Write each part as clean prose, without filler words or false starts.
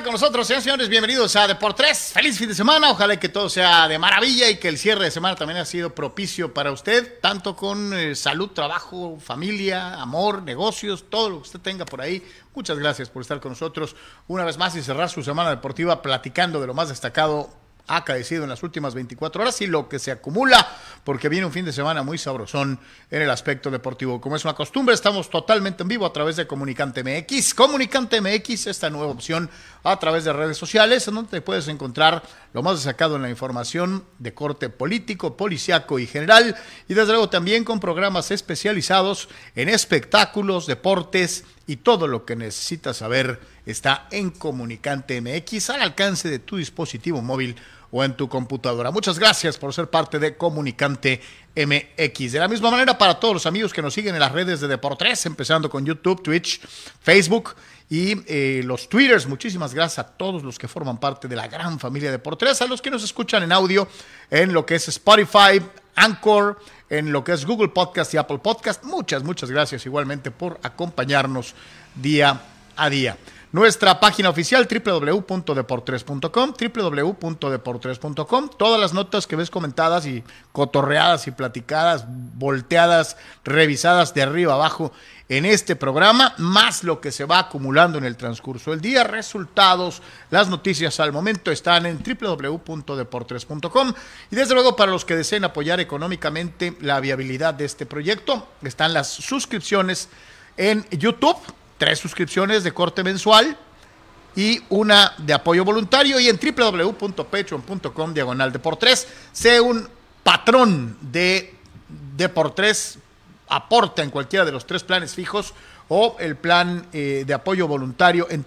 con nosotros, señores, bienvenidos a Deportes. Feliz fin de semana, ojalá que todo sea de maravilla y que el cierre de semana también ha sido propicio para usted, tanto con salud, trabajo, familia, amor, negocios, todo lo que usted tenga por ahí. Muchas gracias por estar con nosotros una vez más y cerrar su semana deportiva platicando de lo más destacado acaecido en las últimas 24 horas y lo que se acumula, porque viene un fin de semana muy sabrosón en el aspecto deportivo. Como es una costumbre, estamos totalmente en vivo a través de Comunicante MX. Comunicante MX, esta nueva opción a través de redes sociales, en donde te puedes encontrar lo más destacado en la información de corte político, policiaco y general, y desde luego también con programas especializados en espectáculos, deportes y todo lo que necesitas saber está en Comunicante MX, al alcance de tu dispositivo móvil o en tu computadora. Muchas gracias por ser parte de Comunicante MX. De la misma manera, para todos los amigos que nos siguen en las redes de Deportes, empezando con YouTube, Twitch, Facebook y los Twitters, muchísimas gracias a todos los que forman parte de la gran familia de Deportes, a los que nos escuchan en audio, en lo que es Spotify, Anchor, en lo que es Google Podcast y Apple Podcast. Muchas gracias igualmente por acompañarnos día a día. Nuestra página oficial www.deportres.com, www.deportres.com. Todas las notas que ves comentadas y cotorreadas y platicadas, volteadas, revisadas de arriba abajo en este programa, más lo que se va acumulando en el transcurso del día, resultados, las noticias al momento están en www.deportres.com. Y desde luego, para los que deseen apoyar económicamente la viabilidad de este proyecto, están las suscripciones en YouTube. 3 suscripciones de corte mensual y una de apoyo voluntario, y en www.patreon.com/Deportres. Sé un patrón de Deportres, aporta en cualquiera de los 3 planes fijos o el plan de apoyo voluntario en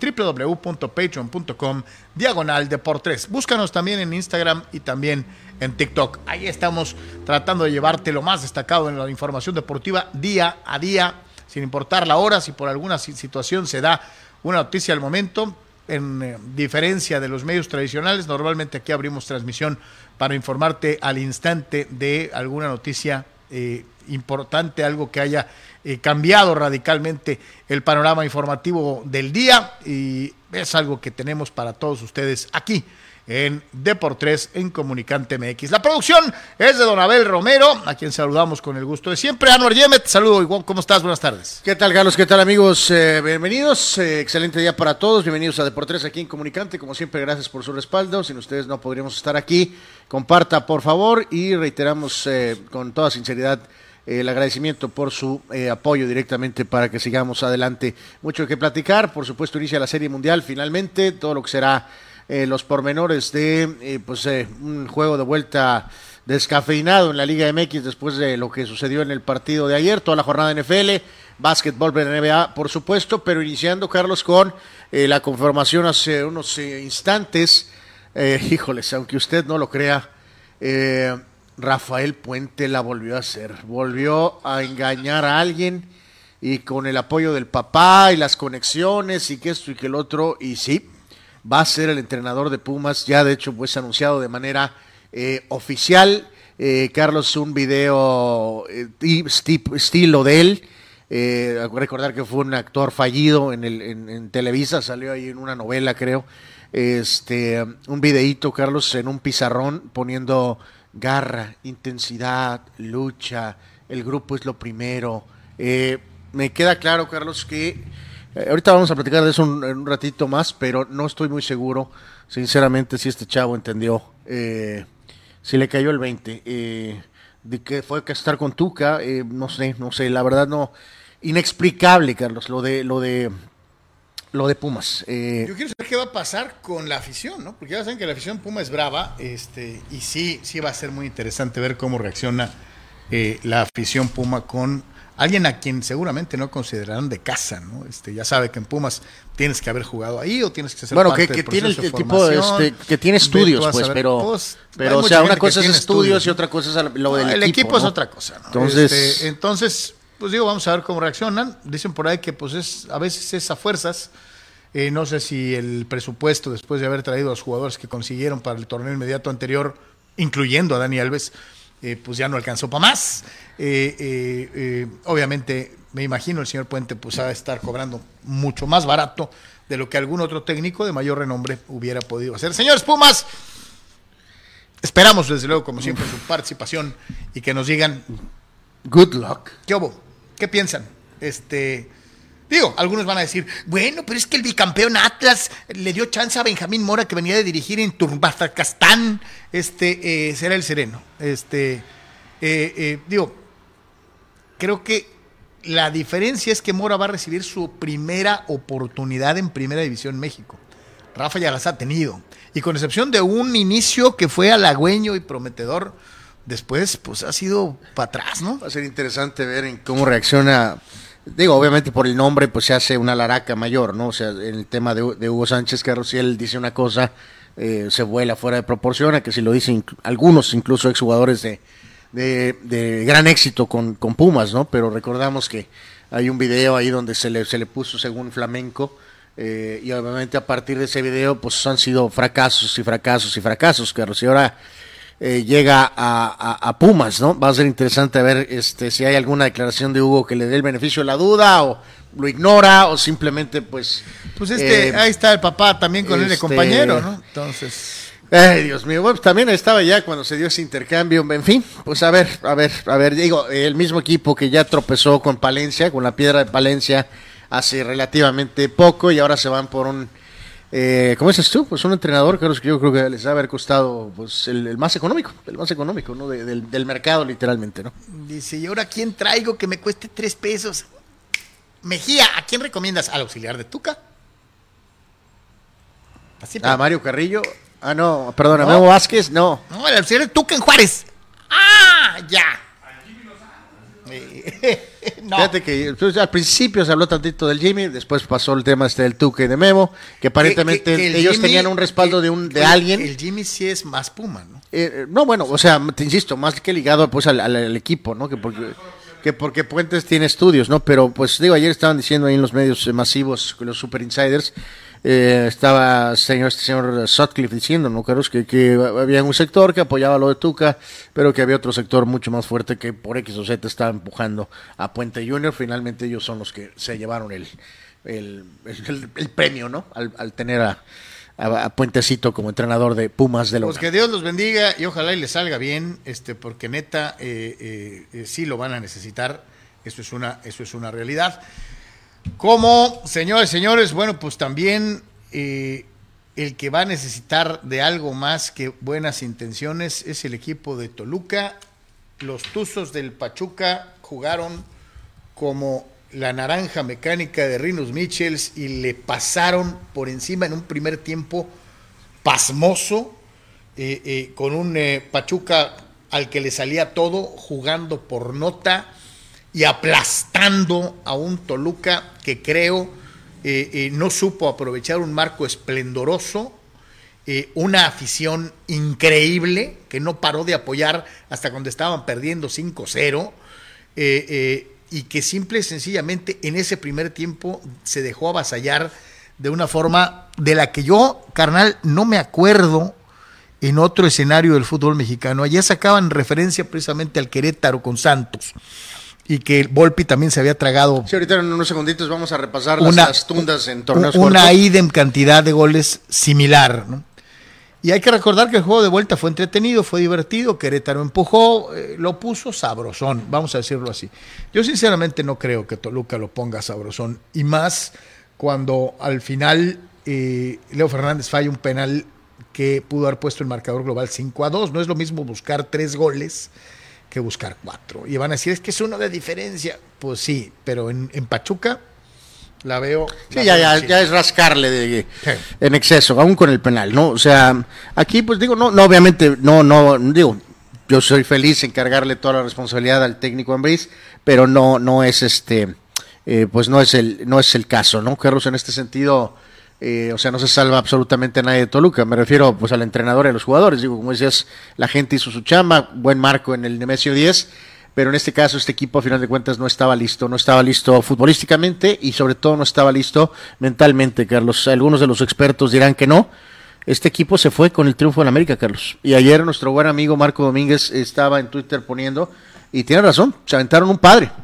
www.patreon.com/Deportres. Búscanos también en Instagram y también en TikTok. Ahí estamos tratando de llevarte lo más destacado en la información deportiva día a día, sin importar la hora. Si por alguna situación se da una noticia al momento, en diferencia de los medios tradicionales, normalmente aquí abrimos transmisión para informarte al instante de alguna noticia importante, algo que haya cambiado radicalmente el panorama informativo del día, y es algo que tenemos para todos ustedes aquí en Deportes en Comunicante MX. La producción es de don Abel Romero, a quien saludamos con el gusto de siempre. Anuar Yemet, saludo, igual, ¿cómo estás? Buenas tardes. ¿Qué tal, Carlos? ¿Qué tal, amigos? Bienvenidos, excelente día para todos, bienvenidos a Deportes aquí en Comunicante. Como siempre, gracias por su respaldo, sin ustedes no podríamos estar aquí. Comparta, por favor, y reiteramos con toda sinceridad el agradecimiento por su apoyo directamente para que sigamos adelante. Mucho que platicar, por supuesto inicia la Serie Mundial finalmente, todo lo que será los pormenores de un juego de vuelta descafeinado en la Liga MX después de lo que sucedió en el partido de ayer, toda la jornada de NFL, básquetbol de NBA, por supuesto, pero iniciando, Carlos, con la confirmación hace unos instantes, híjoles, aunque usted no lo crea, Rafael Puente la volvió a hacer, volvió a engañar a alguien, y con el apoyo del papá y las conexiones y que esto y que el otro, y sí, va a ser el entrenador de Pumas, ya de hecho pues anunciado de manera oficial. Carlos, un video estilo de él, recordar que fue un actor fallido en Televisa, salió ahí en una novela, creo, un videíto, Carlos, en un pizarrón poniendo garra, intensidad, lucha, el grupo es lo primero. Me queda claro, Carlos, que ahorita vamos a platicar de eso en un ratito más, pero no estoy muy seguro, sinceramente, si este chavo entendió, si le cayó el 20, de que fue que estar con Tuca, no sé, la verdad no, inexplicable, Carlos, lo de Pumas. Yo quiero saber qué va a pasar con la afición, ¿no? Porque ya saben que la afición Puma es brava, y sí va a ser muy interesante ver cómo reacciona la afición Puma con alguien a quien seguramente no considerarán de casa, ¿no? Ya sabe que en Pumas tienes que haber jugado ahí o tienes que ser parte del proceso de formación. Que tiene estudios, pues, pero o sea, una cosa es estudios y otra cosa es lo del equipo. El equipo es otra cosa, ¿no? Entonces, pues digo, vamos a ver cómo reaccionan. Dicen por ahí que pues a veces es a fuerzas. No sé si el presupuesto, después de haber traído a los jugadores que consiguieron para el torneo inmediato anterior, incluyendo a Dani Alves, pues ya no alcanzó para más. Obviamente, me imagino el señor Puente pues va a estar cobrando mucho más barato de lo que algún otro técnico de mayor renombre hubiera podido hacer. Señores Pumas, esperamos desde luego, como siempre, su participación y que nos digan good luck. ¿Qué hubo? ¿Qué piensan? Digo, algunos van a decir, bueno, pero es que el bicampeón Atlas le dio chance a Benjamín Mora, que venía de dirigir en Turbastacastán, será el sereno. Digo, creo que la diferencia es que Mora va a recibir su primera oportunidad en Primera División México. Rafa ya las ha tenido. Y con excepción de un inicio que fue halagüeño y prometedor, después pues ha sido para atrás, ¿no? Va a ser interesante ver en cómo reacciona. Digo, obviamente por el nombre pues se hace una laraca mayor, ¿no? O sea, en el tema de Hugo Sánchez, que si él dice una cosa, se vuela fuera de proporción, a que si lo dicen algunos, incluso exjugadores de gran éxito con Pumas, ¿no? Pero recordamos que hay un video ahí donde se le puso según flamenco, y obviamente a partir de ese video pues han sido fracasos y fracasos y fracasos, Carlos, y ahora llega a Pumas, ¿no? Va a ser interesante ver si hay alguna declaración de Hugo que le dé el beneficio de la duda, o lo ignora, o simplemente pues ahí está el papá también con él de compañero, ¿no? Entonces, ay, Dios mío, bueno, pues también estaba ya cuando se dio ese intercambio, en fin, pues a ver, digo, el mismo equipo que ya tropezó con Palencia, con la piedra de Palencia hace relativamente poco, y ahora se van por un ¿cómo dices tú? Pues un entrenador, Carlos, que yo creo que les va a haber costado pues el más económico, ¿no? Del mercado, literalmente, ¿no? Dice, ¿y ahora quién traigo que me cueste 3 pesos? Mejía, ¿a quién recomiendas? ¿Al auxiliar de Tuca? Así, pero... Mario Carrillo. No, perdona, Memo Vázquez, no. No, el auxiliar de Tuca en Juárez. ¡Ah, ya! No. Fíjate que pues, al principio se habló tantito del Jimmy, después pasó el tema del Tuca y de Memo, que aparentemente que ellos Jimmy, tenían un respaldo de alguien. El Jimmy sí es más Puma, ¿no? No, bueno, o sea, te insisto, más que ligado pues al equipo, ¿no? Que porque Puentes tiene estudios, ¿no? Pero pues digo, ayer estaban diciendo ahí en los medios masivos, los super insiders, estaba este señor Sutcliffe diciendo, ¿no, Carlos? Que había un sector que apoyaba lo de Tuca, pero que había otro sector mucho más fuerte que por X o Z estaba empujando a Puente Junior. Finalmente ellos son los que se llevaron el premio, ¿no? Al tener a Puentecito como entrenador de Pumas de Loma. Pues que Dios los bendiga y ojalá y les salga bien, porque neta sí lo van a necesitar. Eso es una realidad. Como, señores, bueno, pues también el que va a necesitar de algo más que buenas intenciones es el equipo de Toluca. Los Tuzos del Pachuca jugaron como la naranja mecánica de Rinus Michels y le pasaron por encima en un primer tiempo pasmoso, con un Pachuca al que le salía todo, jugando por nota y aplastando a un Toluca que creo no supo aprovechar un marco esplendoroso, una afición increíble que no paró de apoyar hasta cuando estaban perdiendo 5-0, y que simple y sencillamente en ese primer tiempo se dejó avasallar de una forma de la que yo, carnal, no me acuerdo en otro escenario del fútbol mexicano. Allá sacaban referencia precisamente al Querétaro con Santos, y que Volpi también se había tragado. Sí, ahorita en unos segunditos vamos a repasar las tundas en torneos una cortos. idem cantidad de goles similar, ¿no? Y hay que recordar que el juego de vuelta fue entretenido, fue divertido, Querétaro empujó, lo puso sabrosón, vamos a decirlo así. Yo sinceramente no creo que Toluca lo ponga sabrosón, y más cuando al final Leo Fernández falla un penal que pudo haber puesto el marcador global 5-2. No es lo mismo buscar 3 goles que buscar 4. Y van a decir, es que es uno de diferencia. Pues sí, pero en Pachuca la veo. Sí, ya es rascarle en exceso, aún con el penal, ¿no? O sea, aquí pues digo, no obviamente, digo, yo soy feliz en cargarle toda la responsabilidad al técnico Ambriz, pero no es pues no es el caso, ¿no? Carlos, en este sentido, o sea, no se salva absolutamente nadie de Toluca. Me refiero pues al entrenador y a los jugadores. Digo, como decías, la gente hizo su chamba, buen marco en el Nemesio 10, pero en este caso este equipo a final de cuentas no estaba listo futbolísticamente y sobre todo no estaba listo mentalmente, Carlos. Algunos de los expertos dirán que no. Este equipo se fue con el triunfo en América, Carlos. Y ayer nuestro buen amigo Marco Domínguez estaba en Twitter poniendo, y tiene razón, se aventaron un padre.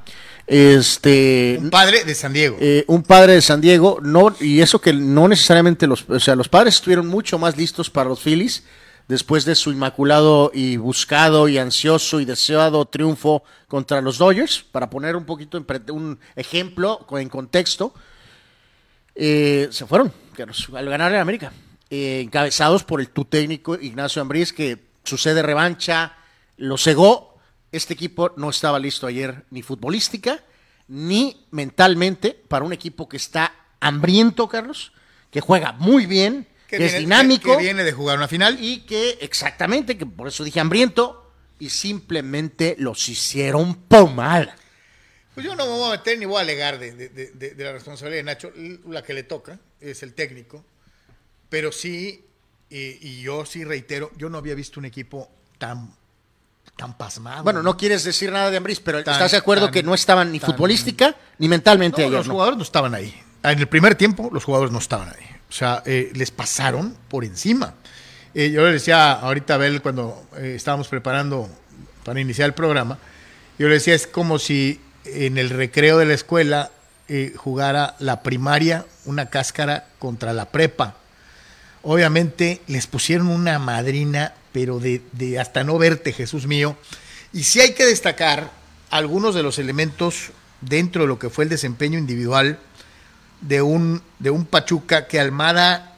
Un padre de San Diego. Un padre de San Diego, no, y eso que no necesariamente los padres estuvieron mucho más listos para los Phillies después de su inmaculado y buscado y ansioso y deseado triunfo contra los Dodgers, para poner un poquito un ejemplo en contexto. Se fueron al ganar en América, encabezados por tu técnico Ignacio Ambriz, que su sed de revancha lo cegó. Este equipo no estaba listo ayer ni futbolística ni mentalmente para un equipo que está hambriento, Carlos, que juega muy bien, que es dinámico, que viene de jugar una final y que exactamente, que por eso dije hambriento, y simplemente los hicieron pomada. Pues yo no me voy a meter ni voy a alegar de la responsabilidad de Nacho. La que le toca es el técnico, pero sí, y yo sí reitero, yo no había visto un equipo tan pasmado. Bueno, no quieres decir nada de Ambriz, pero ¿estás de acuerdo que no estaban ni futbolística ni mentalmente ayer? Los jugadores no estaban ahí. En el primer tiempo, los jugadores no estaban ahí. O sea, les pasaron por encima. Yo le decía ahorita a Abel cuando estábamos preparando para iniciar el programa, yo le decía, es como si en el recreo de la escuela jugara la primaria una cáscara contra la prepa. Obviamente les pusieron una madrina, pero de hasta no verte, Jesús mío. Y sí hay que destacar algunos de los elementos dentro de lo que fue el desempeño individual de un Pachuca que Almada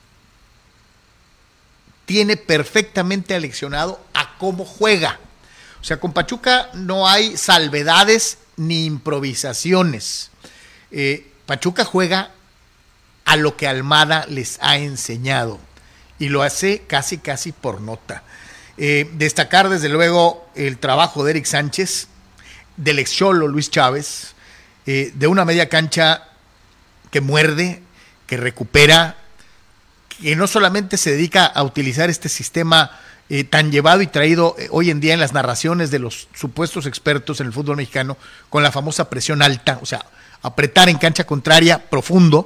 tiene perfectamente aleccionado a cómo juega. O sea, con Pachuca no hay salvedades ni improvisaciones. Pachuca juega a lo que Almada les ha enseñado y lo hace casi por nota. Destacar desde luego el trabajo de Eric Sánchez, del ex Cholo Luis Chávez, de una media cancha que muerde, que recupera, que no solamente se dedica a utilizar este sistema tan llevado y traído hoy en día en las narraciones de los supuestos expertos en el fútbol mexicano, con la famosa presión alta, o sea, apretar en cancha contraria profundo.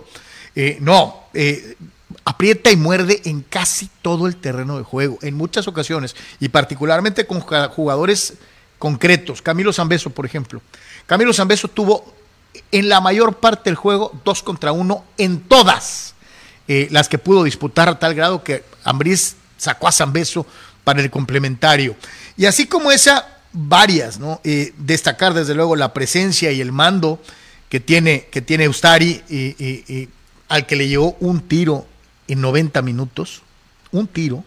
Aprieta y muerde en casi todo el terreno de juego, en muchas ocasiones, y particularmente con jugadores concretos. Camilo Zambeso, por ejemplo. Camilo Zambeso tuvo en la mayor parte del juego 2 contra 1 en todas las que pudo disputar, a tal grado que Ambriz sacó a Zambeso para el complementario. Y así como esa, varias, ¿no? Destacar desde luego la presencia y el mando que tiene Ustari, al que le llegó un tiro en 90 minutos, un tiro,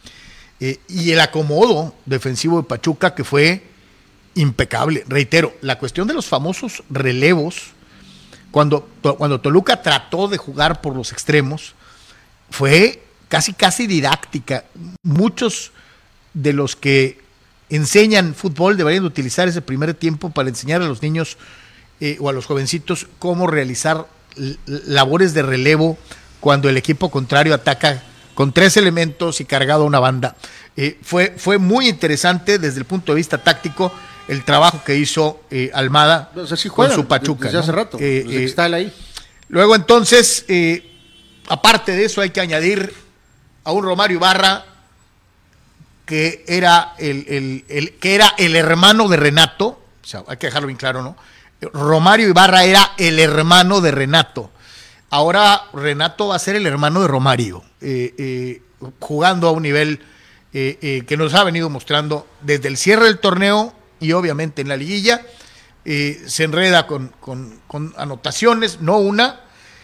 y el acomodo defensivo de Pachuca, que fue impecable. Reitero, la cuestión de los famosos relevos, cuando Toluca trató de jugar por los extremos, fue casi didáctica. Muchos de los que enseñan fútbol deberían utilizar ese primer tiempo para enseñar a los niños o a los jovencitos cómo realizar labores de relevo cuando el equipo contrario ataca con 3 elementos y cargado a una banda. Fue muy interesante desde el punto de vista táctico el trabajo que hizo Almada con su Pachuca. Desde hace rato, desde que está él ahí. Luego entonces, aparte de eso, hay que añadir a un Romario Ibarra que era el hermano de Renato. O sea, hay que dejarlo bien claro, ¿no? Romario Ibarra era el hermano de Renato. Ahora Renato va a ser el hermano de Romario, jugando a un nivel que nos ha venido mostrando desde el cierre del torneo y obviamente en la liguilla. Se enreda con anotaciones, no una.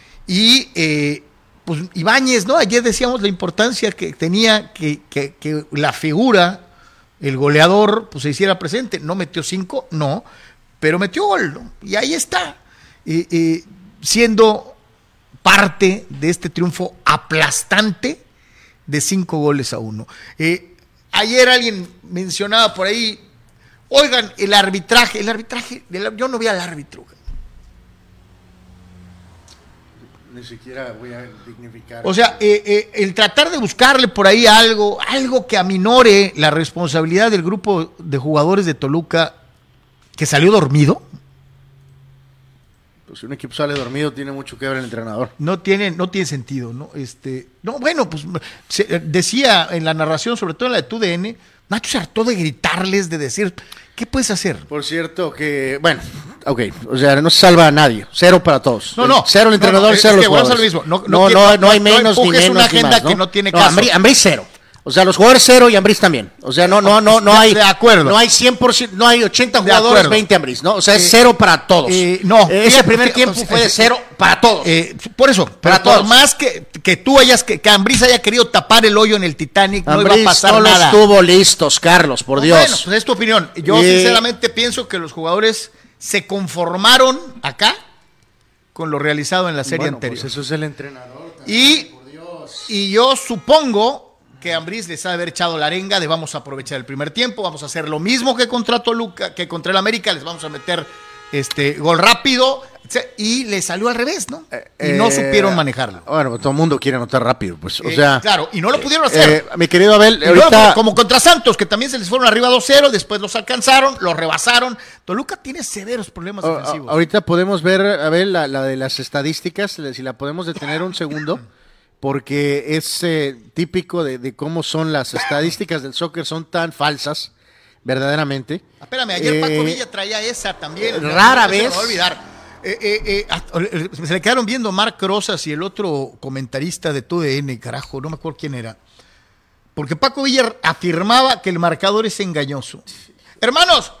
Y pues Ibáñez, ¿no? Ayer decíamos la importancia que tenía que la figura, el goleador, pues se hiciera presente. No metió 5, no, pero metió gol, ¿no? Y ahí está, siendo parte de este triunfo aplastante de 5-1. Ayer alguien mencionaba por ahí, oigan, el arbitraje, yo no vi al árbitro. Ni siquiera voy a dignificar. O sea, el tratar de buscarle por ahí algo que aminore la responsabilidad del grupo de jugadores de Toluca que salió dormido. Pues si un equipo sale dormido tiene mucho que ver el entrenador. No tiene sentido, ¿no? Bueno, pues decía en la narración, sobre todo en la de TUDN, Nacho se hartó de gritarles, de decir, ¿qué puedes hacer? Por cierto que, bueno, Ok, o sea, no se salva a nadie, 0 para todos. No. 0 el entrenador, 0 los jugadores. Lo mismo. No hay menos ni menos. Una agenda más, ¿no? que no tiene caso. Ambriz 0. O sea, los jugadores 0 y Ambriz también. O sea, no hay. De acuerdo. No hay 100%, no hay 80 jugadores, 20 Ambriz, ¿no? O sea, es 0 para todos. No. Ese primer tiempo fue de 0 para todos. Por eso, para todos. Por más que tú que Ambriz haya querido tapar el hoyo en el Titanic, no iba a pasar nada. No los tuvo listos, Carlos, por Dios. Bueno, pues es tu opinión. Yo sinceramente pienso que los jugadores se conformaron acá con lo realizado en la serie anterior. Pues eso es el entrenador. Y yo supongo que Ambriz les ha de haber echado la arenga de vamos a aprovechar el primer tiempo, vamos a hacer lo mismo que contra Toluca, que contra el América, les vamos a meter gol rápido, y le salió al revés, ¿no? Y no supieron manejarlo. Bueno, todo el mundo quiere anotar rápido, pues, o sea... Claro, y no lo pudieron hacer. Mi querido Abel, ahorita... Como contra Santos, que también se les fueron arriba 2-0, después los alcanzaron, los rebasaron. Toluca tiene severos problemas ofensivos. Ahorita podemos ver, Abel, la de las estadísticas, si la podemos detener un segundo, porque es típico de cómo son las estadísticas del soccer, son tan falsas, verdaderamente. Espérame, ayer Paco Villa traía esa también. Rara vez. Se me va a olvidar. Se le quedaron viendo Marc Rosas y el otro comentarista de TUDN, carajo, no me acuerdo quién era. Porque Paco Villa afirmaba que el marcador es engañoso. Hermanos,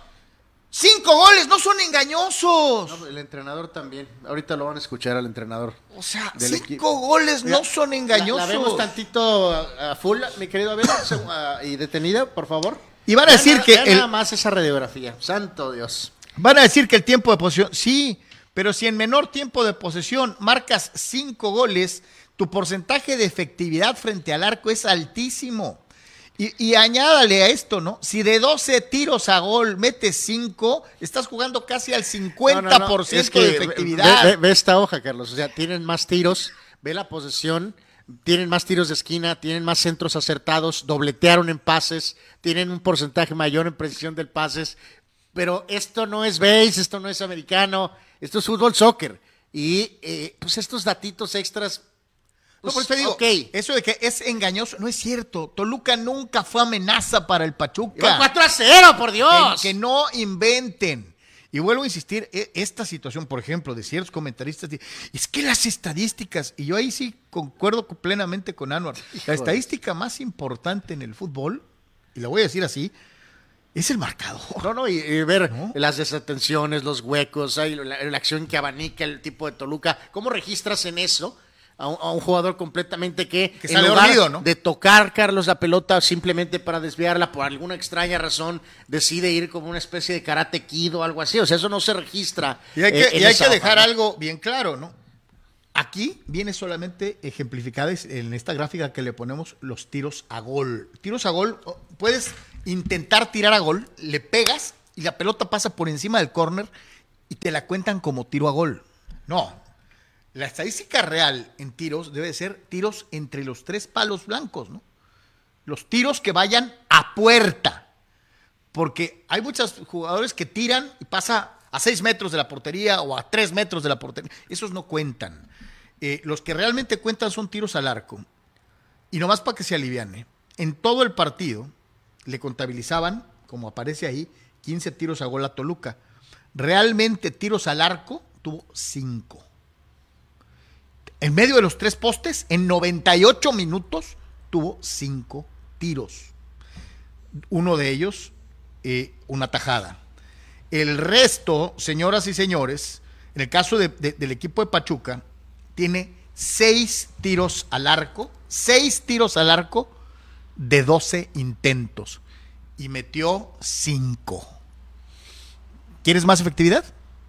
5 goles no son engañosos. No, el entrenador también. Ahorita lo van a escuchar al entrenador. O sea, 5 goles no son engañosos. La vemos tantito a full, mi querido Abel, y detenida, por favor. Y van a decir que nada más esa radiografía. Santo Dios. Van a decir que el tiempo de posesión, sí, pero si en menor tiempo de posesión marcas 5 goles, tu porcentaje de efectividad frente al arco es altísimo. Y añádale a esto, ¿no? Si de 12 tiros a gol metes 5, estás jugando casi al 50% Es que de efectividad. Ve esta hoja, Carlos. O sea, tienen más tiros, ve la posesión, tienen más tiros de esquina, tienen más centros acertados, dobletearon en pases, tienen un porcentaje mayor en precisión del pases. Pero esto no es base, esto no es americano, esto es fútbol, soccer. Y pues estos datitos extras... Pues, no, por eso te digo, eso de que es engañoso, no es cierto. Toluca nunca fue amenaza para el Pachuca. 4-0, por Dios. Que no inventen. Y vuelvo a insistir, esta situación, por ejemplo, de ciertos comentaristas, es que las estadísticas, y yo ahí sí concuerdo plenamente con Anuar, la estadística más importante en el fútbol, y la voy a decir así, es el marcador. No, y ver las desatenciones, los huecos, la acción que abanica el tipo de Toluca. ¿Cómo registras en eso a un jugador completamente que sale dormido, ¿no? De tocar, Carlos, la pelota simplemente para desviarla por alguna extraña razón, decide ir como una especie de karate kid o algo así? O sea, eso no se registra. Y hay que dejar algo bien claro, ¿no? Aquí viene solamente ejemplificada en esta gráfica que le ponemos los tiros a gol. Tiros a gol, puedes intentar tirar a gol, le pegas y la pelota pasa por encima del córner y te la cuentan como tiro a gol. No, la estadística real en tiros debe ser tiros entre los 3 palos blancos, ¿no? Los tiros que vayan a puerta, porque hay muchos jugadores que tiran y pasa a 6 metros de la portería o a 3 metros de la portería. Esos no cuentan. Los que realmente cuentan son tiros al arco. Y nomás para que se aliviane, en todo el partido le contabilizaban, como aparece ahí, 15 tiros a gol a Toluca. Realmente tiros al arco tuvo 5. En medio de los 3 postes, en 98 minutos, tuvo 5 tiros. Uno de ellos, una tajada. El resto, señoras y señores, en el caso del equipo de Pachuca, tiene 6 tiros al arco, 6 tiros al arco de 12 intentos y metió 5. ¿Quieres más efectividad?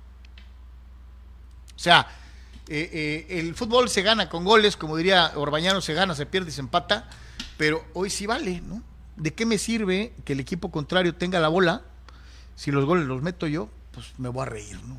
O sea, el fútbol se gana con goles, como diría Orbañano, se gana, se pierde y se empata, pero hoy sí vale, ¿no? ¿De qué me sirve que el equipo contrario tenga la bola si los goles los meto yo? Pues me voy a reír, ¿no?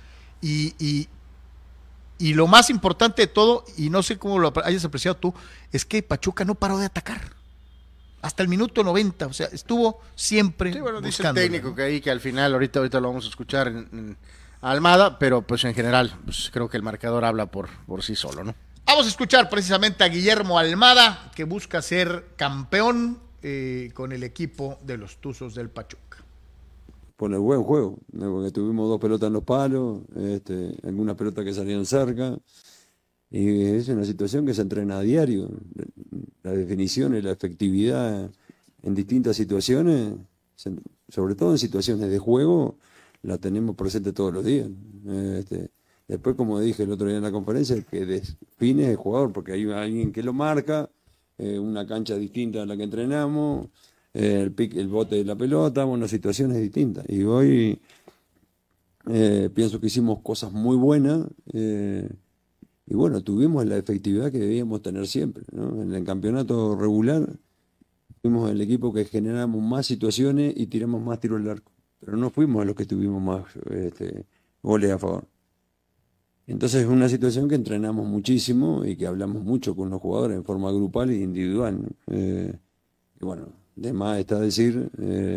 Y lo más importante de todo, y no sé cómo lo hayas apreciado tú, es que Pachuca no paró de atacar. Hasta el minuto 90, o sea, estuvo siempre buscando. Dice el técnico que al final, ahorita lo vamos a escuchar en Almada, pero pues en general, pues creo que el marcador habla por sí solo, ¿no? Vamos a escuchar precisamente a Guillermo Almada, que busca ser campeón con el equipo de los Tuzos del Pachuca. por el buen juego, ¿no? Porque tuvimos 2 pelotas en los palos, algunas pelotas que salían cerca, y es una situación que se entrena a diario. La definición y la efectividad en distintas situaciones, sobre todo en situaciones de juego, la tenemos presente todos los días. Después, como dije el otro día en la conferencia, el que define es el jugador, porque hay alguien que lo marca, una cancha distinta a la que entrenamos, el bote de la pelota, bueno, situaciones distintas. Y hoy pienso que hicimos cosas muy buenas, y bueno, tuvimos la efectividad que debíamos tener siempre, ¿no? En el campeonato regular fuimos el equipo que generamos más situaciones y tiramos más tiros al arco, pero no fuimos los que tuvimos más goles a favor. Entonces es una situación que entrenamos muchísimo y que hablamos mucho con los jugadores en forma grupal e individual, ¿no? Y bueno, de más está decir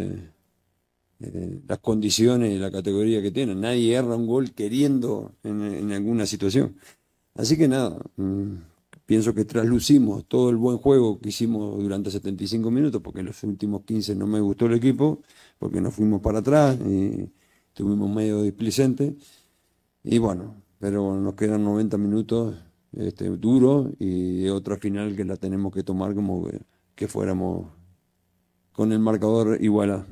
las condiciones y la categoría que tienen. Nadie erra un gol queriendo en alguna situación. Así que nada, pienso que traslucimos todo el buen juego que hicimos durante 75 minutos, porque en los últimos 15 no me gustó el equipo, porque nos fuimos para atrás y estuvimos medio displicentes. Y bueno, pero nos quedan 90 minutos duros y otra final que la tenemos que tomar como que fuéramos con el marcador igual.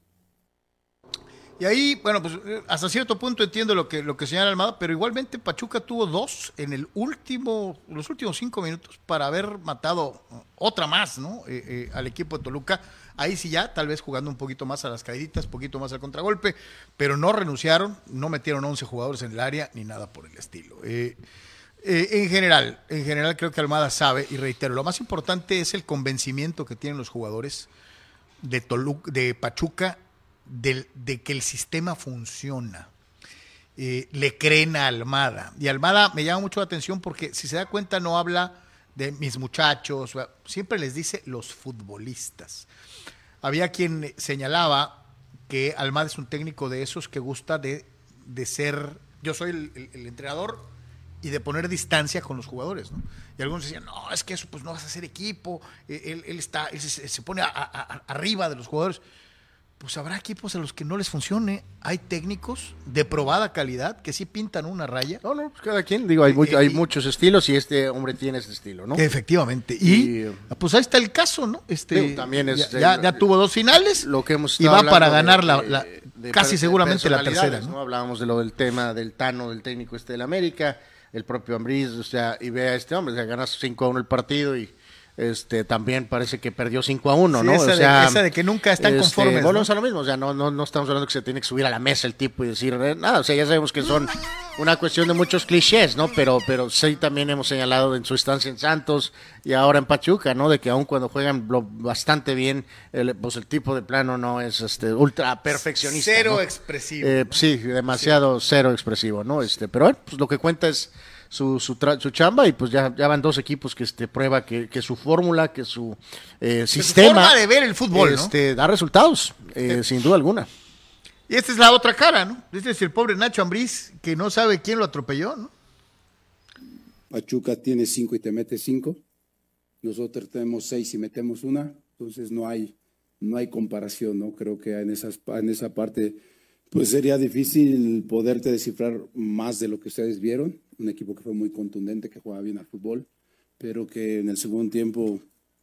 Y ahí, bueno, pues hasta cierto punto entiendo lo que señala Almada, pero igualmente Pachuca tuvo 2 en los últimos 5 minutos para haber matado otra más, ¿no? Al equipo de Toluca. Ahí sí ya, tal vez jugando un poquito más a las caíditas, un poquito más al contragolpe, pero no renunciaron, no metieron 11 jugadores en el área ni nada por el estilo. En general creo que Almada sabe, y reitero, lo más importante es el convencimiento que tienen los jugadores de Pachuca de que el sistema funciona. Le creen a Almada. Y Almada me llama mucho la atención porque, si se da cuenta, no habla de mis muchachos, siempre les dice los futbolistas. Había quien señalaba que Almada es un técnico de esos que gusta de ser, yo soy el entrenador, y de poner distancia con los jugadores, ¿no? Y algunos decían, no, es que eso pues no vas a hacer equipo, él se pone arriba de los jugadores. Pues habrá equipos a los que no les funcione. Hay técnicos de probada calidad que sí pintan una raya. No, pues cada quien, digo, hay muchos estilos y este hombre tiene ese estilo, ¿no? Efectivamente. Y pues ahí está el caso, ¿no? También es ya tuvo 2 finales, lo que hemos y va para ganar casi seguramente la tercera, ¿no? Hablábamos de lo del tema del Tano, del técnico del América, el propio Ambriz, o sea, y ve a este hombre, se gana 5-1 el partido y también parece que perdió 5-1, ¿no? Esa de que nunca están conformes. Volvemos a lo mismo, o sea, no estamos hablando que se tiene que subir a la mesa el tipo y decir nada, o sea, ya sabemos que son una cuestión de muchos clichés, ¿no? Pero sí también hemos señalado en su estancia en Santos y ahora en Pachuca, ¿no? De que aun cuando juegan bastante bien, pues el tipo de plano no es ultra perfeccionista. Cero, ¿no? Expresivo. Sí, demasiado cero expresivo, ¿no? Pero bueno, pues lo que cuenta es su chamba y pues ya van 2 equipos que prueba que su fórmula, que su sistema, su forma de ver el fútbol, ¿no? Da resultados, sin duda alguna. Y esta es la otra cara, ¿no? Este es el pobre Nacho Ambriz, que no sabe quién lo atropelló, ¿no? Pachuca tiene 5 y te mete 5. Nosotros tenemos 6 y metemos 1. Entonces no hay comparación, ¿no? Creo que en esa parte pues sería difícil poderte descifrar más de lo que ustedes vieron. Un equipo que fue muy contundente, que juega bien al fútbol, pero que en el segundo tiempo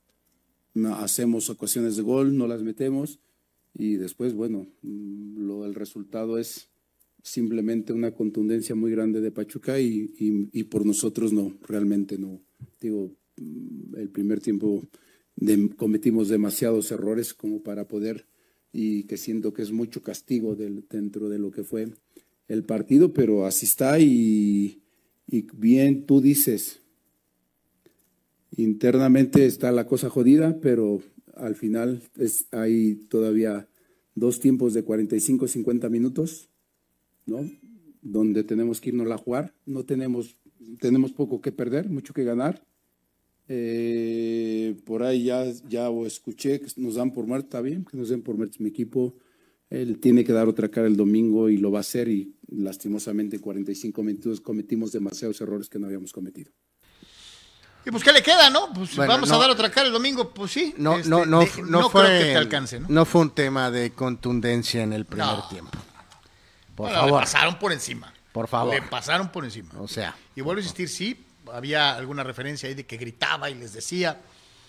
hacemos ocasiones de gol, no las metemos y después, bueno, el resultado es simplemente una contundencia muy grande de Pachuca y por nosotros no, realmente no. Digo, el primer tiempo cometimos demasiados errores como para poder, y que siento que es mucho castigo dentro de lo que fue el partido, pero así está y bien tú dices, internamente está la cosa jodida, pero al final hay todavía 2 tiempos de 45-50 minutos, ¿no? Donde tenemos que irnos a jugar, tenemos poco que perder, mucho que ganar. Por ahí ya escuché que nos dan por muerto, está bien, que nos den por muerto. Mi equipo, él tiene que dar otra cara el domingo y lo va a hacer, y lastimosamente en 45 minutos cometimos demasiados errores que no habíamos cometido. Y pues, ¿qué le queda, no? Pues Bueno, vamos a dar otra cara el domingo, pues sí. No creo fue, que te alcance, ¿no? No fue un tema de contundencia en el primer tiempo. Por Bueno, favor. le pasaron por encima. Por favor. Le pasaron por encima. O sea. Y vuelvo a insistir, sí, había alguna referencia ahí de que gritaba y les decía.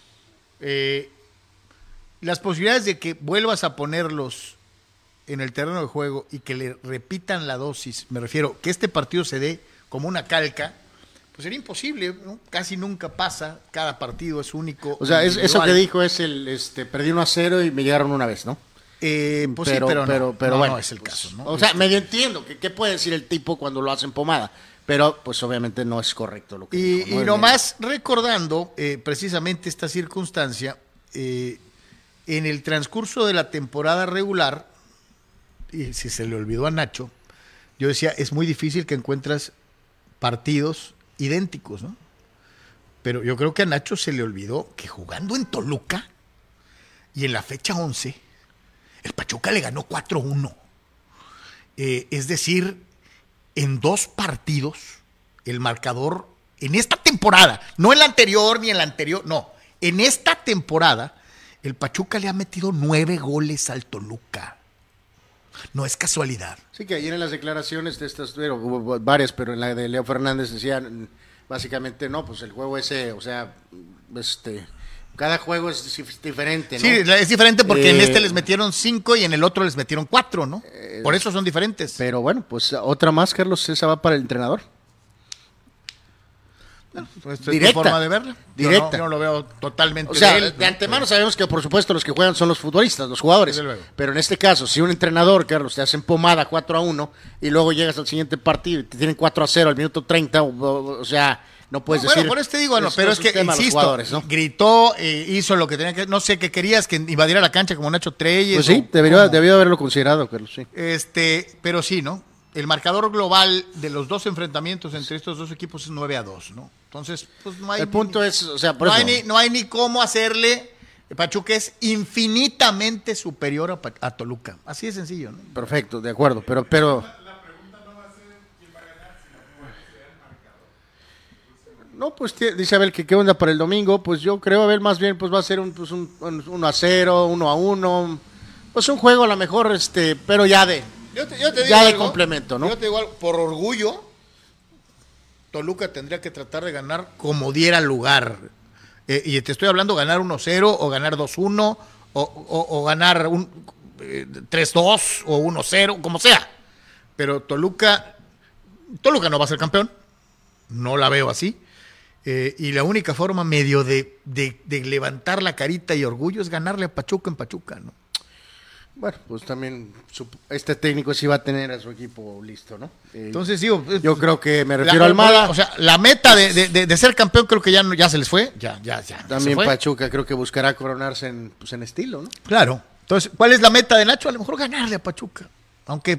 Las posibilidades de que vuelvas a ponerlos en el terreno de juego y que le repitan la dosis, me refiero, que este partido se dé como una calca, pues sería imposible, ¿no? Casi nunca pasa, cada partido es único. O sea, eso individual. que dijo es perdí 1-0 y me llegaron una vez, ¿no? Pues pero bueno, no es el caso, ¿no? O sea, medio entiendo qué puede decir el tipo cuando lo hacen pomada, pero pues obviamente no es correcto lo que dijo, ¿no? Y nomás recordando precisamente esta circunstancia, en el transcurso de la temporada regular, y si se le olvidó a Nacho, yo decía, es muy difícil que encuentres partidos idénticos, ¿no? Pero yo creo que a Nacho se le olvidó que jugando en Toluca y en la fecha 11, el Pachuca le ganó 4-1. Es decir, en 2 partidos, el marcador, en esta temporada, no en la anterior ni en la anterior, no, en esta temporada, el Pachuca le ha metido 9 goles al Toluca. No es casualidad. Sí, que ayer en las declaraciones de estas, hubo varias, pero en la de Leo Fernández decían, básicamente, no, pues el juego ese, o sea, cada juego es diferente, ¿no? Sí, es diferente porque en este les metieron 5 y en el otro les metieron 4, ¿no? Por eso son diferentes. Pero bueno, pues otra más, Carlos, esa va para el entrenador. Pues, Directa. ¿es tu forma de verla? Directa. Yo no lo veo totalmente O sea, de él, de antemano sabemos que por supuesto los que juegan son los futbolistas, los jugadores. Desde luego. Pero en este caso, si un entrenador, Carlos, te hace pomada 4-1 y luego llegas al siguiente partido y te tienen 4-0 al minuto 30, o sea, no puedes decir. Bueno, por eso te digo, no, pero es que, tema de los insisto, jugadores, ¿no? gritó, hizo lo que tenía que, no sé qué querías, que invadiera la cancha como Nacho Treyes. Pues sí, debió haberlo considerado, Carlos, sí. Pero sí, ¿no? El marcador global de los 2 enfrentamientos entre estos 2 equipos es 9-2, ¿no? Entonces, pues no hay. El punto es, o sea, por no, eso. no hay ni cómo hacerle. Pachuca es infinitamente superior a Toluca. Así de sencillo, ¿no? Perfecto, de acuerdo, pero no, pues dice Abel que qué onda para el domingo, pues yo creo, Abel, más bien pues va a ser un 1-0, 1-1, pues un juego a lo mejor, pero ya de Yo te digo ya de algo, complemento, ¿no? Yo te digo algo, por orgullo, Toluca tendría que tratar de ganar como diera lugar. Y te estoy hablando ganar 1-0 o ganar 2-1 o ganar 3-2 o 1-0, como sea. Pero Toluca no va a ser campeón, no la veo así. Y la única forma medio de levantar la carita y orgullo es ganarle a Pachuca en Pachuca, ¿no? Bueno, pues también este técnico sí va a tener a su equipo listo, ¿no? Entonces digo, yo creo que me refiero a Almada. O sea, la meta de ser campeón creo que ya se les fue. Ya También se fue. Pachuca creo que buscará coronarse en estilo, ¿no? Claro. Entonces, ¿cuál es la meta de Nacho? A lo mejor ganarle a Pachuca. Aunque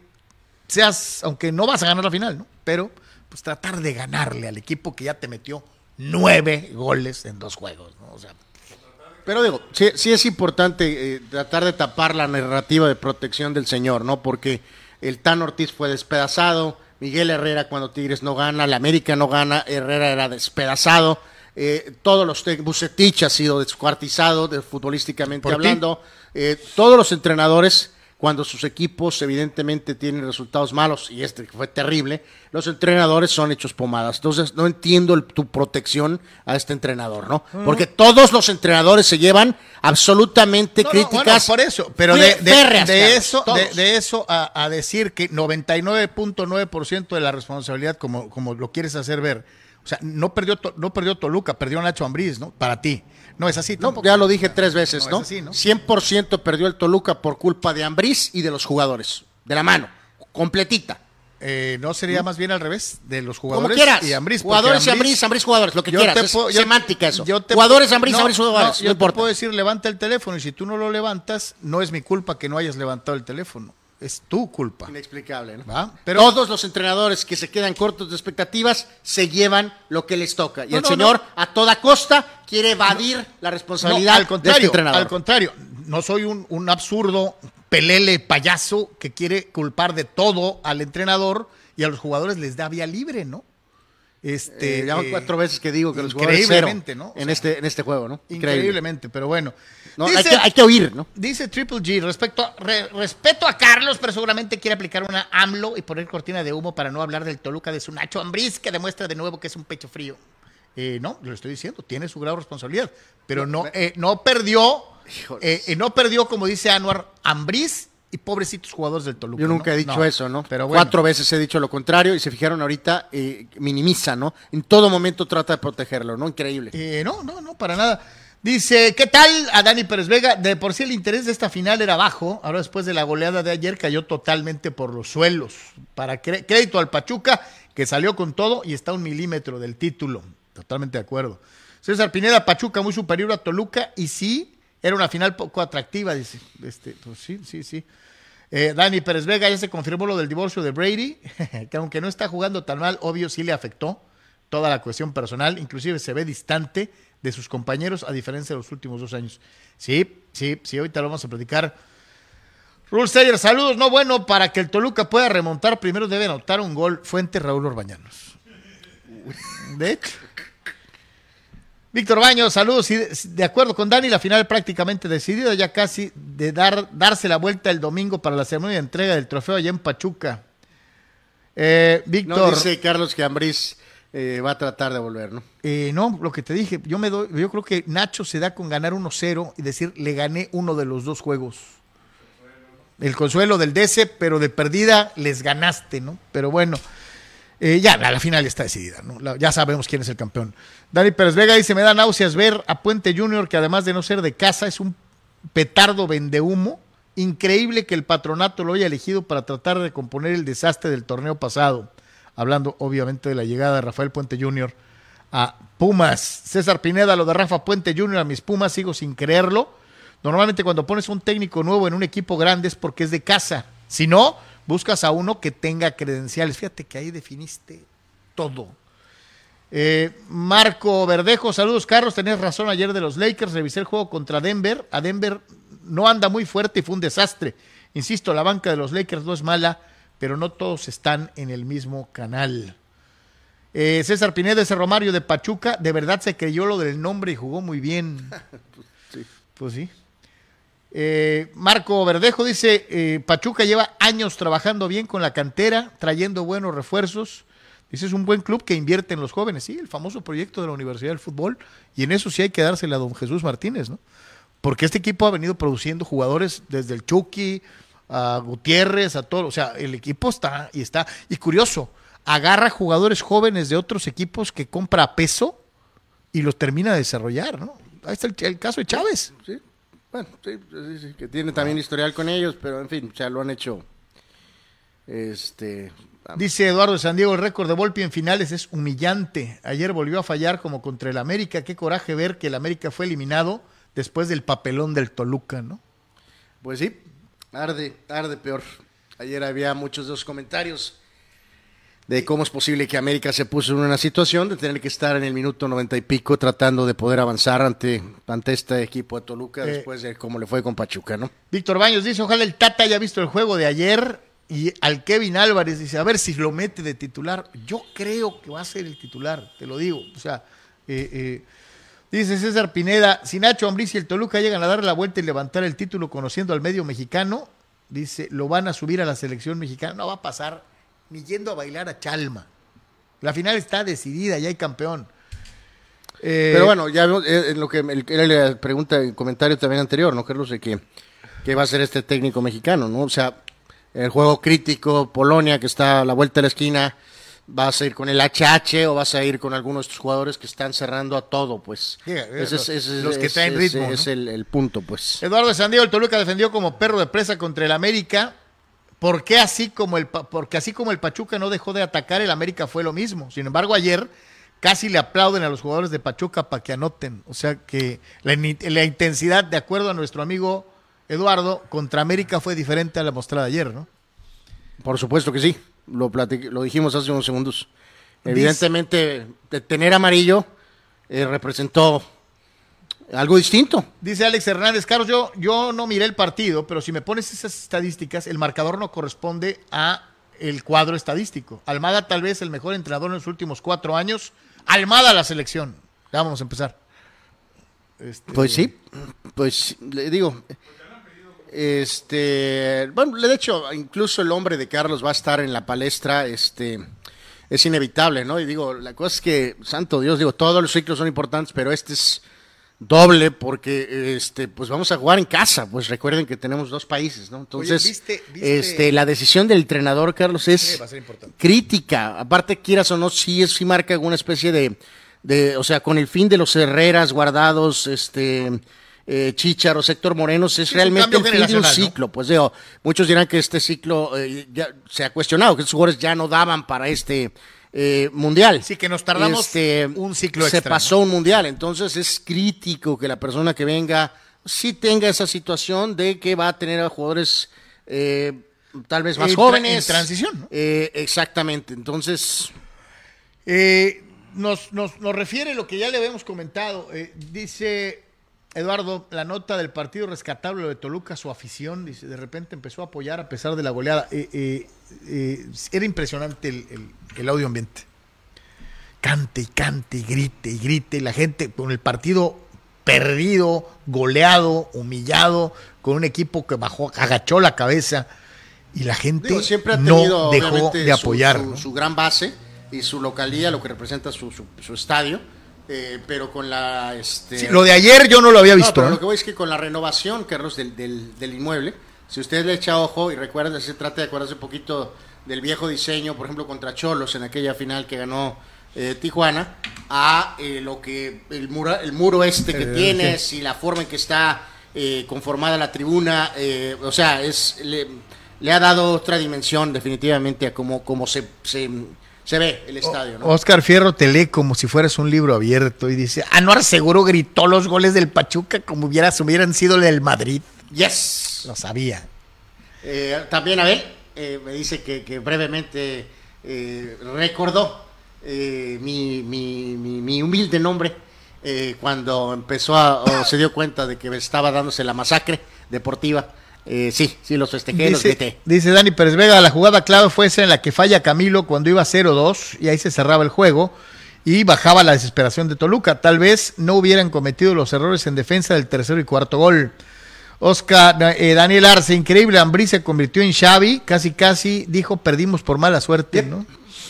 no vas a ganar la final, ¿no? Pero pues tratar de ganarle al equipo que ya te metió 9 goles en 2 juegos, ¿no? O sea, pero digo, sí es importante tratar de tapar la narrativa de protección del señor, ¿no? Porque el Tan Ortiz fue despedazado, Miguel Herrera cuando Tigres no gana, la América no gana, Herrera era despedazado, todos los Bucetich ha sido descuartizado futbolísticamente hablando, todos los entrenadores cuando sus equipos evidentemente tienen resultados malos, y que fue terrible, los entrenadores son hechos pomadas. Entonces no entiendo tu protección a este entrenador, ¿no? Porque todos los entrenadores se llevan absolutamente críticas. Bueno, por eso, pero férreas, de eso a decir que 99.9% de la responsabilidad, como lo quieres hacer ver, o sea, no perdió Toluca, perdió Nacho Ambriz, ¿no? Para ti. No es así tampoco. No, ya lo dije 3 veces, ¿no? Es así, ¿no? 100% perdió el Toluca por culpa de Ambriz y de los jugadores. De la mano, completita. ¿No sería más bien al revés? De los jugadores como quieras. Y Ambriz. Jugadores y Ambriz, jugadores, lo que quieras. Es semántica eso. Jugadores, Ambriz, jugadores. Yo te puedo decir, levanta el teléfono, y si tú no lo levantas, no es mi culpa que no hayas levantado el teléfono. Es tu culpa. Inexplicable, ¿no? ¿Va? Pero todos los entrenadores que se quedan cortos de expectativas se llevan lo que les toca. Y el señor, a toda costa, quiere evadir la responsabilidad de este entrenador. Al contrario, no soy un absurdo pelele payaso que quiere culpar de todo al entrenador y a los jugadores les da vía libre, ¿no? Ya van 4 veces que digo que los jugadores increíblemente, cero ¿no? O en sea, este juego, ¿no? Increíblemente, pero bueno. No, hay que oír, ¿no? Dice Triple G, respeto a Carlos, pero seguramente quiere aplicar una AMLO y poner cortina de humo para no hablar del Toluca de su Nacho Ambriz, que demuestra de nuevo que es un pecho frío. No, lo estoy diciendo, tiene su grado de responsabilidad, pero no perdió, no perdió, como dice Anuar, Ambriz y pobrecitos jugadores del Toluca. Yo nunca he dicho eso, ¿no? Pero bueno. 4 veces he dicho lo contrario y se fijaron ahorita, minimiza, ¿no? En todo momento trata de protegerlo, ¿no? Increíble. No, para nada. Dice, ¿qué tal a Dani Pérez Vega? De por sí el interés de esta final era bajo, ahora después de la goleada de ayer cayó totalmente por los suelos. Para crédito al Pachuca, que salió con todo y está a 1 milímetro del título. Totalmente de acuerdo. César Pineda, Pachuca muy superior a Toluca y sí, era una final poco atractiva, dice. Pues sí. Dani Pérez Vega, ya se confirmó lo del divorcio de Brady, que aunque no está jugando tan mal, obvio sí le afectó toda la cuestión personal, inclusive se ve distante de sus compañeros, a diferencia de los últimos 2 años. Sí, ahorita lo vamos a platicar. Rule Sayer, saludos, no bueno, para que el Toluca pueda remontar, primero debe anotar un gol, Fuente Raúl Orbañanos. De hecho. Víctor Baños, saludos, de acuerdo con Dani, la final prácticamente decidida, ya casi de darse la vuelta el domingo para la ceremonia de entrega del trofeo allá en Pachuca. Víctor. No dice Carlos que Ambriz va a tratar de volver, ¿no? No, lo que te dije, yo creo que Nacho se da con ganar 1-0 y decir, le gané uno de los 2 juegos. El consuelo del DC, pero de perdida les ganaste, ¿no? Pero bueno, ya la final está decidida, ¿no? Ya sabemos quién es el campeón. Dani Pérez Vega dice, me da náuseas ver a Puente Junior, que además de no ser de casa, es un petardo vendehumo. Increíble que el patronato lo haya elegido para tratar de componer el desastre del torneo pasado. Hablando obviamente de la llegada de Rafael Puente Jr. a Pumas. César Pineda, lo de Rafa Puente Jr. a mis Pumas, sigo sin creerlo. Normalmente cuando pones un técnico nuevo en un equipo grande es porque es de casa. Si no, buscas a uno que tenga credenciales. Fíjate que ahí definiste todo. Marco Verdejo, saludos Carlos, tenías razón ayer de los Lakers, revisé el juego contra Denver. A Denver no anda muy fuerte y fue un desastre. Insisto, la banca de los Lakers no es mala, pero no todos están en el mismo canal. César Pineda, ese Romario de Pachuca, de verdad se creyó lo del nombre y jugó muy bien. Pues sí. Marco Verdejo dice, Pachuca lleva años trabajando bien con la cantera, trayendo buenos refuerzos. Dice, es un buen club que invierte en los jóvenes. Sí, el famoso proyecto de la Universidad del Fútbol. Y en eso sí hay que dársela a don Jesús Martínez, ¿no? Porque este equipo ha venido produciendo jugadores desde el Chucky, a Gutiérrez, a todo, o sea, el equipo está. Y curioso, agarra jugadores jóvenes de otros equipos que compra a peso y los termina de desarrollar, ¿no? Ahí está el caso de Chávez. Sí, bueno, sí, que tiene también historial con ellos, pero en fin, ya lo han hecho. Dice Eduardo de San Diego, el récord de Volpi en finales es humillante. Ayer volvió a fallar como contra el América. Qué coraje ver que el América fue eliminado después del papelón del Toluca, ¿no? Pues sí. Arde peor. Ayer había muchos de los comentarios de cómo es posible que América se puso en una situación de tener que estar en el minuto 90 y pico tratando de poder avanzar ante este equipo de Toluca después de cómo le fue con Pachuca, ¿no? Víctor Baños dice, ojalá el Tata haya visto el juego de ayer, y al Kevin Álvarez dice, a ver si lo mete de titular. Yo creo que va a ser el titular, te lo digo. O sea, dice César Pineda, si Nacho Ambriz y el Toluca llegan a darle la vuelta y levantar el título conociendo al medio mexicano, dice, lo van a subir a la selección mexicana. No va a pasar ni yendo a bailar a Chalma. La final está decidida, ya hay campeón. Pero bueno, ya en lo que era la pregunta, el comentario también anterior, ¿no, Carlos? De que va a ser este técnico mexicano, ¿no? O sea, el juego crítico, Polonia, que está a la vuelta de la esquina, ¿vas a ir con el HH o vas a ir con algunos de estos jugadores que están cerrando a todo? Pues los que traen ritmo, ¿no? Es el punto, pues. Eduardo de San Diego, el Toluca defendió como perro de presa contra el América. Porque así como el Pachuca no dejó de atacar, el América fue lo mismo. Sin embargo, ayer casi le aplauden a los jugadores de Pachuca para que anoten. O sea que la intensidad, de acuerdo a nuestro amigo Eduardo, contra América fue diferente a la mostrada ayer, ¿no? Por supuesto que sí. Lo dijimos hace unos segundos. Evidentemente, tener amarillo representó algo distinto. Dice Alex Hernández, Carlos, yo no miré el partido, pero si me pones esas estadísticas, el marcador no corresponde a el cuadro estadístico. Almada tal vez el mejor entrenador en los últimos 4 años. Almada la selección. Ya vamos a empezar. Pues sí, pues le digo, bueno, de hecho, incluso el hombre de Carlos va a estar en la palestra, es inevitable, ¿no? Y digo, la cosa es que, santo Dios, digo, todos los ciclos son importantes, pero este es doble porque, pues vamos a jugar en casa, pues recuerden que tenemos 2 países, ¿no? Entonces, Oye, ¿viste? La decisión del entrenador, Carlos, es va a ser importante. crítica, aparte quieras o no, sí marca alguna especie de, o sea, con el fin de los Herreras, Guardados, Chícharos, Héctor Morenos, es realmente el fin de un ciclo, ¿no? Pues digo, muchos dirán que este ciclo ya se ha cuestionado, que estos jugadores ya no daban para mundial. Sí, que nos tardamos un ciclo extra. Se pasó, ¿no? Un mundial, entonces es crítico que la persona que venga sí tenga esa situación de que va a tener a jugadores tal vez más jóvenes. En transición, ¿no? Exactamente, entonces... Nos refiere lo que ya le habíamos comentado. Dice Eduardo, la nota del partido rescatable de Toluca, su afición, dice, de repente empezó a apoyar a pesar de la goleada. Era impresionante el audio ambiente. Cante y cante y grite, y la gente con el partido perdido, goleado, humillado, con un equipo que agachó la cabeza, y la gente siempre ha tenido, no dejó de apoyar. Su gran base y su localía, lo que representa su estadio, pero con la... Sí, lo de ayer yo no lo había visto. Pero lo que voy es que con la renovación, Carlos, del inmueble, si usted le echa ojo y recuerda, se trata de acordarse un poquito del viejo diseño, por ejemplo, contra Cholos en aquella final que ganó Tijuana, a lo que el muro que tienes y la forma en que está conformada la tribuna, o sea, le ha dado otra dimensión definitivamente a cómo se ve el estadio, ¿no? Oscar Fierro te lee como si fueras un libro abierto y dice, Anuar seguro gritó los goles del Pachuca como hubieran sido el del Madrid. Yes. Lo sabía. También Abel me dice que brevemente recordó mi humilde nombre cuando empezó se dio cuenta de que estaba dándose la masacre deportiva. Sí, los festejé, los grité. Dice Dani Pérez Vega, la jugada clave fue esa en la que falla Camilo cuando iba 0-2 y ahí se cerraba el juego y bajaba la desesperación de Toluca. Tal vez no hubieran cometido los errores en defensa del tercero y cuarto gol. Oscar, Daniel Arce, increíble, Ambriz se convirtió en Xavi, casi dijo perdimos por mala suerte, ¿no?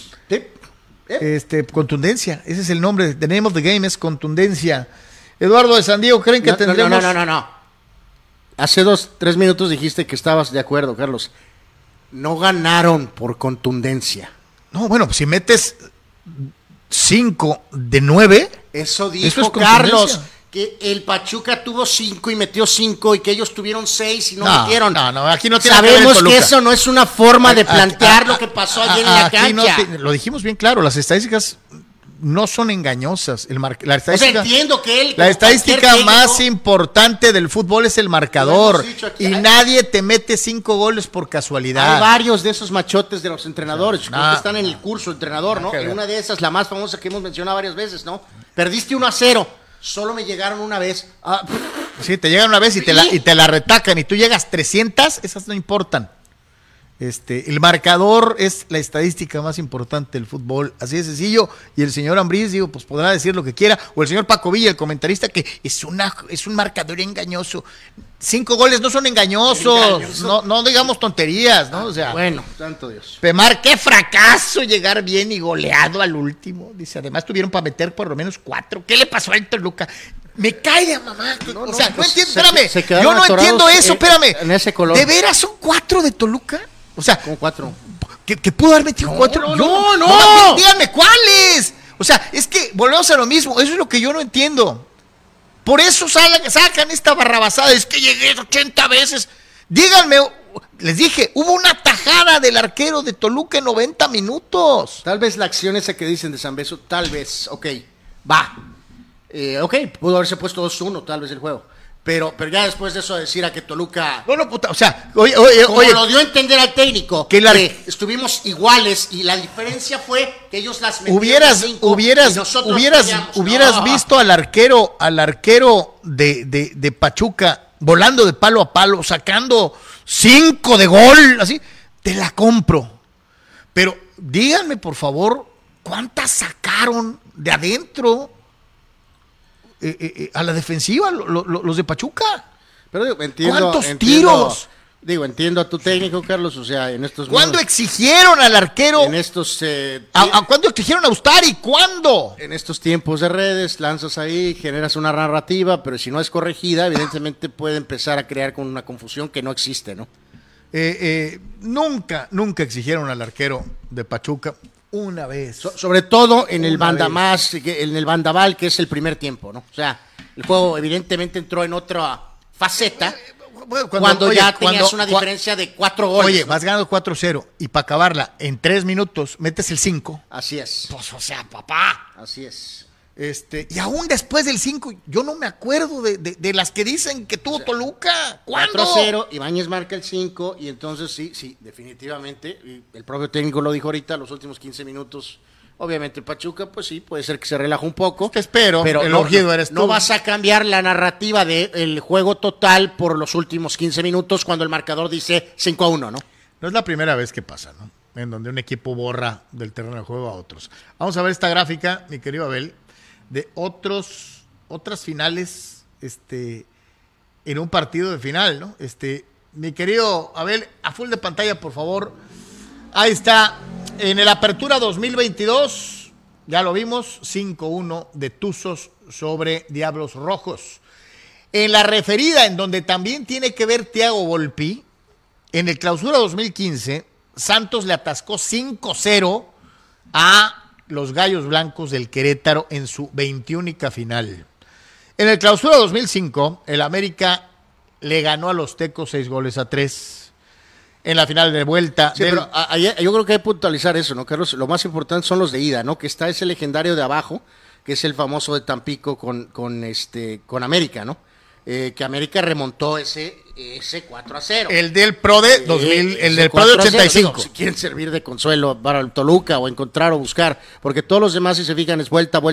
Contundencia, ese es el nombre, the name of the game es contundencia. Eduardo de San Diego, ¿creen que tendremos? No. Hace 2-3 minutos dijiste que estabas de acuerdo, Carlos. No ganaron por contundencia. No, bueno, pues si metes 5 de 9. Eso dijo Carlos, que el Pachuca tuvo 5 y metió 5 y que ellos tuvieron 6 y no metieron. No, aquí no tiene Sabemos que ver Toluca. Que eso no es una forma de plantear lo que pasó ayer en la cancha. Lo dijimos bien claro, las estadísticas no son engañosas. La estadística, entiendo que la estadística más importante del fútbol es el marcador. Y nadie te mete 5 goles por casualidad. Hay varios de esos machotes de los entrenadores que están en el curso entrenador, ¿no? Una de esas, la más famosa que hemos mencionado varias veces, ¿no? Perdiste 1-0, solo me llegaron una vez. Sí, te llegan una vez y te la retacan y tú llegas 300, esas no importan. El marcador es la estadística más importante del fútbol, así de sencillo, y el señor Ambriz, pues podrá decir lo que quiera, o el señor Paco Villa, el comentarista, que es un marcador engañoso. 5 goles no son engañosos. No digamos tonterías, ¿no? O sea, bueno, santo Dios. Pemar, qué fracaso llegar bien y goleado al último. Dice, además tuvieron para meter por lo menos 4. ¿Qué le pasó al Toluca? Me cae de mamá. No entiendo, espérame. Yo no entiendo eso, espérame. En ese color. ¿De veras son 4 de Toluca? O sea, como 4. ¿Que pudo haber metido 4? No. Díganme cuáles. O sea, es que volvemos a lo mismo. Eso es lo que yo no entiendo. Por eso sacan esta barrabasada. Es que llegué 80 veces. Díganme, les dije, hubo una tajada del arquero de Toluca en 90 minutos. Tal vez la acción esa que dicen de San Beso, tal vez, va. Pudo haberse puesto 2-1 tal vez el juego. Pero ya después de eso decir a que Toluca... Oye, como lo dio a entender al técnico, que estuvimos iguales y la diferencia fue que ellos las metieron 5 hubieras visto al arquero de Pachuca volando de palo a palo, sacando 5 de gol, así, te la compro. Pero díganme, por favor, ¿cuántas sacaron de adentro a la defensiva los de Pachuca? Pero digo, entiendo. ¿Cuántos tiros? Entiendo a tu técnico, Carlos, o sea, en estos... ¿Cuándo exigieron al arquero? En estos... ¿Cuándo exigieron a Ustari? ¿Cuándo? En estos tiempos de redes, lanzas ahí, generas una narrativa, pero si no es corregida, evidentemente puede empezar a crear con una confusión que no existe, ¿no? Nunca exigieron al arquero de Pachuca una vez. Sobre todo en el en el Bandaval, que es el primer tiempo, ¿no? O sea, el juego evidentemente entró en otra faceta cuando ya tenías una diferencia de 4 goles. Oye, ¿no? vas ganando 4-0 y para acabarla en 3 minutos metes el 5. Así es. Pues, o sea, papá. Así es. Y aún después del 5, yo no me acuerdo de las que dicen que tuvo Toluca. ¿Cuándo? 4-0, Ibáñez marca el 5 y entonces sí, definitivamente, y el propio técnico lo dijo ahorita, los últimos 15 minutos, obviamente el Pachuca, pues sí, puede ser que se relaja un poco. Te espero, pero el urgido eres tú. No vas a cambiar la narrativa del juego total por los últimos 15 minutos cuando el marcador dice 5-1, ¿no? No es la primera vez que pasa, ¿no? En donde un equipo borra del terreno de juego a otros. Vamos a ver esta gráfica, mi querido Abel, de otras finales en un partido de final, ¿no? Mi querido Abel, a full de pantalla, por favor. Ahí está, en el Apertura 2022, ya lo vimos, 5-1 de Tuzos sobre Diablos Rojos. En la referida, en donde también tiene que ver Thiago Volpi, en el Clausura 2015, Santos le atascó 5-0 a los Gallos Blancos del Querétaro en su 21ª final. En el Clausura 2005, el América le ganó a los Tecos 6-3. En la final de vuelta. Sí, pero yo creo que hay que puntualizar eso, ¿no, Carlos? Lo más importante son los de ida, ¿no? Que está ese legendario de abajo, que es el famoso de Tampico con América, ¿no? Que América remontó ese 4-0. El del Pro de 2000, el del Pro de 85. Digo, si quieren servir de consuelo para el Toluca o encontrar o buscar, porque todos los demás, si se fijan, es vuelta,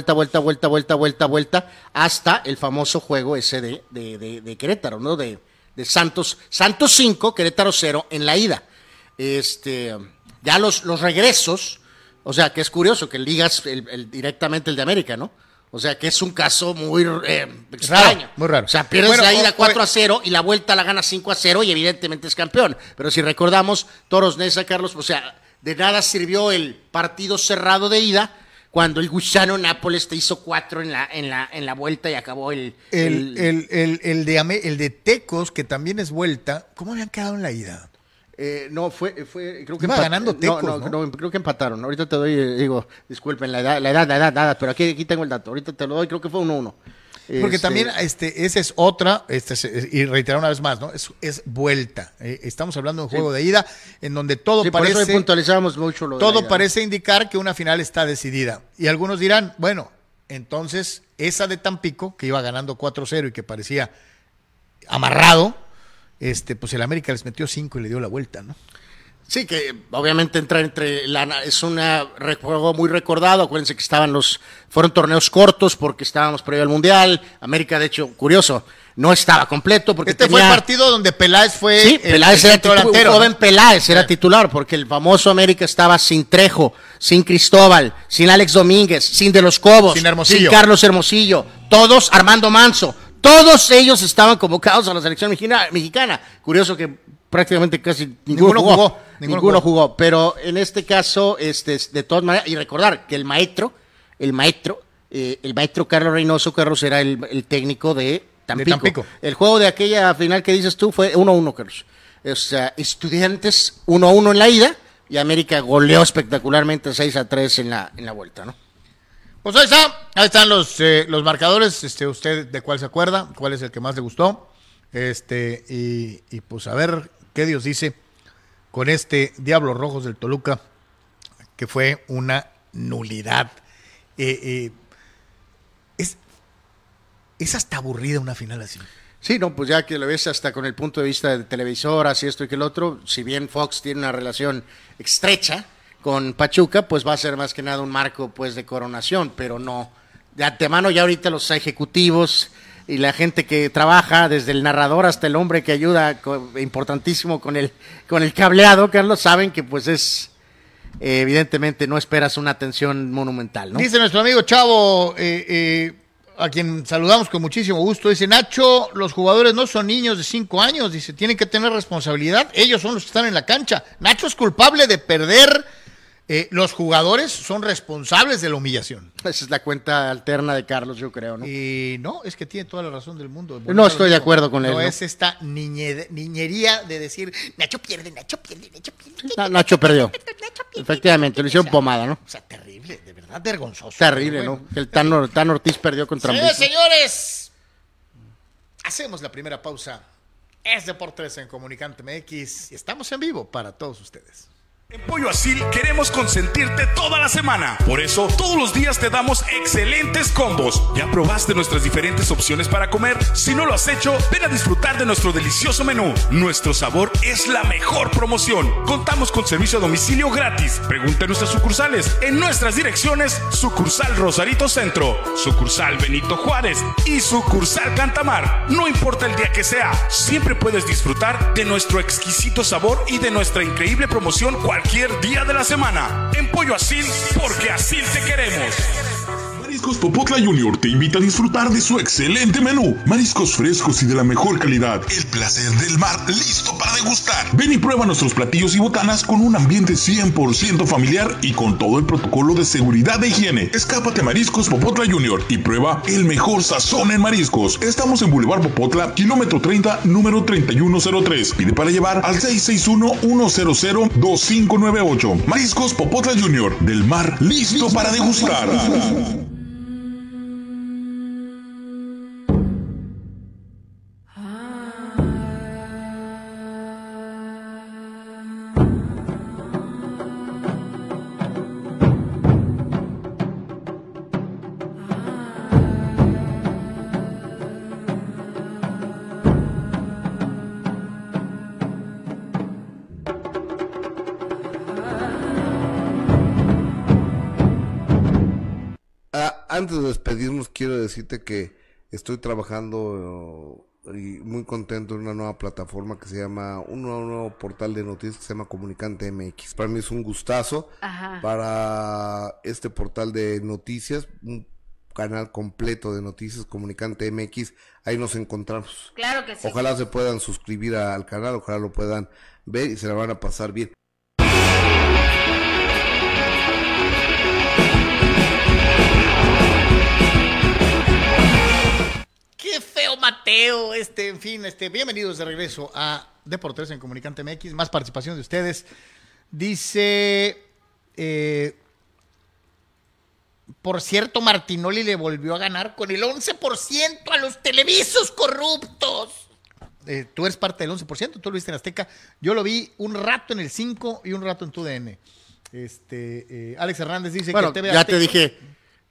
hasta el famoso juego ese de Querétaro, ¿no? De Santos 5, Querétaro 0 en la ida. Ya los regresos, o sea, que es curioso que ligas directamente el de América, ¿no? O sea, que es un caso muy extraño. Raro, muy raro. O sea, pierdes la ida 4-0 y la vuelta la gana 5-0 y evidentemente es campeón. Pero si recordamos, Toros Neza, Carlos, o sea, de nada sirvió el partido cerrado de ida cuando el Gusano Nápoles te hizo 4 en la vuelta y acabó el de Tecos, que también es vuelta. ¿Cómo habían quedado en la ida? No, creo que iba ganando Tecos, no, creo que empataron. Ahorita te doy, disculpen la edad, pero aquí tengo el dato. Ahorita te lo doy, creo que fue 1-1. Porque también esa es otra, y reiterar una vez más, ¿no? Es vuelta. Estamos hablando de un juego de ida en donde todo parece. Por eso puntualizamos mucho lo de todo la ida, parece indicar que una final está decidida. Y algunos dirán, bueno, entonces esa de Tampico, que iba ganando 4-0 y que parecía amarrado, pues el América les metió 5 y le dio la vuelta, ¿no? Sí, que obviamente es un juego muy recordado. Acuérdense que fueron torneos cortos porque estábamos previo al Mundial. América, de hecho, curioso, no estaba completo porque fue el partido donde Peláez fue Peláez era delantero. Joven Peláez era titular porque el famoso América estaba sin Trejo, sin Cristóbal, sin Alex Domínguez, sin De los Cobos, sin Carlos Hermosillo, todos Armando Manso. Todos ellos estaban convocados a la selección mexicana. Curioso que prácticamente casi ninguno jugó. Pero en este caso, de todas maneras, y recordar que el maestro Carlos Reynoso, Carlos, era el técnico de Tampico. El juego de aquella final que dices tú fue 1-1, Carlos. O sea, Estudiantes 1-1 en la ida y América goleó espectacularmente 6-3 en la vuelta, ¿no? Pues ahí están los marcadores. ¿Usted de cuál se acuerda? ¿Cuál es el que más le gustó? Y pues a ver qué Dios dice con Diablos Rojos del Toluca, que fue una nulidad. Es hasta aburrida una final así. Sí, no, pues ya que lo ves hasta con el punto de vista de televisoras y esto y que el otro, si bien Fox tiene una relación estrecha con Pachuca, pues va a ser más que nada un marco pues de coronación, pero no, de antemano ya ahorita los ejecutivos y la gente que trabaja, desde el narrador hasta el hombre que ayuda importantísimo con el cableado, Carlos, saben que pues es evidentemente no esperas una atención monumental, ¿no? Dice nuestro amigo Chavo, a quien saludamos con muchísimo gusto, dice: Nacho, los jugadores no son niños de 5 años, dice, tienen que tener responsabilidad, ellos son los que están en la cancha. Nacho es culpable de perder, los jugadores son responsables de la humillación. Esa es la cuenta alterna de Carlos, yo creo, ¿no? No, es que tiene toda la razón del mundo. No estoy de acuerdo con él. No ¿no? es esta niñería de decir, Nacho pierde. Nacho perdió. Nacho pierde. Efectivamente, lo hicieron pomada, ¿no? O sea, terrible, de verdad vergonzoso. Terrible, Bueno, ¿no? Que el Tan Ortiz perdió contra Señores, Ambriz. señores, hacemos la primera pausa. Es Deportes en Comunicante MX y estamos en vivo para todos ustedes. En Pollo Asil queremos consentirte toda la semana. Por eso, todos los días te damos excelentes combos. ¿Ya probaste nuestras diferentes opciones para comer? Si no lo has hecho, ven a disfrutar de nuestro delicioso menú. Nuestro sabor es la mejor promoción. Contamos con servicio a domicilio gratis. Pregunta en nuestras sucursales. En nuestras direcciones, sucursal Rosarito Centro, sucursal Benito Juárez y sucursal Cantamar. No importa el día que sea, siempre puedes disfrutar de nuestro exquisito sabor y de nuestra increíble promoción cualquier día de la semana. En Pollo Asil, porque Asil te queremos. Mariscos Popotla Junior te invita a disfrutar de su excelente menú. Mariscos frescos y de la mejor calidad. El placer del mar listo para degustar. Ven y prueba nuestros platillos y botanas con un ambiente 100% familiar y con todo el protocolo de seguridad e higiene. Escápate a Mariscos Popotla Junior y prueba el mejor sazón en mariscos. Estamos en Boulevard Popotla, kilómetro 30, número 3103. Pide para llevar al 661-100-2598. Mariscos Popotla Junior, del mar listo para degustar. Antes de despedirnos, quiero decirte que estoy trabajando y muy contento en una nueva plataforma que se llama, un nuevo portal de noticias que se llama Comunicante MX. Para mí es un gustazo. Ajá. Para este portal de noticias, un canal completo de noticias, Comunicante MX, ahí nos encontramos. Claro que sí. Ojalá se puedan suscribir al canal, ojalá lo puedan ver y se la van a pasar bien. Qué feo Mateo, en fin, bienvenidos de regreso a Deportes en Comunicante MX, más participación de ustedes. Dice, por cierto, Martinoli le volvió a ganar con el 11% a los televisos corruptos. Tú eres parte del 11%, tú lo viste en Azteca, yo lo vi un rato en el 5 y un rato en TUDN. Alex Hernández dice Bueno, que TV ya Azteca, te dije,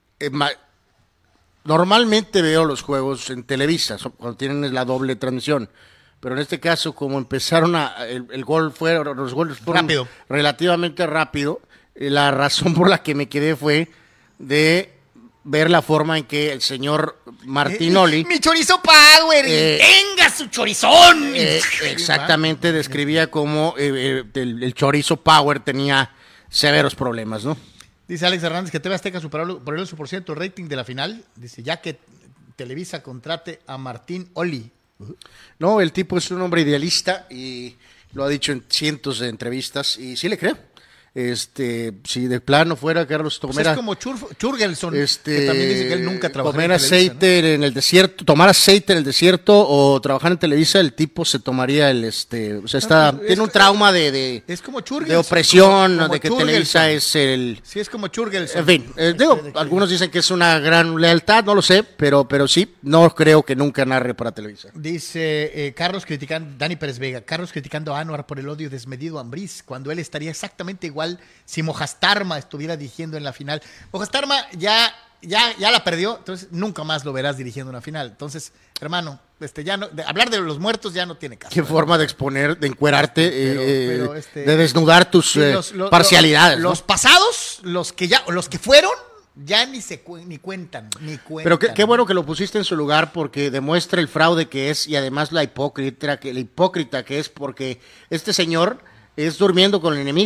normalmente veo los juegos en Televisa, cuando tienen la doble transmisión, pero en este caso, como empezaron los goles fueron rápido, relativamente rápido, la razón por la que me quedé fue de ver la forma en que el señor Martinoli, mi chorizo power, tenga su chorizón. Exactamente, describía cómo el chorizo power tenía severos problemas, ¿no? Dice Alex Hernández que TV Azteca superó por el 11% el rating de la final. Dice, ya que Televisa contrate a Martín Oli. No, el tipo es un hombre idealista y lo ha dicho en cientos de entrevistas y sí le creo. Si de plano fuera Carlos Tomera, es como Churgelson, que también dice que él nunca trabajó comer en Televisa, aceite, ¿no?, en el desierto, tomar aceite en el desierto o trabajar en Televisa, el tipo se tomaría tiene un trauma de es como Churgelson, de opresión, como de que Churgelson. Televisa es el... Sí, es como Churgelson. En fin, algunos dicen que es una gran lealtad, no lo sé, pero sí, no creo que nunca narre para Televisa. Dice Dani Pérez Vega, Carlos criticando a Anuar por el odio desmedido a Ambriz, cuando él estaría exactamente igual si Mojastarma estuviera dirigiendo en la final. Mojastarma ya la perdió, entonces nunca más lo verás dirigiendo una final. Entonces, hermano, ya no, hablar de los muertos ya no tiene caso. Qué forma de exponer, de encuerarte, pero de desnudar tus parcialidades. Los pasados, los que fueron, ya ni cuentan. Pero qué bueno que lo pusiste en su lugar porque demuestra el fraude que es y además la hipócrita que es, porque este señor es durmiendo con el enemigo.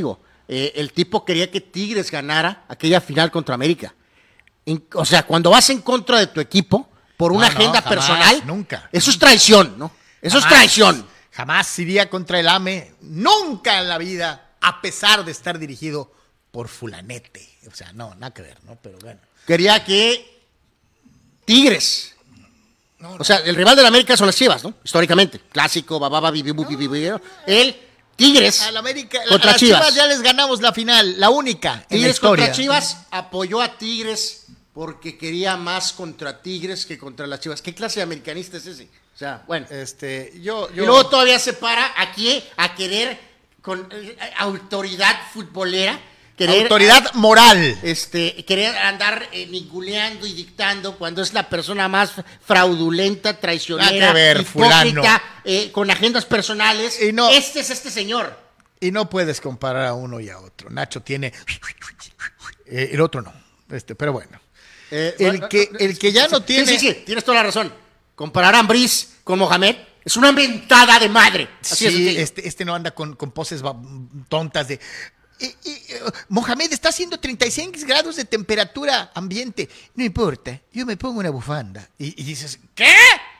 el tipo quería que Tigres ganara aquella final contra América. O sea, cuando vas en contra de tu equipo por una agenda jamás, personal, nunca. Eso es traición, ¿no? Eso es traición. Jamás iría contra el AME, nunca en la vida, a pesar de estar dirigido por fulanete. O sea, no, nada que ver, ¿no? Pero bueno. Quería que Tigres. O sea, el rival de la América son las Chivas, ¿no? Históricamente. Clásico, bababa, el Tigres Al América, contra a las Chivas. Chivas ya les ganamos la final, la única en la Tigres historia. contra Chivas apoyó a Tigres porque quería más contra Tigres que contra las Chivas. ¿Qué clase de americanista es ese? O sea, bueno. Yo Y luego todavía se para aquí a querer con autoridad futbolera. autoridad moral. Querer andar ninguneando y dictando cuando es la persona más fraudulenta, traicionera, Nada que ver, hipócrita, con agendas personales. Y no- Este es este señor. Y no puedes comparar a uno y a otro. Nacho tiene... el otro no. Pero bueno. El que ya no tiene... Sí, tienes toda la razón. Comparar a Ambriz con Mohamed es una mentada de madre. Así es Sí, sencillo. no anda con poses tontas de... Mohamed está haciendo 36 grados de temperatura ambiente. No importa, yo me pongo una bufanda. Y dices, ¿qué?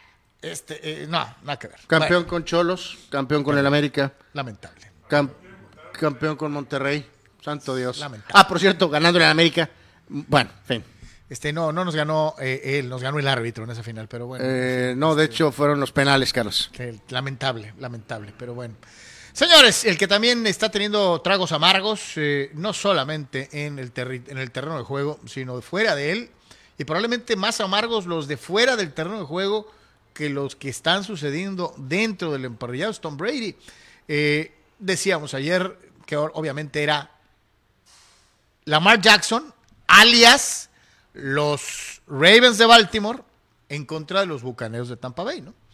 No, nada que ver. Campeón Bueno, con Cholos, campeón con el América, lamentable. campeón con Monterrey. Santo Dios. Lamentable. Por cierto, ganando en el América. Bueno, en fin. No nos ganó él, nos ganó el árbitro en esa final, pero bueno. No, de hecho fueron los penales, Carlos. Lamentable, pero bueno. Señores, el que también está teniendo tragos amargos, no solamente en el terreno de juego, sino fuera de él, y probablemente más amargos los de fuera del terreno de juego que los que están sucediendo dentro del emparrillado, es Tom Brady. Decíamos ayer que obviamente era Lamar Jackson, alias los Ravens de Baltimore, en contra de los Bucaneros de Tampa Bay, ¿no?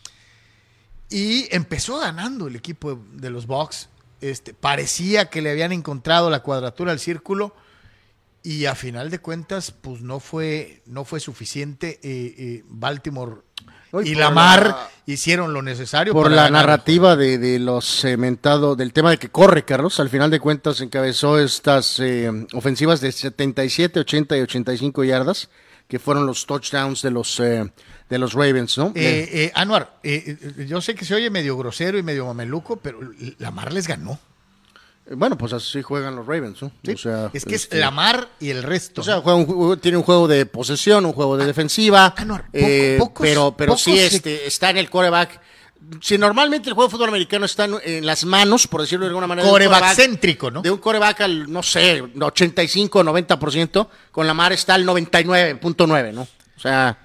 Y empezó ganando el equipo de los Bucs. Parecía que le habían encontrado la cuadratura al círculo y a final de cuentas, pues no fue suficiente. Baltimore y Lamar hicieron lo necesario Por para la ganar. narrativa de los cementados, del tema de que corre, Carlos, al final de cuentas encabezó estas ofensivas de 77, 80 y 85 yardas, que fueron los touchdowns de los Ravens, ¿no? Anuar, yo sé que se oye medio grosero y medio mameluco, pero Lamar les ganó. Bueno, pues así juegan los Ravens, ¿no? ¿Sí? O sea, es que es Lamar y el resto. O sea, tiene un juego de posesión, un juego de defensiva, Anuar, pero pocos sí está en el quarterback. Si normalmente el juego de fútbol americano está en las manos, por decirlo de alguna manera, Quarterback céntrico, ¿no? De un quarterback al, no sé, 85, 90%, con Lamar está al 99.9, ¿no? O sea...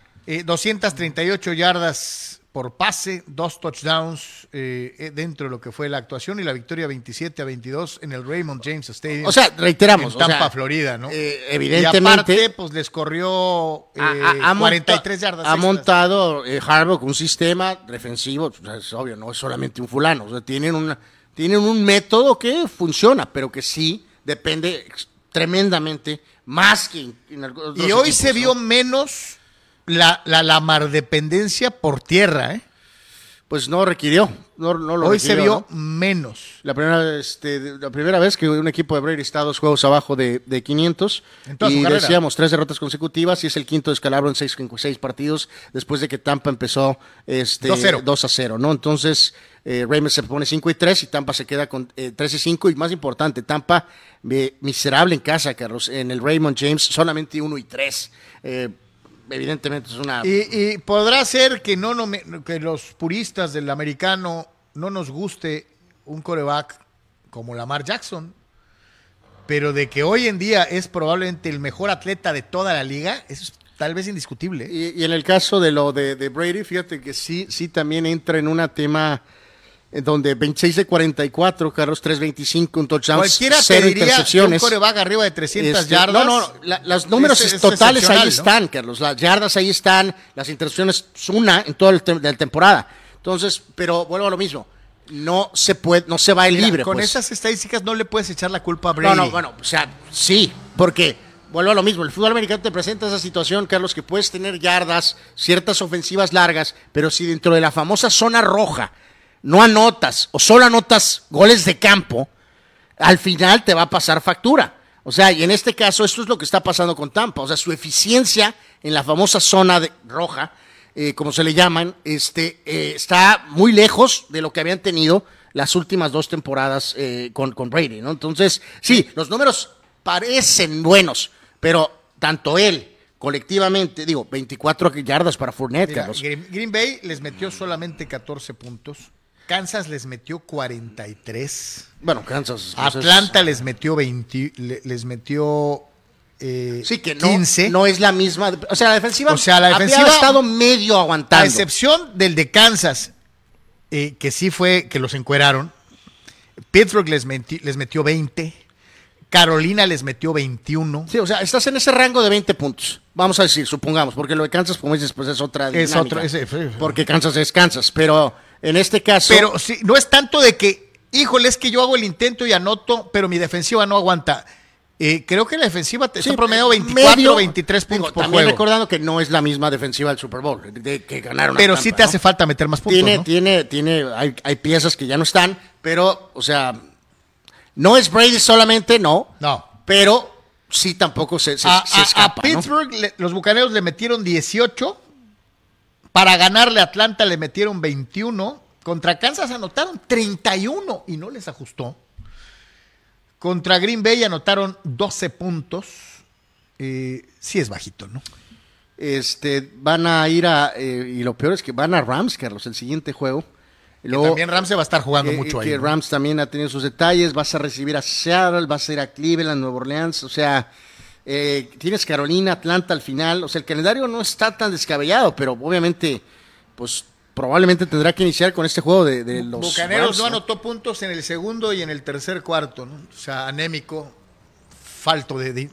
238 yardas por pase, 2 touchdowns dentro de lo que fue la actuación y la victoria 27-22 en el Raymond James Stadium. O sea, reiteramos. En Tampa, Florida, ¿no? Evidentemente. Y aparte, pues les corrió 43 yardas. Ha montado Harbaugh un sistema defensivo, o sea, es obvio, no es solamente un fulano. O sea, tienen un método que funciona, pero que sí depende tremendamente más que en otros Y hoy equipos, se vio ¿no? menos la Lamar dependencia por tierra, Pues no requirió, no lo hoy requirió, se vio ¿no? menos. La primera vez que un equipo de Brady está 2 juegos abajo de 500 En toda su y carrera. decíamos 3 derrotas consecutivas y es el quinto descalabro en 6 partidos después de que Tampa empezó 2-0, ¿no? Entonces Ravens se pone 5-3 y Tampa se queda con 3-5 y más importante, Tampa miserable en casa, Carlos, en el Raymond James solamente 1-3. Evidentemente es una... Y podrá ser que que los puristas del americano no nos guste un quarterback como Lamar Jackson, pero de que hoy en día es probablemente el mejor atleta de toda la liga, eso es tal vez indiscutible. Y en el caso de lo de Brady, fíjate que sí también entra en un tema donde 26 de 44, Carlos, 325, un touchdown, Cualquiera 0 te diría que un intercepciones. quarterback arriba de 300 yardas. No, los números es totales ahí excepcional, ¿no? están, Carlos. Las yardas ahí están, las intercepciones es una en toda la temporada. Entonces, pero vuelvo a lo mismo. No se va el Mira, libre. con pues. esas estadísticas no le puedes echar la culpa a Brady. No, bueno, o sea, sí, porque vuelvo a lo mismo, el fútbol americano te presenta esa situación, Carlos, que puedes tener yardas, ciertas ofensivas largas, pero si dentro de la famosa zona roja no anotas o solo anotas goles de campo, al final te va a pasar factura. O sea, y en este caso esto es lo que está pasando con Tampa. O sea, su eficiencia en la famosa zona roja, como se le llaman, está muy lejos de lo que habían tenido las últimas 2 temporadas con Brady, ¿no? Entonces, sí, los números parecen buenos, pero tanto él colectivamente, 24 yardas para Fournette. Mira, Carlos. Green Bay les metió solamente 14 puntos. Kansas les metió 43. Bueno, Kansas. Atlanta les metió 20, sí, que 15. No es la misma. O sea, la defensiva había estado medio aguantando. A excepción del de Kansas, que sí fue que los encueraron. Pittsburgh les metió 20. Carolina les metió 21. Sí, o sea, estás en ese rango de 20 puntos. Vamos a decir, supongamos, porque lo de Kansas, como dices, pues es otra dinámica. Porque Kansas es Kansas, pero en este caso... Pero sí, no es tanto de que, híjole, es que yo hago el intento y anoto, pero mi defensiva no aguanta. Creo que la defensiva está promediando 24 o 23 puntos por también juego. Recordando que no es la misma defensiva del Super Bowl, que ganaron. Pero Tampa, sí te hace falta meter más puntos, hay piezas que ya no están, pero, o sea, no es Brady solamente, no. Pero sí tampoco se escapa. A Pittsburgh, ¿no? Los Bucaneros le metieron 18. Para ganarle a Atlanta le metieron 21. Contra Kansas anotaron 31 y no les ajustó. Contra Green Bay anotaron 12 puntos. Sí es bajito, ¿no? Van a ir y lo peor es que van a Rams, Carlos, el siguiente juego. Luego, también Rams se va a estar jugando mucho ahí. Que ¿no? Rams también ha tenido sus detalles. Vas a recibir a Seattle, vas a ir a Cleveland, Nueva Orleans. O sea, tienes Carolina, Atlanta al final. O sea, el calendario no está tan descabellado, pero obviamente, pues probablemente tendrá que iniciar con este juego de los Bucaneros Rams, no anotó puntos en el segundo y en el tercer cuarto, ¿no? O sea, anémico, falto de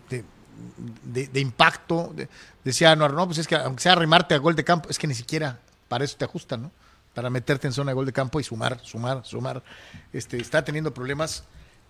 impacto. Decía Anuar, no, pues es que aunque sea arrimarte a gol de campo, es que ni siquiera para eso te ajustan, ¿no? Para meterte en zona de gol de campo y sumar. Está teniendo problemas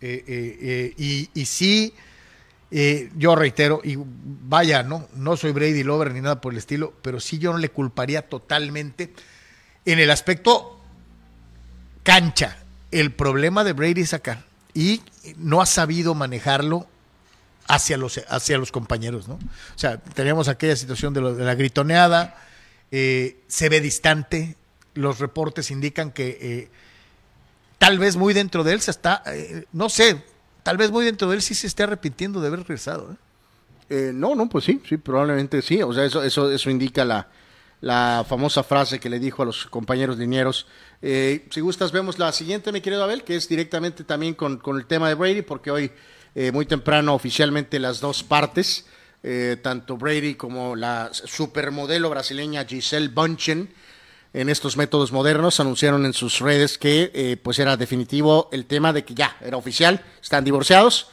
y sí, yo reitero, y vaya, no soy Brady lover ni nada por el estilo, pero sí yo no le culparía totalmente en el aspecto cancha. El problema de Brady es acá y no ha sabido manejarlo hacia los compañeros, ¿no? O sea, teníamos aquella situación de la gritoneada, se ve distante. Los reportes indican que tal vez muy dentro de él se está, no sé, tal vez muy dentro de él sí se esté arrepintiendo de haber regresado. No, pues sí, probablemente sí. O sea, eso indica la famosa frase que le dijo a los compañeros linieros. Si gustas, vemos la siguiente, mi querido Abel, que es directamente también con el tema de Brady, porque hoy muy temprano oficialmente las dos partes, tanto Brady como la supermodelo brasileña Gisele Bündchen, en estos métodos modernos, anunciaron en sus redes que pues era definitivo el tema de que ya era oficial, están divorciados,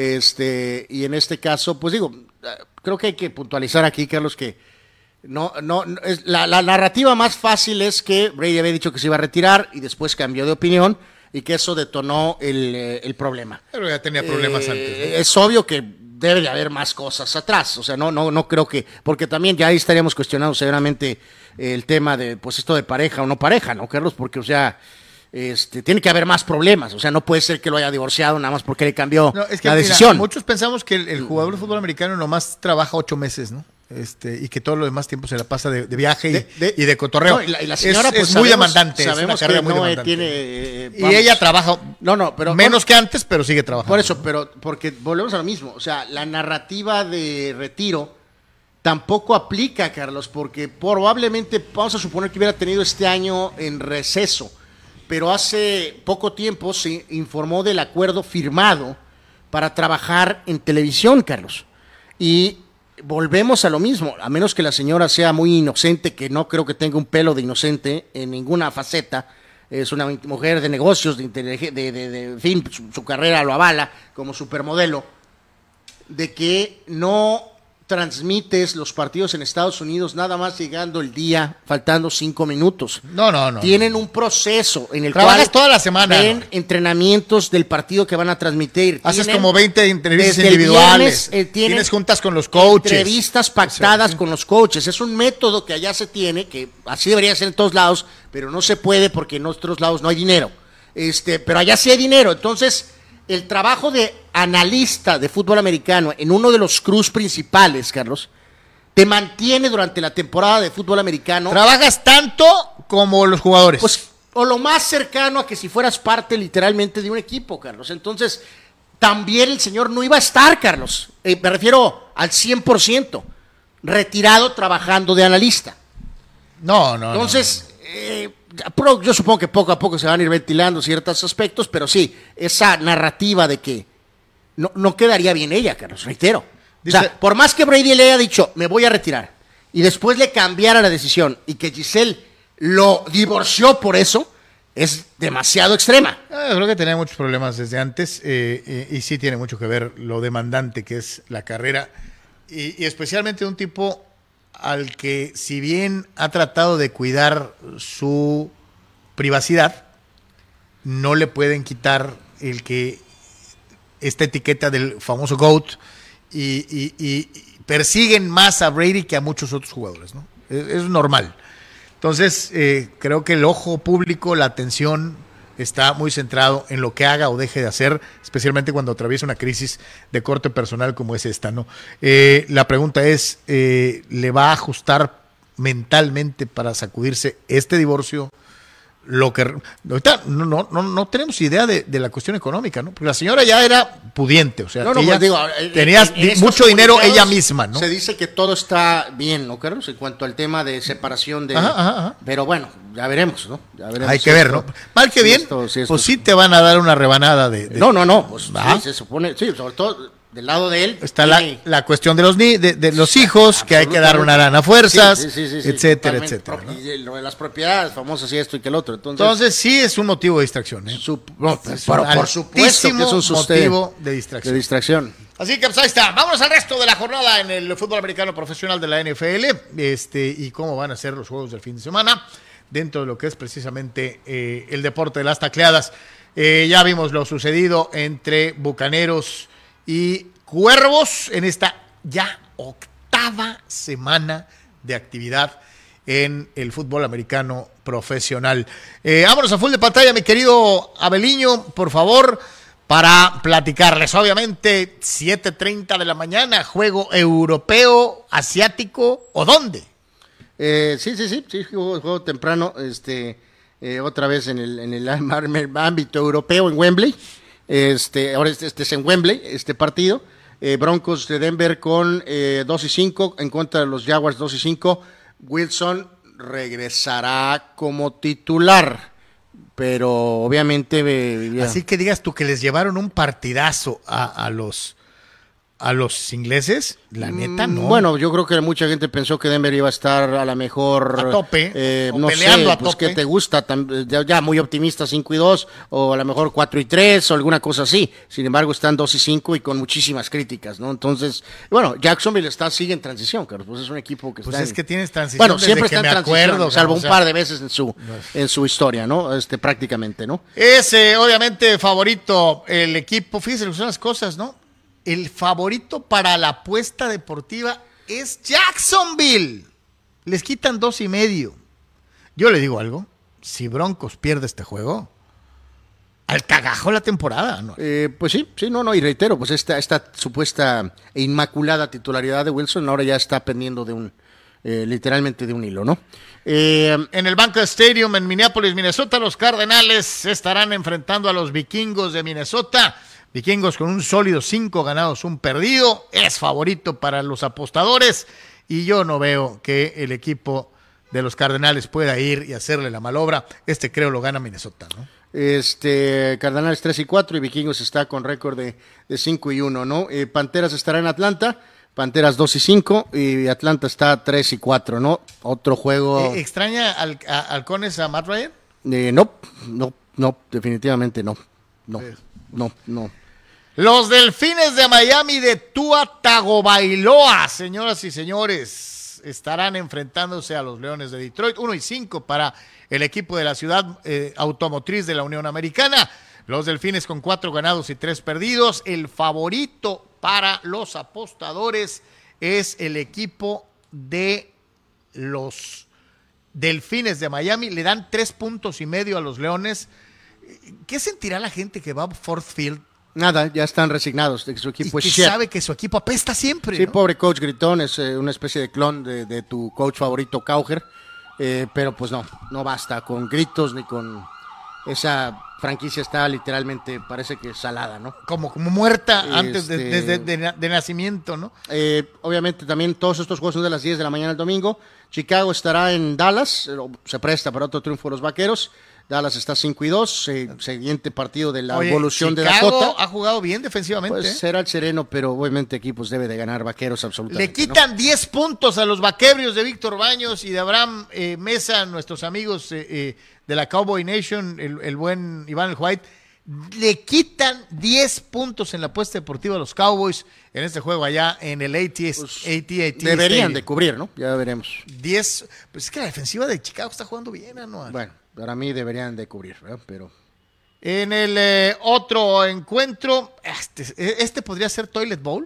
y en este caso, pues creo que hay que puntualizar aquí, Carlos, que no es la narrativa más fácil es que Brady había dicho que se iba a retirar y después cambió de opinión y que eso detonó el problema. Pero ya tenía problemas antes, ¿no? Es obvio que debe de haber más cosas atrás, o sea, no creo que, porque también ya ahí estaríamos cuestionando severamente el tema de, pues esto de pareja o no pareja, ¿no, Carlos? Porque, o sea, tiene que haber más problemas, o sea, no puede ser que lo haya divorciado nada más porque le cambió la decisión. Mira, muchos pensamos que el jugador de fútbol americano nomás trabaja 8 meses, ¿no? Y que todo lo demás tiempo se la pasa de viaje y de cotorreo. No, y la señora, es muy demandante. Sabemos es que muy no demandante. Tiene... y ella trabaja pero menos que antes, pero sigue trabajando. Por eso, pero porque volvemos a lo mismo. O sea, la narrativa de retiro tampoco aplica, Carlos, porque probablemente, vamos a suponer que hubiera tenido este año en receso, pero hace poco tiempo se informó del acuerdo firmado para trabajar en televisión, Carlos. Y volvemos a lo mismo, a menos que la señora sea muy inocente, que no creo que tenga un pelo de inocente en ninguna faceta. Es una mujer de negocios, en fin, su carrera lo avala como supermodelo, de que no transmites los partidos en Estados Unidos nada más llegando el día, faltando 5 minutos. No. Tienen un proceso en el trabajas cual toda la semana. Ven entrenamientos del partido que van a transmitir. Haces Tienen como 20 entrevistas desde individuales. Viernes, tienes juntas con los coaches. Entrevistas pactadas con los coaches. Es un método que allá se tiene, que así debería ser en todos lados, pero no se puede porque en otros lados no hay dinero. Pero allá sí hay dinero. Entonces, el trabajo de analista de fútbol americano en uno de los crews principales, Carlos, te mantiene durante la temporada de fútbol americano. Trabajas tanto como los jugadores. Pues, o lo más cercano a que si fueras parte literalmente de un equipo, Carlos. Entonces, también el señor no iba a estar, Carlos. Me refiero al 100%, retirado trabajando de analista. No. Entonces, yo supongo que poco a poco se van a ir ventilando ciertos aspectos, pero sí, esa narrativa de que no quedaría bien ella, Carlos, reitero. O sea, por más que Brady le haya dicho, me voy a retirar, y después le cambiara la decisión, y que Giselle lo divorció por eso, es demasiado extrema. Creo que tenía muchos problemas desde antes, y sí tiene mucho que ver lo demandante que es la carrera, y especialmente de un tipo al que, si bien ha tratado de cuidar su privacidad, no le pueden quitar esta etiqueta del famoso GOAT, y persiguen más a Brady que a muchos otros jugadores, ¿no? Es normal. Entonces, creo que el ojo público, la atención, está muy centrado en lo que haga o deje de hacer, especialmente cuando atraviesa una crisis de corte personal como es esta, ¿no? La pregunta es, ¿le va a ajustar mentalmente para sacudirse este divorcio? Ahorita no tenemos idea de la cuestión económica, ¿no? Porque la señora ya era pudiente, o sea, ella tenía mucho dinero ella misma, ¿no? Se dice que todo está bien, ¿no, Carlos? En cuanto al tema de separación de... Ajá. Pero bueno, ya veremos, ¿no? Hay que ver, ¿no? Mal que bien, pues sí te van a dar una rebanada de... No, pues sí, se supone, sí, sobre todo... Del lado de él está la cuestión de los hijos, que hay que dar una lana a fuerzas, etcétera, etcétera, ¿no? Y lo de las propiedades famosas y esto y que el otro. Entonces sí es un motivo de distracción, ¿eh? Por supuesto que es un motivo de distracción. Así que pues ahí está. Vámonos al resto de la jornada en el fútbol americano profesional de la NFL, y cómo van a ser los juegos del fin de semana dentro de lo que es precisamente el deporte de las tacleadas. Ya vimos lo sucedido entre Bucaneros y Cuervos en esta ya 8ª semana de actividad en el fútbol americano profesional. Vámonos a full de pantalla, mi querido Abeliño, por favor, para platicarles. Obviamente, 7:30 de la mañana, juego europeo, asiático, ¿o dónde? Sí, juego temprano, otra vez en el ámbito europeo en Wembley. Ahora este es en Wembley, este partido. Broncos de Denver con 2-5 en contra de los Jaguars 2-5. Wilson regresará como titular, pero obviamente... Así que digas tú que les llevaron un partidazo a los ingleses, la neta no. Bueno, yo creo que mucha gente pensó que Denver iba a estar a lo mejor a tope, no peleando a tope. ¿Qué te gusta? Ya muy optimista, 5-2, o a lo mejor 4-3, o alguna cosa así. Sin embargo, están 2-5 y con muchísimas críticas, ¿no? Entonces, bueno, Jacksonville sigue en transición, Carlos. Pues es un equipo que está. Pues es que tienes transición. Bueno, siempre está en transición, acuerdo, salvo un par de veces en su historia, ¿no? Prácticamente, ¿no? Es obviamente favorito el equipo. Fíjense, son las cosas, ¿no? El favorito para la apuesta deportiva es Jacksonville. Les quitan 2.5. Yo le digo algo. Si Broncos pierde este juego, al cagajo la temporada, ¿no? Pues sí, y reitero, pues esta supuesta e inmaculada titularidad de Wilson ahora ya está pendiendo de literalmente de un hilo, ¿no? En el Banco Stadium en Minneapolis, Minnesota, los Cardenales estarán enfrentando a los Vikingos de Minnesota. Vikingos con un sólido 5 ganados, 1 perdido, es favorito para los apostadores, y yo no veo que el equipo de los Cardenales pueda ir y hacerle la malobra. Creo lo gana Minnesota, ¿no? Cardenales 3-4 y Vikingos está con récord de 5-1, ¿no? Panteras estará en Atlanta, Panteras 2-5 y Atlanta está 3-4, ¿no? Otro juego. ¿Extraña al Halcones a Matt Ryan? No, definitivamente no. No. Los Delfines de Miami de Tua Tagovailoa, señoras y señores, estarán enfrentándose a los Leones de Detroit. 1-5 para el equipo de la ciudad automotriz de la Unión Americana. Los Delfines con 4 ganados y 3 perdidos. El favorito para los apostadores es el equipo de los Delfines de Miami. Le dan 3.5 puntos a los Leones. ¿Qué sentirá la gente que va a Ford Field Nada, ya están resignados de que su equipo Y que es shit. sabe que su equipo apesta siempre. Sí, ¿no? pobre coach gritón, es una especie de clon de tu coach favorito, Cowher. Pero pues no basta con gritos ni con... Esa franquicia está literalmente, parece que salada, ¿no? Como muerta antes de nacimiento, ¿no? Obviamente también todos estos juegos son de las 10 de la mañana el domingo. Chicago estará en Dallas, se presta para otro triunfo de los Vaqueros. Dallas está 5-2, siguiente partido de la evolución Chicago de Dakota. ha jugado bien defensivamente. Pues será el sereno, pero obviamente aquí pues debe de ganar Vaqueros absolutamente. Le quitan 10 puntos a los Vaqueros de Víctor Baños y de Abraham Mesa, nuestros amigos de la Cowboy Nation, el buen Iván El White. Le quitan 10 puntos en la apuesta deportiva a los Cowboys en este juego allá en el AT&T Deberían Stadium. de cubrir, ¿no? Ya veremos. 10, pues es que la defensiva de Chicago está jugando bien, Anuar. Bueno, para mí deberían de cubrir, ¿verdad? Pero En el otro encuentro, este podría ser Toilet Bowl.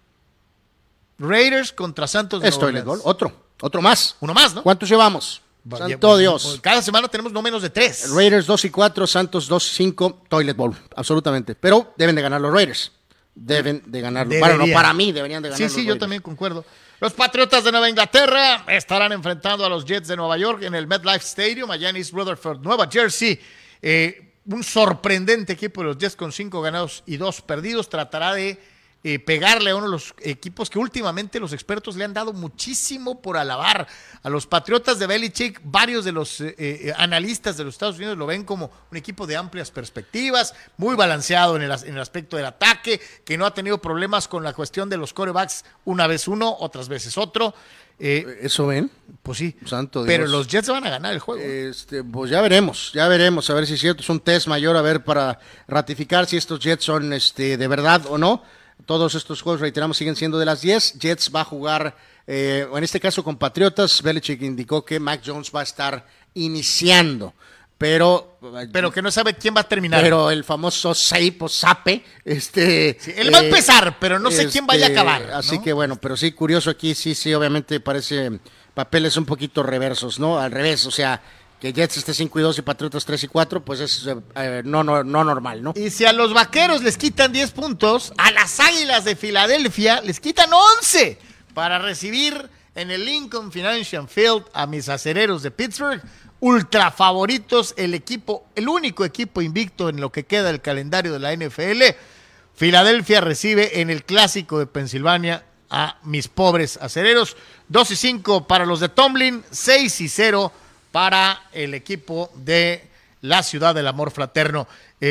Raiders contra Santos de es Nueva Toilet Bowl. Orleans. Otro más. Uno más, ¿no? ¿Cuántos llevamos? Santo Dios. Cada semana tenemos no menos de 3. Raiders 2-4, Santos 2-5, Toilet Bowl, absolutamente. Pero deben de ganar los Raiders. Deben de ganarlo. Bueno, no, para mí deberían de ganar los Sí, yo Raiders. también concuerdo. Los Patriotas de Nueva Inglaterra estarán enfrentando a los Jets de Nueva York en el MetLife Stadium, allá en East Rutherford, Nueva Jersey. Un sorprendente equipo de los Jets con 5 ganados y 2 perdidos. Tratará de pegarle a uno de los equipos que últimamente los expertos le han dado muchísimo por alabar. A los Patriotas de Belichick, varios de los analistas de los Estados Unidos lo ven como un equipo de amplias perspectivas, muy balanceado en el aspecto del ataque, que no ha tenido problemas con la cuestión de los quarterbacks, una vez uno, otras veces otro. ¿Eso ven? Pues sí, Santo pero Dios. los Jets van a ganar el juego. Pues ya veremos, a ver si es cierto, es un test mayor, a ver, para ratificar si estos Jets son de verdad o no. Todos estos juegos, reiteramos, siguen siendo de las 10. Jets va a jugar, en este caso con Patriotas. Belichick indicó que Mac Jones va a estar iniciando, pero que no sabe quién va a terminar. Pero el famoso Sape, sí, él va a empezar, pero no sé quién vaya a acabar, ¿no? Así que bueno, pero sí, curioso aquí, sí, obviamente parece papeles un poquito reversos, ¿no? Al revés, o sea, que Jets esté 5-2 y Patriotas 3-4, pues es no normal, ¿no? Y si a los Vaqueros les quitan 10 puntos, a las Águilas de Filadelfia les quitan 11 para recibir en el Lincoln Financial Field a mis acereros de Pittsburgh, ultra favoritos, el único equipo invicto en lo que queda del calendario de la NFL. Filadelfia recibe en el Clásico de Pensilvania a mis pobres acereros. 2-5 para los de Tomlin, 6-0 para el equipo de la Ciudad del Amor Fraterno.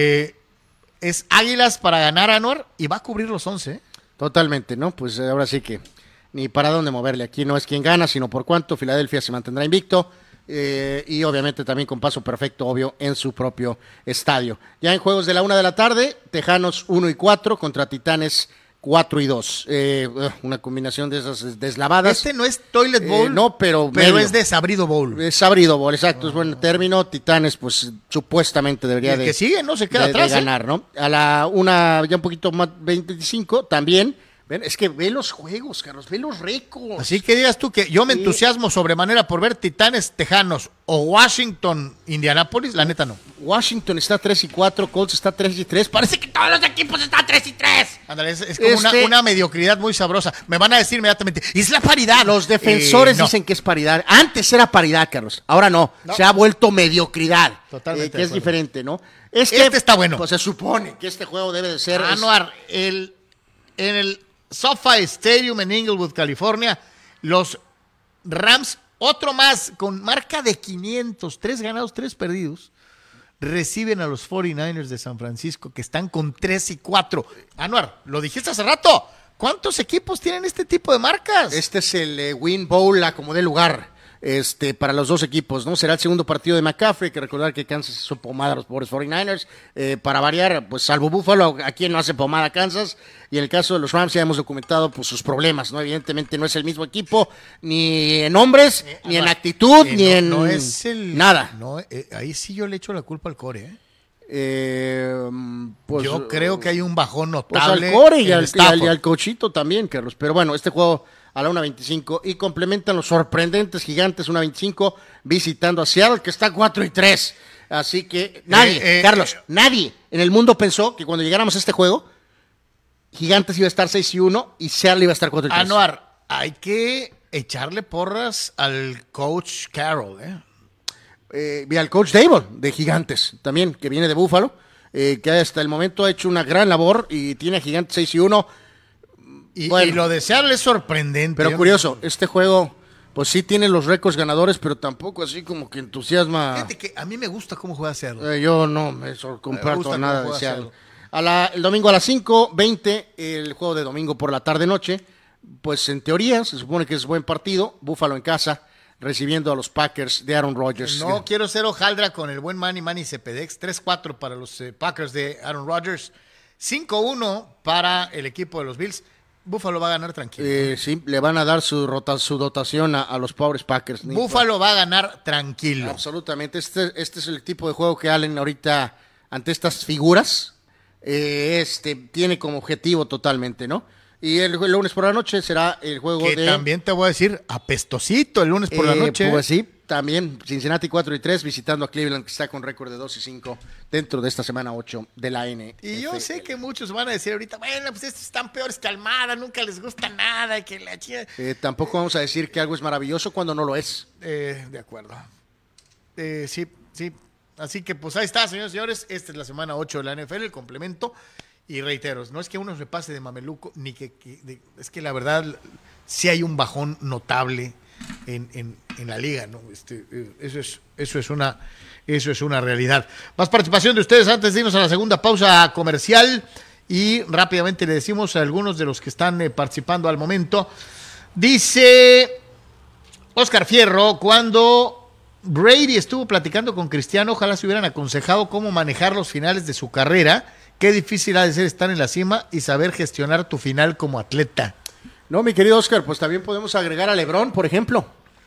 Es Águilas para ganar, Anuar, y va a cubrir los 11. Totalmente, ¿no? Pues ahora sí que ni para dónde moverle. Aquí no es quien gana, sino por cuánto. Filadelfia se mantendrá invicto. Y obviamente también con paso perfecto, obvio, en su propio estadio. Ya en juegos de la 1 de la tarde, Tejanos 1-4 contra Titanes 4-2. Una combinación de esas deslavadas. Este no es Toilet Bowl, no, pero es desabrido bowl. Es abrido bowl, exacto, es buen término. Titanes, pues supuestamente debería el que sigue no se queda atrás, de ganar, ¿no? A la 1, ya un poquito más, 25, también. Ven, es que ve los juegos, Carlos, ve los récords. Así que digas tú que yo me entusiasmo sobremanera por ver Titanes Tejanos o Washington Indianapolis, la neta no. Washington está 3-4, Colts está 3-3. Parece que todos los equipos están 3-3. Ándale, es como una mediocridad muy sabrosa. Me van a decir inmediatamente, es la paridad. Los defensores no. dicen que es paridad. Antes era paridad, Carlos. Ahora no. Se ha vuelto mediocridad. Totalmente. Que es diferente, ¿no? Este está bueno. Pues se supone que este juego debe de ser. Anuar, en el SoFi Stadium en Inglewood, California, los Rams, otro más, con marca de 500, 3 ganados, 3 perdidos, reciben a los 49ers de San Francisco, que están con 3-4. Anuar, lo dijiste hace rato, ¿cuántos equipos tienen este tipo de marcas? Este es el Win Bowl a como de lugar. Para los dos equipos, ¿no? Será el segundo partido de McCaffrey. Hay que recordar que Kansas hizo pomada a los pobres 49ers. Para variar, pues salvo Buffalo, ¿a quién no hace pomada a Kansas? Y en el caso de los Rams ya hemos documentado pues sus problemas, ¿no? Evidentemente no es el mismo equipo, ni en hombres, ni en actitud, ni en no es nada. No, ahí sí yo le echo la culpa al core, Pues, yo creo que hay un bajón pues notable. al core y al cochito también, Carlos. Pero bueno, este juego a la 1:25 y complementan los sorprendentes Gigantes 1:25 visitando a Seattle, que está 4-3. Así que nadie, Carlos, nadie en el mundo pensó que cuando llegáramos a este juego, Gigantes iba a estar 6-1 y Seattle iba a estar 4-3. Anuar, hay que echarle porras al coach Carroll, Y al coach Dable de Gigantes también, que viene de Buffalo, que hasta el momento ha hecho una gran labor y tiene a Gigantes 6-1. Y lo de Seattle es sorprendente. Pero curioso, este juego, pues sí tiene los récords ganadores, pero tampoco así como que entusiasma. Fíjate que a mí me gusta cómo juega Seattle. Yo no me comparto nada de Seattle. El domingo a las 5:20, el juego de domingo por la tarde-noche, pues en teoría se supone que es buen partido. Buffalo en casa, recibiendo a los Packers de Aaron Rodgers. No quiero ser hojaldra con el buen Manny Cepedex. 3-4 para los Packers de Aaron Rodgers. 5-1 para el equipo de los Bills. Buffalo va a ganar tranquilo. Sí, le van a dar su dotación a los pobres Packers. Buffalo va a ganar tranquilo. Absolutamente. Este es el tipo de juego que Allen ahorita, ante estas figuras, tiene como objetivo totalmente, ¿no? Y el lunes por la noche será el juego que también te voy a decir, apestosito el lunes por la noche. Pues sí, también Cincinnati 4-3 visitando a Cleveland, que está con récord de 2-5 dentro de esta semana 8 de la NFL. Y yo sé que muchos van a decir ahorita, bueno, pues estos están peores que Almada, nunca les gusta nada, que la chica... Tampoco vamos a decir que algo es maravilloso cuando no lo es. De acuerdo. Sí. Así que pues ahí está, señores y señores, esta es la semana 8 de la NFL, el complemento. Y reitero, no es que uno se pase de mameluco, ni es que la verdad sí hay un bajón notable en la liga, ¿no? Eso es una realidad. Más participación de ustedes antes de irnos a la segunda pausa comercial y rápidamente le decimos a algunos de los que están participando al momento. Dice Oscar Fierro, cuando Brady estuvo platicando con Cristiano, ojalá se hubieran aconsejado cómo manejar los finales de su carrera. Qué difícil ha de ser estar en la cima y saber gestionar tu final como atleta. No, mi querido Oscar, pues también podemos agregar a LeBron, por ejemplo.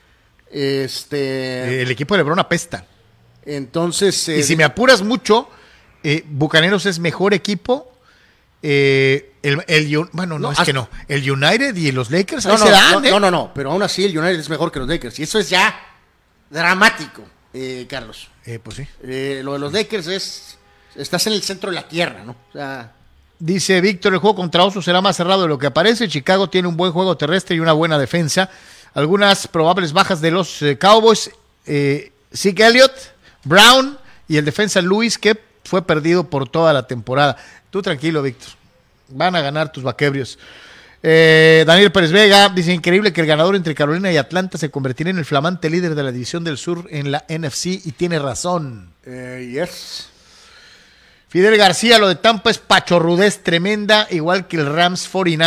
El equipo de LeBron apesta. Entonces... y si me apuras mucho, Bucaneros es mejor equipo. El United y los Lakers no, pero aún así el United es mejor que los Lakers. Y eso es ya dramático, Carlos. Pues sí. Lo de los Lakers estás en el centro de la tierra, ¿no? O sea... Dice Víctor, el juego contra Osos será más cerrado de lo que aparece. Chicago tiene un buen juego terrestre y una buena defensa. Algunas probables bajas de los Cowboys. Zeke Elliott, Brown y el defensa Lewis, que fue perdido por toda la temporada. Tú tranquilo, Víctor. Van a ganar tus vaquebrios. Daniel Pérez Vega dice, increíble que el ganador entre Carolina y Atlanta se convertirá en el flamante líder de la división del sur en la NFC, y tiene razón. Yes. Fidel García, lo de Tampa es pachorrudez tremenda, igual que el Rams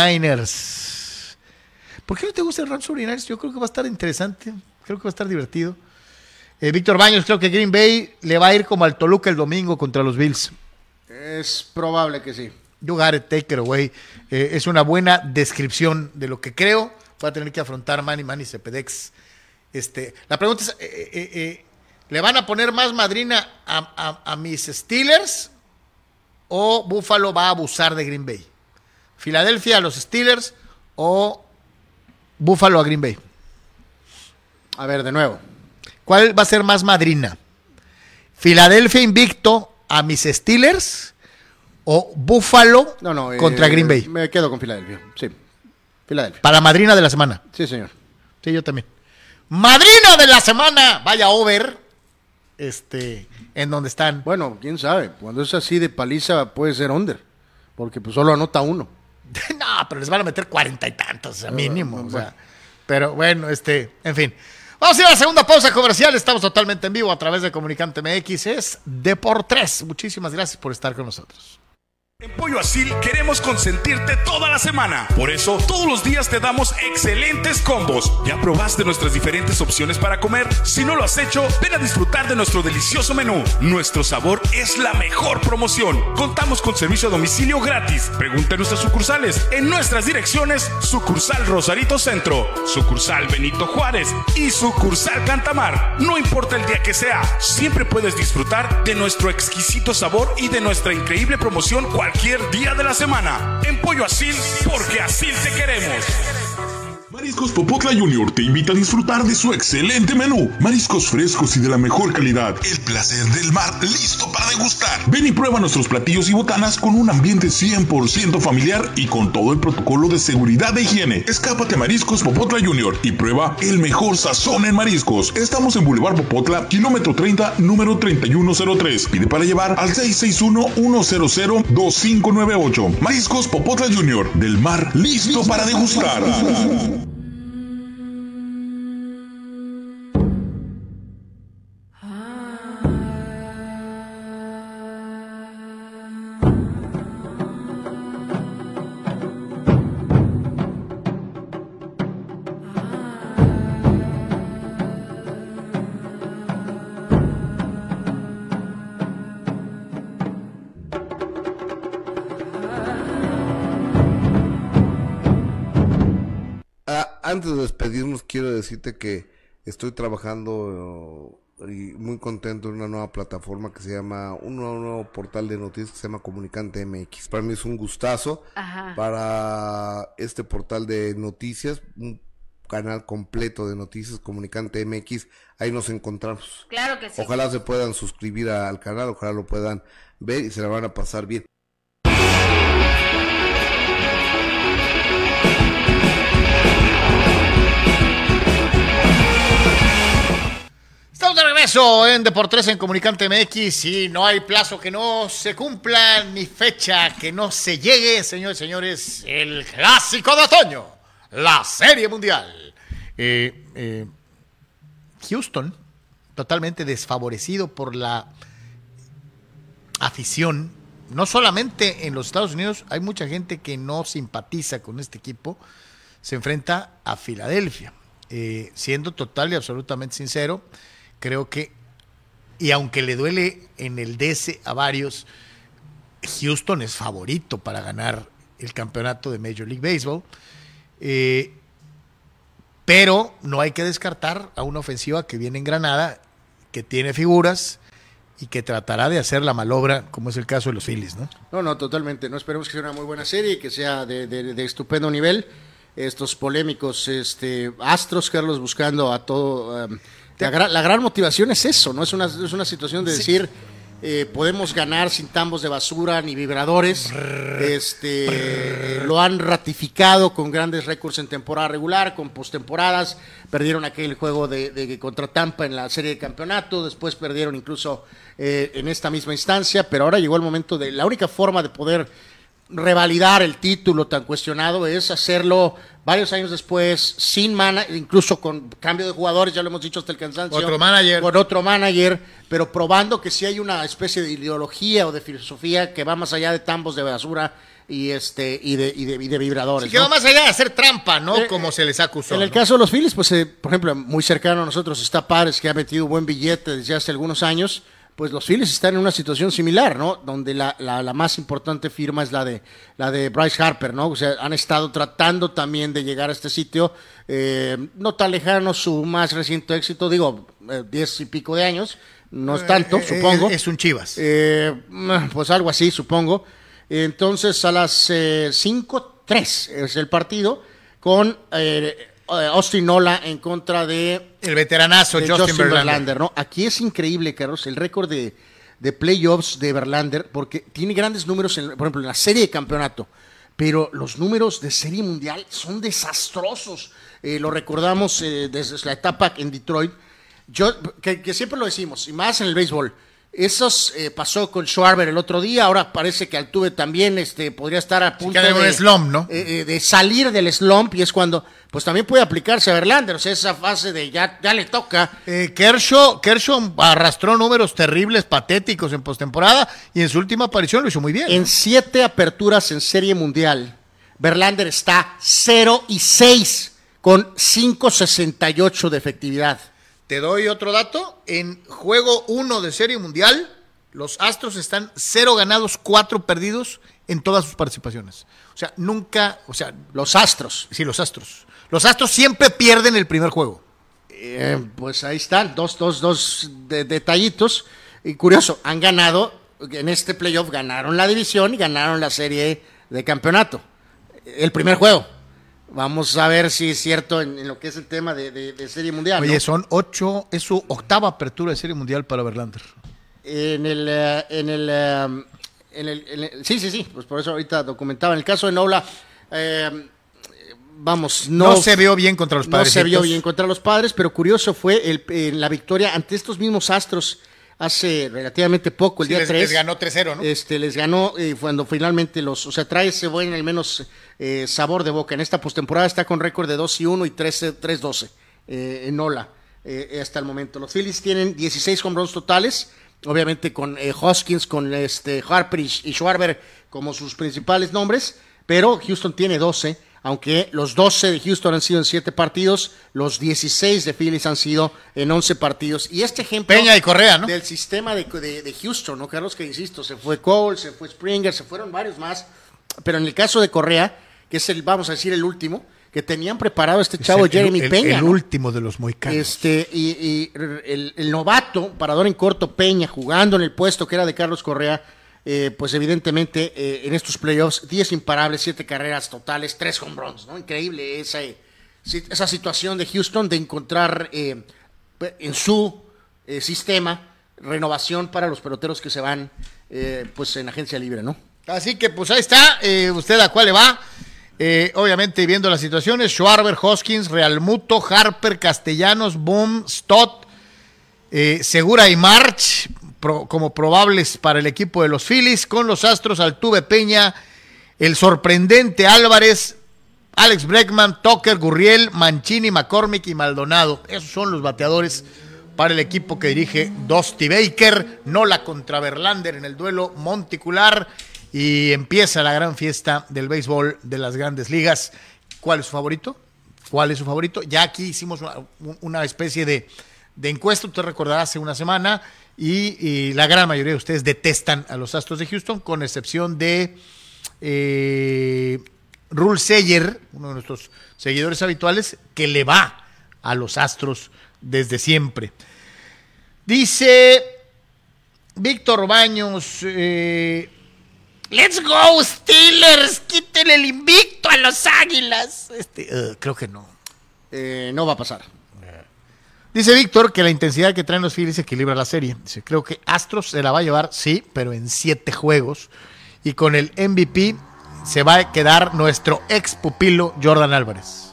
49ers. ¿Por qué no te gusta el Rams 49ers? Yo creo que va a estar interesante, creo que va a estar divertido. Víctor Baños, creo que Green Bay le va a ir como al Toluca el domingo contra los Bills. Es probable que sí. You got it, take it away. Es una buena descripción de lo que creo va a tener que afrontar Manny Cepedex. La pregunta es, ¿le van a poner más madrina a mis Steelers o Buffalo va a abusar de Green Bay? ¿Filadelfia a los Steelers o Buffalo a Green Bay? A ver, de nuevo. ¿Cuál va a ser más madrina? ¿Filadelfia invicto a mis Steelers o Buffalo contra Green Bay? Me quedo con Filadelfia, sí. Filadelfia. Para madrina de la semana. Sí, señor. Sí, yo también. Madrina de la semana. Vaya over. En donde están. Bueno, quién sabe. Cuando es así de paliza puede ser under. Porque pues solo anota uno. No, pero les van a meter 40 y tantos, mínimo. Bueno. O sea, pero bueno, en fin. Vamos a ir a la segunda pausa comercial. Estamos totalmente en vivo a través de Comunicante MX. Es Deportes. Muchísimas gracias por estar con nosotros. En Pollo Asil queremos consentirte toda la semana. Por eso, todos los días te damos excelentes combos. ¿Ya probaste nuestras diferentes opciones para comer? Si no lo has hecho, ven a disfrutar de nuestro delicioso menú. Nuestro sabor es la mejor promoción. Contamos con servicio a domicilio gratis. Pregunta en nuestras sucursales. En nuestras direcciones, sucursal Rosarito Centro, sucursal Benito Juárez y sucursal Cantamar. No importa el día que sea, siempre puedes disfrutar de nuestro exquisito sabor y de nuestra increíble promoción cualquier día de la semana. En Pollo Asil, porque así te queremos. Mariscos Popotla Junior te invita a disfrutar de su excelente menú. Mariscos frescos y de la mejor calidad. El placer del mar listo para degustar. Ven y prueba nuestros platillos y botanas con un ambiente 100% familiar y con todo el protocolo de seguridad de higiene. Escápate a Mariscos Popotla Junior y prueba el mejor sazón en mariscos. Estamos en Boulevard Popotla, kilómetro 30, número 3103. Pide para llevar al 661-100-2598. Mariscos Popotla Junior, del mar listo para degustar. Antes de despedirnos, quiero decirte que estoy trabajando y muy contento en una nueva plataforma que se llama, un nuevo portal de noticias que se llama Comunicante MX. Para mí es un gustazo. Ajá. Para este portal de noticias, un canal completo de noticias, Comunicante MX, ahí nos encontramos. Claro que sí. Ojalá se puedan suscribir al canal, ojalá lo puedan ver y se la van a pasar bien. Estamos de regreso en Deportes en Comunicante MX y no hay plazo que no se cumpla ni fecha que no se llegue, señores y señores, el clásico de otoño, la Serie Mundial. Houston, totalmente desfavorecido por la afición, no solamente en los Estados Unidos, hay mucha gente que no simpatiza con este equipo, se enfrenta a Filadelfia. Siendo total y absolutamente sincero, creo que, y aunque le duele en el DC a varios, Houston es favorito para ganar el campeonato de Major League Baseball, pero no hay que descartar a una ofensiva que viene engranada, que tiene figuras y que tratará de hacer la malobra, como es el caso de los Phillies, ¿no? No, totalmente. No esperemos que sea una muy buena serie y que sea de estupendo nivel. Estos polémicos Astros, Carlos, buscando a todo. La gran motivación es eso, ¿no? Es una situación de decir, podemos ganar sin tambos de basura ni vibradores. Lo han ratificado con grandes récords en temporada regular, con postemporadas. Perdieron aquel juego de contra Tampa en la serie de campeonato, después perdieron incluso en esta misma instancia, pero ahora llegó el momento de la única forma de poder revalidar el título tan cuestionado es hacerlo varios años después, sin incluso con cambio de jugadores, ya lo hemos dicho hasta el cansancio. Con otro manager, pero probando que sí hay una especie de ideología o de filosofía que va más allá de tambos de basura y de vibradores. Sí, que va más allá de hacer trampa, ¿no? Como se les acusó. En el caso de los Phillies, pues, por ejemplo, muy cercano a nosotros está Padres, que ha metido buen billete desde hace algunos años. Pues los Phillies están en una situación similar, ¿no? Donde la más importante firma es la de Bryce Harper, ¿no? O sea, han estado tratando también de llegar a este sitio, no tan lejano su más reciente éxito, 10 y pico de años, no es tanto, supongo. Es un Chivas. Pues algo así, supongo. Entonces, a las 5-3 es el partido con Austin Nola en contra de el veteranazo Justin Verlander, ¿no? Aquí es increíble, Carlos, el récord de playoffs de Verlander, porque tiene grandes números, por ejemplo, en la serie de campeonato, pero los números de serie mundial son desastrosos. Lo recordamos desde la etapa en Detroit, que siempre lo decimos, y más en el béisbol. Eso pasó con Schwarber el otro día, ahora parece que Altuve también podría estar a punto de slump, ¿no? De salir del slump, y es cuando pues también puede aplicarse a Verlander, o sea, esa fase de ya le toca. Kershaw arrastró números terribles, patéticos en postemporada, y en su última aparición lo hizo muy bien. En 7 aperturas en Serie Mundial, Verlander está 0-6 con 5.68 de efectividad. Te doy otro dato. En juego 1 de Serie Mundial, los Astros están 0 ganados, 4 perdidos en todas sus participaciones. O sea, nunca... los Astros. Sí, los Astros. Los Astros siempre pierden el primer juego. Pues ahí están, dos detallitos. Y curioso, han ganado, en este playoff ganaron la división y ganaron la serie de campeonato. El primer juego. Vamos a ver si es cierto en lo que es el tema de Serie Mundial. Oye, ¿no? son 8, es su octava apertura de Serie Mundial para Verlander. Sí, pues por eso ahorita documentaba. En el caso de Nola, no se vio bien contra los Padres. No se vio bien contra los Padres, pero curioso fue la victoria ante estos mismos Astros hace relativamente poco, el día 3. Les ganó 3-0, ¿no? Les ganó cuando finalmente trae ese buen, al menos sabor de boca. En esta postemporada está con récord de 2-1 y 3-12 en Nola hasta el momento. Los Phillies tienen 16 home runs totales, obviamente con Hoskins, con Harper y Schwarber como sus principales nombres, pero Houston tiene 12, aunque los 12 de Houston han sido en 7 partidos, los 16 de Phillies han sido en 11 partidos. Y este ejemplo Peña y Correa, ¿no? del sistema de Houston, ¿no, Carlos? Que insisto, se fue Cole, se fue Springer, se fueron varios más, pero en el caso de Correa, que es vamos a decir, el último, que tenían preparado este chavo Jeremy Peña. El ¿no? último de los moicanos. Y el novato, parador en corto, Peña, jugando en el puesto que era de Carlos Correa, pues evidentemente en estos playoffs, 10 imparables, 7 carreras totales, 3 home runs, ¿no? Increíble esa situación de Houston de encontrar en su sistema renovación para los peloteros que se van pues en agencia libre, ¿no? Así que pues ahí está, usted a cuál le va. Obviamente viendo las situaciones, Schwarber, Hoskins, Realmuto, Harper, Castellanos, Boom, Stott, Segura y March como probables para el equipo de los Phillies, con los Astros, Altuve, Peña, el sorprendente Álvarez, Alex Bregman, Tucker, Gurriel, Mancini, McCormick y Maldonado. Esos son los bateadores para el equipo que dirige Dusty Baker. Nola contra Verlander en el duelo monticular y empieza la gran fiesta del béisbol de las Grandes Ligas. ¿Cuál es su favorito? ¿Cuál es su favorito? Ya aquí hicimos una especie de encuesta, usted recordará, hace una semana, y la gran mayoría de ustedes detestan a los Astros de Houston, con excepción de Rule Seyer, uno de nuestros seguidores habituales, que le va a los Astros desde siempre. Dice Víctor Baños, let's go Steelers, quiten el invicto a los Águilas. Creo que no. No va a pasar. Dice Víctor que la intensidad que traen los Phillies equilibra la serie. Dice, creo que Astros se la va a llevar, sí, pero en 7 juegos. Y con el MVP se va a quedar nuestro ex pupilo Jordan Álvarez.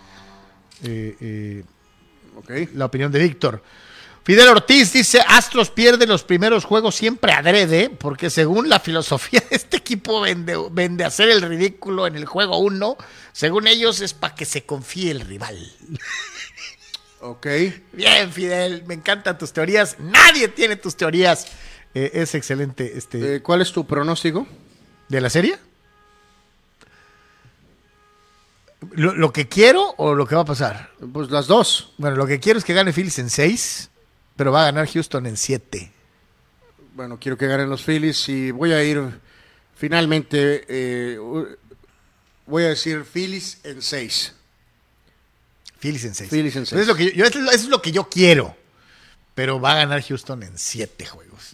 La opinión de Víctor. Fidel Ortiz dice, Astros pierde los primeros juegos siempre adrede, porque según la filosofía de este equipo vende hacer el ridículo en el juego 1, según ellos es para que se confíe el rival. Ok. Bien, Fidel, me encantan tus teorías. Nadie tiene tus teorías. Es excelente. ¿Cuál es tu pronóstico? ¿De la serie? ¿Lo que quiero o lo que va a pasar? Pues las dos. Bueno, lo que quiero es que gane Phillies en 6, pero va a ganar Houston en 7. Bueno, quiero que ganen los Phillies y voy a ir finalmente, voy a decir Phillies en 6. Phillies en 6. Phillies en 6. Eso es lo que yo quiero. Pero va a ganar Houston en 7 juegos.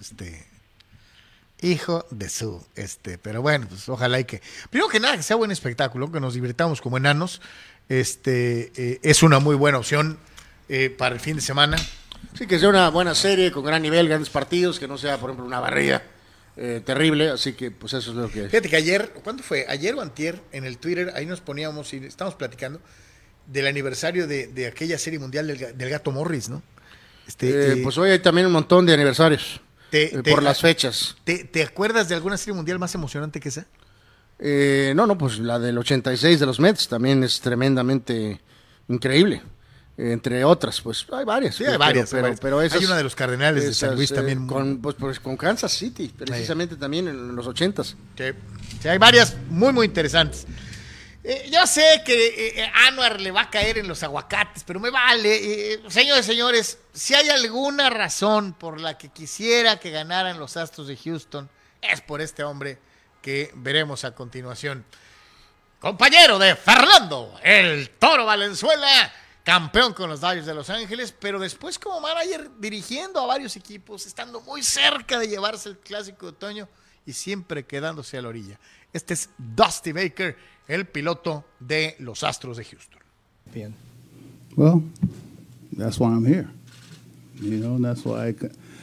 Hijo de su. Pero bueno, pues ojalá y que. Primero que nada, que sea buen espectáculo, que nos divirtamos como enanos. Es una muy buena opción para el fin de semana. Sí, que sea una buena serie, con gran nivel, grandes partidos, que no sea, por ejemplo, una barrida terrible. Así que, pues eso es lo que. Fíjate que ayer, ¿cuándo fue? Ayer o antier, en el Twitter, ahí nos poníamos y estábamos platicando del aniversario de aquella serie mundial del Gato Morris, ¿no? Pues hoy hay también un montón de aniversarios por las fechas. ¿Te acuerdas de alguna serie mundial más emocionante que esa? No, pues la del 86 de los Mets también es tremendamente increíble. Entre otras, pues hay varias. Sí, hay varias. Pero esas, hay una de los Cardenales de San Luis también. Con Kansas City, precisamente también en los 80s. Sí, hay varias muy, muy interesantes. Yo sé que Anuar le va a caer en los aguacates, pero me vale. Señores, si hay alguna razón por la que quisiera que ganaran los Astros de Houston, es por este hombre que veremos a continuación. Compañero de Fernando, el Toro Valenzuela, campeón con los Dodgers de Los Ángeles, pero después como manager dirigiendo a varios equipos, estando muy cerca de llevarse el Clásico de Otoño y siempre quedándose a la orilla. Este es Dusty Baker, el piloto de los Astros de Houston. Bien. Well, that's why I'm here. And that's why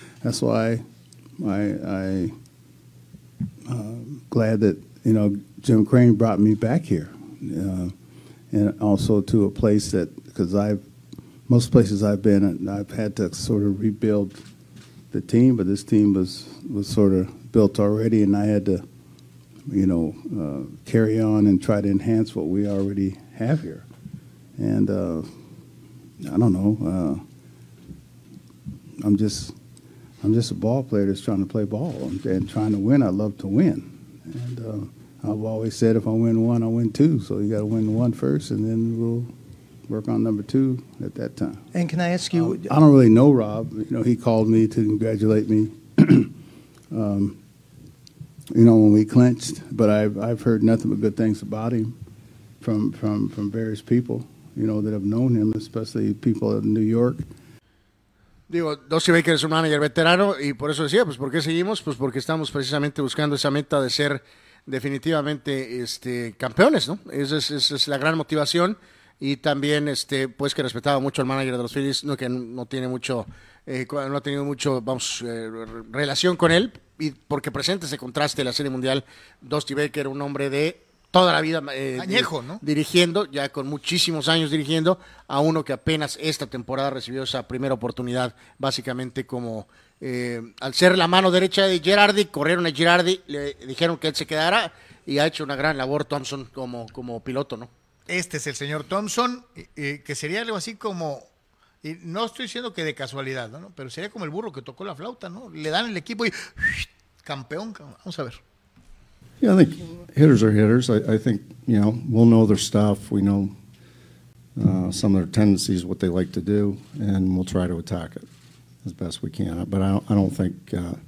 I glad that Jim Crane brought me back here, and also to a place that, because most places I've been, I've had to sort of rebuild the team, but this team was sort of built already, and I had to carry on and try to enhance what we already have here. And I don't know. I'm just a ball player that's trying to play ball and trying to win. I love to win, and I've always said if I win one, I win two. So you got to win one first, and then we'll work on number two at that time. And can I ask you? I don't really know Rob. He called me to congratulate me. When we clinched, but I've heard nothing but good things about him from various people, that have known him, especially people in New York. Digo, Dusty Baker es un manager veterano y por eso decía, pues ¿por qué seguimos? Pues porque estamos precisamente buscando esa meta de ser definitivamente campeones, ¿no? Esa es la gran motivación, y también pues que respetaba mucho al manager de los Phillies, que no tiene mucho no ha tenido mucho relación con él, y porque presenta ese contraste de la Serie Mundial. Dusty Baker, un hombre de toda la vida añejo, ¿no? Dirigiendo, ya con muchísimos años dirigiendo, a uno que apenas esta temporada recibió esa primera oportunidad, básicamente como al ser la mano derecha de Girardi. Corrieron a Girardi, le dijeron que él se quedara, y ha hecho una gran labor Thompson como piloto, ¿no? Este es el señor Thompson, que sería algo así como, y no estoy diciendo que de casualidad, ¿no? Pero sería como el burro que tocó la flauta, ¿no? Le dan el equipo y campeón. Vamos a ver. Yeah, I think hitters are hitters. I think, we'll know their stuff. We know some of their tendencies, what they like to do, and we'll try to attack it as best we can. But I don't think,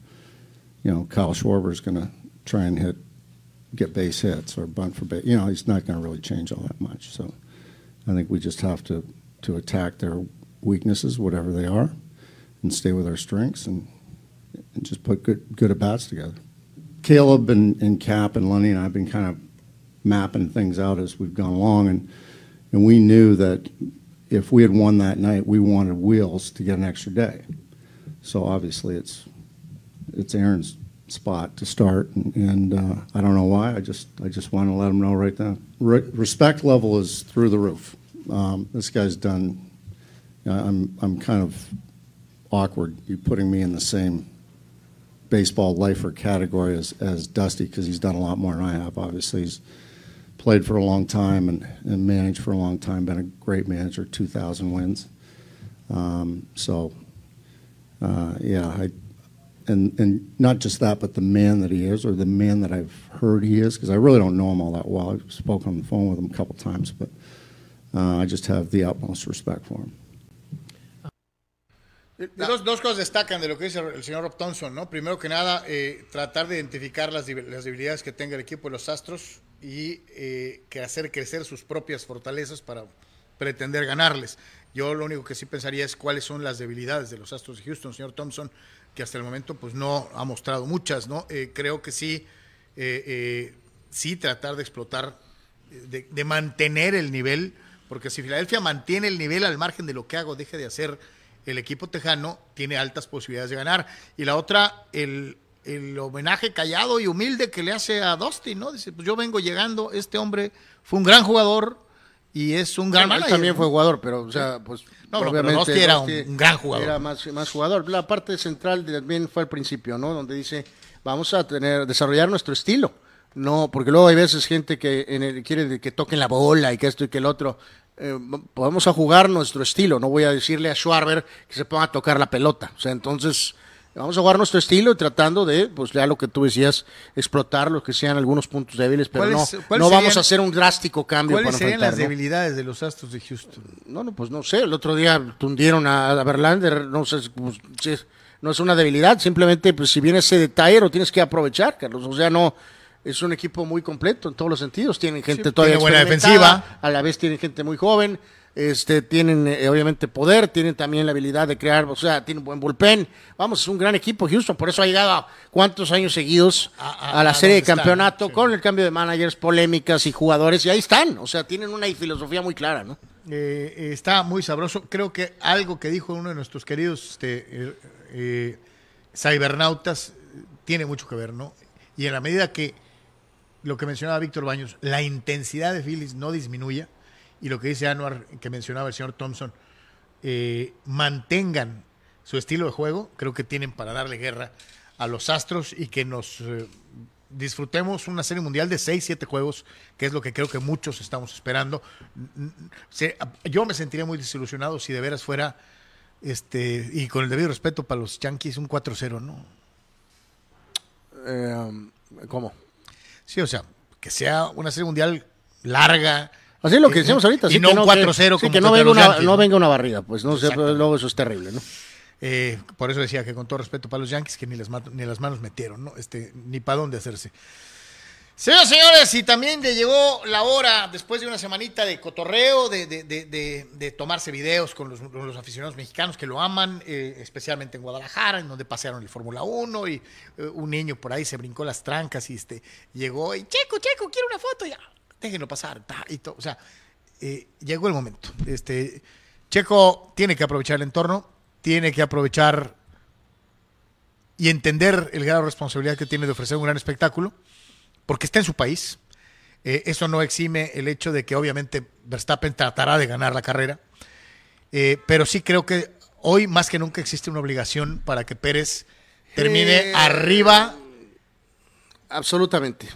Kyle Schwarber is going to try and get base hits or bunt for base. He's not going to really change all that much. So I think we just have to attack their weaknesses, whatever they are, and stay with our strengths and just put good at-bats together. Caleb and Cap and Lundy and I have been kind of mapping things out as we've gone along, and we knew that if we had won that night, we wanted Wheels to get an extra day. So obviously it's Aaron's spot to start, and I don't know why. I just want to let him know right then. Respect level is through the roof. This guy's done. I'm kind of awkward. You putting me in the same baseball lifer category as Dusty, because he's done a lot more than I have. Obviously, he's played for a long time and managed for a long time, been a great manager, 2,000 wins. And not just that, but the man that he is, or the man that I've heard he is, because I really don't know him all that well. I've spoken on the phone with him a couple times, but I just have the utmost respect for him. Dos cosas destacan de lo que dice el señor Rob Thompson, ¿no? Primero que nada, tratar de identificar las debilidades que tenga el equipo de los Astros y que hacer crecer sus propias fortalezas para pretender ganarles. Yo lo único que sí pensaría es cuáles son las debilidades de los Astros de Houston, señor Thompson, que hasta el momento pues no ha mostrado muchas, ¿no? Creo que sí tratar de explotar, de mantener el nivel, porque si Filadelfia mantiene el nivel al margen de lo que haga o deje de hacer el equipo tejano, tiene altas posibilidades de ganar. Y la otra, el homenaje callado y humilde que le hace a Dusty, ¿no? Dice, pues yo vengo llegando, este hombre fue un gran jugador y es un gran manager. Él también fue jugador, pero, o sea, pues no, obviamente Dusty era un gran jugador. Era más jugador. La parte central también fue al principio, ¿no? Donde dice, vamos a desarrollar nuestro estilo. No, porque luego hay veces gente que quiere que toquen la bola y que esto y que el otro. Podemos a jugar nuestro estilo. No voy a decirle a Schwarber que se ponga a tocar la pelota. O sea, entonces vamos a jugar nuestro estilo y tratando de, pues ya lo que tú decías, explotar lo que sean algunos puntos débiles, pero no vamos a hacer un drástico cambio. ¿Cuáles serían las debilidades de los Astros de Houston? Pues no sé. El otro día tundieron a Verlander, no sé, pues, no es una debilidad, simplemente pues si viene ese detalle lo tienes que aprovechar, Carlos. O sea, no. Es un equipo muy completo en todos los sentidos. Tienen gente todavía tiene buena defensiva. A la vez tienen gente muy joven. tienen obviamente poder, tienen también la habilidad de crear, o sea, tienen buen bullpen. Vamos, es un gran equipo Houston, por eso ha llegado a cuántos años seguidos a la serie de campeonato, sí, con el cambio de managers, polémicas y jugadores, y ahí están, o sea, tienen una filosofía muy clara, ¿no? Está muy sabroso. Creo que algo que dijo uno de nuestros queridos cibernautas tiene mucho que ver, ¿no? Y en la medida que lo que mencionaba Víctor Baños, la intensidad de Phillies no disminuya, y lo que dice Anuar, que mencionaba el señor Thompson, mantengan su estilo de juego, creo que tienen para darle guerra a los Astros y que nos disfrutemos una serie mundial de 6-7 juegos, que es lo que creo que muchos estamos esperando. Yo me sentiría muy desilusionado si de veras fuera, y con el debido respeto para los Yankees, un 4-0, ¿no? ¿Cómo? Sí, o sea, que sea una serie mundial larga. Así es lo que decimos ahorita. Y no un 4-0 como que no venga los Yankees, no venga una barrida, pues no sé, luego eso es terrible, ¿no? Por eso decía que con todo respeto para los Yankees, que ni las manos metieron, ¿no? Ni para dónde hacerse. Señoras y señores, y también le llegó la hora, después de una semanita de cotorreo, de tomarse videos con los aficionados mexicanos que lo aman, especialmente en Guadalajara, en donde pasearon el Fórmula 1, y un niño por ahí se brincó las trancas y llegó y Checo, quiero una foto, ya, déjenlo pasar, y todo, o sea, llegó el momento. Checo tiene que aprovechar el entorno, tiene que aprovechar y entender el grado de responsabilidad que tiene de ofrecer un gran espectáculo, porque está en su país. Eso no exime el hecho de que obviamente Verstappen tratará de ganar la carrera, pero sí creo que hoy más que nunca existe una obligación para que Pérez termine arriba. Absolutamente.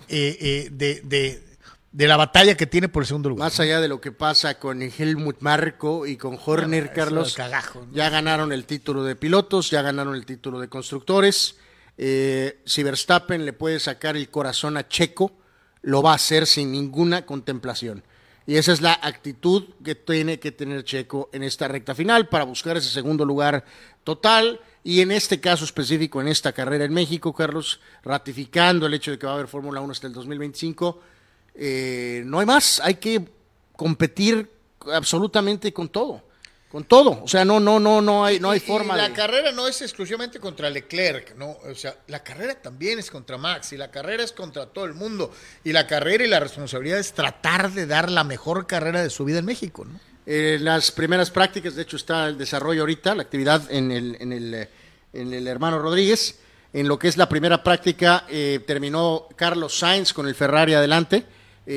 De la batalla que tiene por el segundo lugar. Más allá de lo que pasa con Helmut Marko y con Horner, Carlos, cagajo, ¿no? Ya ganaron el título de pilotos, ya ganaron el título de constructores. Si Verstappen le puede sacar el corazón a Checo, lo va a hacer sin ninguna contemplación. Y esa es la actitud que tiene que tener Checo en esta recta final para buscar ese segundo lugar total. Y en este caso específico, en esta carrera en México, Carlos, ratificando el hecho de que va a haber Fórmula 1 hasta el 2025, no hay más, hay que competir absolutamente con todo, o sea, no hay forma. Y la carrera no es exclusivamente contra Leclerc, ¿no? O sea, la carrera también es contra Max, y la carrera es contra todo el mundo, y la carrera y la responsabilidad es tratar de dar la mejor carrera de su vida en México, ¿no? Las primeras prácticas, de hecho está el desarrollo ahorita, la actividad en el Hermano Rodríguez. En lo que es la primera práctica, terminó Carlos Sainz con el Ferrari adelante,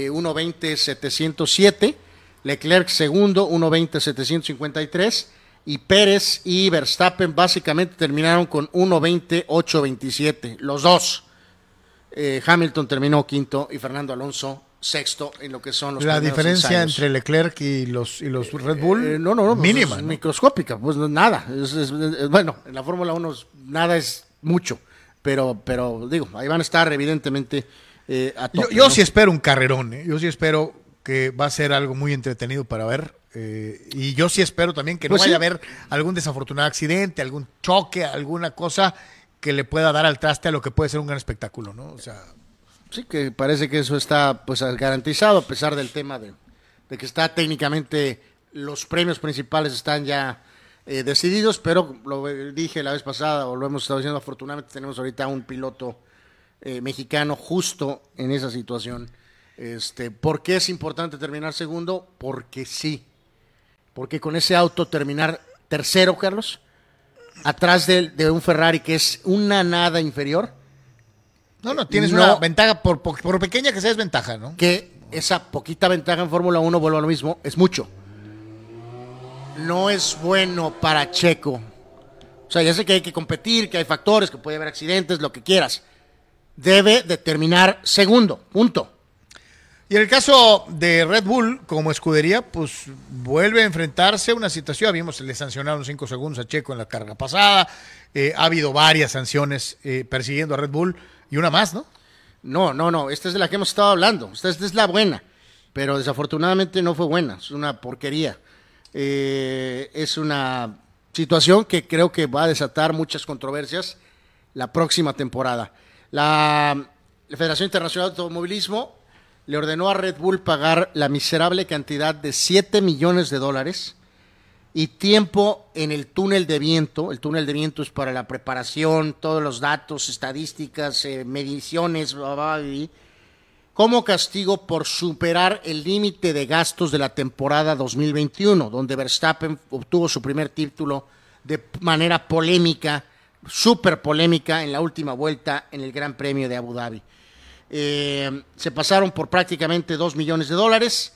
1:20.707, Leclerc segundo, 1:20.753, y Pérez y Verstappen básicamente terminaron con 1:20.827, los dos. Hamilton terminó quinto y Fernando Alonso sexto en lo que son los la diferencia ensayos. Entre Leclerc y los Red Bull, no, mínima, es ¿no? microscópica, pues nada. Bueno, en la Fórmula 1 nada es mucho. Pero digo, ahí van a estar evidentemente a tope, yo ¿no? sí espero un carrerón, ¿eh? Yo sí espero que va a ser algo muy entretenido para ver, y yo sí espero también que no Pues vaya sí. a haber algún desafortunado accidente, algún choque, alguna cosa que le pueda dar al traste a lo que puede ser un gran espectáculo, ¿no? O sea, Sí, que parece que eso está pues garantizado, a pesar del tema de que está técnicamente, los premios principales están ya decididos, pero lo dije la vez pasada, o lo hemos estado diciendo, afortunadamente tenemos ahorita un piloto mexicano justo en esa situación. ¿Por qué es importante terminar segundo? Porque sí. Porque con ese auto terminar tercero, Carlos, atrás de un Ferrari que es una nada inferior. no, tienes una ventaja, por pequeña que sea, es ventaja, ¿no? Que esa poquita ventaja en Fórmula 1, vuelvo a lo mismo, es mucho. No es bueno para Checo. O sea, ya sé que hay que competir, que hay factores, que puede haber accidentes, lo que quieras. Debe de terminar segundo, punto. Y en el caso de Red Bull, como escudería, pues vuelve a enfrentarse a una situación. Vimos, le sancionaron 5 segundos a Checo en la carrera pasada. Ha habido varias sanciones persiguiendo a Red Bull, y una más, ¿no? No, esta es de la que hemos estado hablando. Esta es la buena, pero desafortunadamente no fue buena. Es una porquería. Es una situación que creo que va a desatar muchas controversias la próxima temporada. La Federación Internacional de Automovilismo le ordenó a Red Bull pagar la miserable cantidad de $7 millones y tiempo en el túnel de viento. El túnel de viento es para la preparación, todos los datos, estadísticas, mediciones, como castigo por superar el límite de gastos de la temporada 2021, donde Verstappen obtuvo su primer título de manera polémica, súper polémica, en la última vuelta en el Gran Premio de Abu Dhabi. Se pasaron por prácticamente $2 millones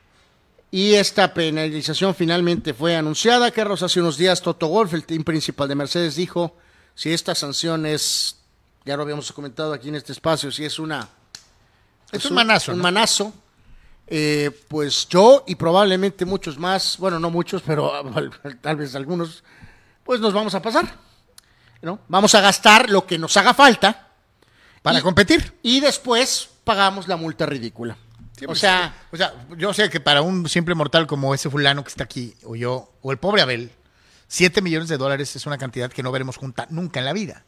y esta penalización finalmente fue anunciada. Carlos, hace unos días Toto Wolff, el team principal de Mercedes, dijo: si esta sanción es, ya lo habíamos comentado aquí en este espacio, si es un manazo, ¿no? Manazo, pues yo y probablemente muchos más, bueno, no muchos, pero tal vez algunos, pues nos vamos a pasar, ¿no? Vamos a gastar lo que nos haga falta para competir y después pagamos la multa ridícula. Sí, o sea, yo sé que para un simple mortal como ese fulano que está aquí, o yo, o el pobre Abel, $7 millones es una cantidad que no veremos junta nunca en la vida.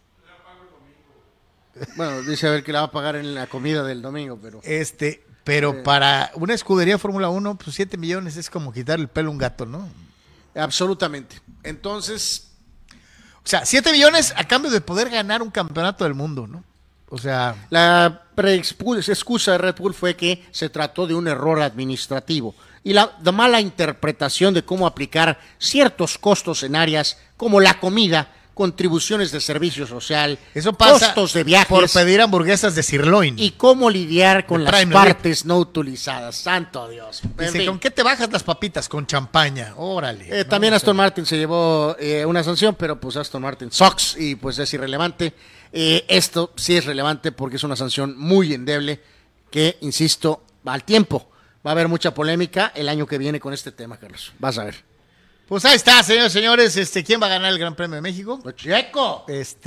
Bueno, dice Abel que la va a pagar en la comida del domingo, pero para una escudería Fórmula 1, pues 7 millones es como quitar el pelo a un gato, ¿no? Absolutamente. Entonces, o sea, 7 millones a cambio de poder ganar un campeonato del mundo, ¿no? O sea, la excusa de Red Bull fue que se trató de un error administrativo y la mala interpretación de cómo aplicar ciertos costos en áreas como la comida, contribuciones de servicio social, eso pasa costos de viajes, por pedir hamburguesas de sirloin y cómo lidiar con las partes no utilizadas. Santo Dios. Dice, ¿con qué te bajas las papitas? Con champaña. Órale. También Aston Martin se llevó una sanción, pero pues Aston Martin sucks y pues es irrelevante. Esto sí es relevante porque es una sanción muy endeble que, insisto, va al tiempo. Va a haber mucha polémica el año que viene con este tema, Carlos. Vas a ver. Pues ahí está, señores, señores. ¿Quién va a ganar el Gran Premio de México? Checo.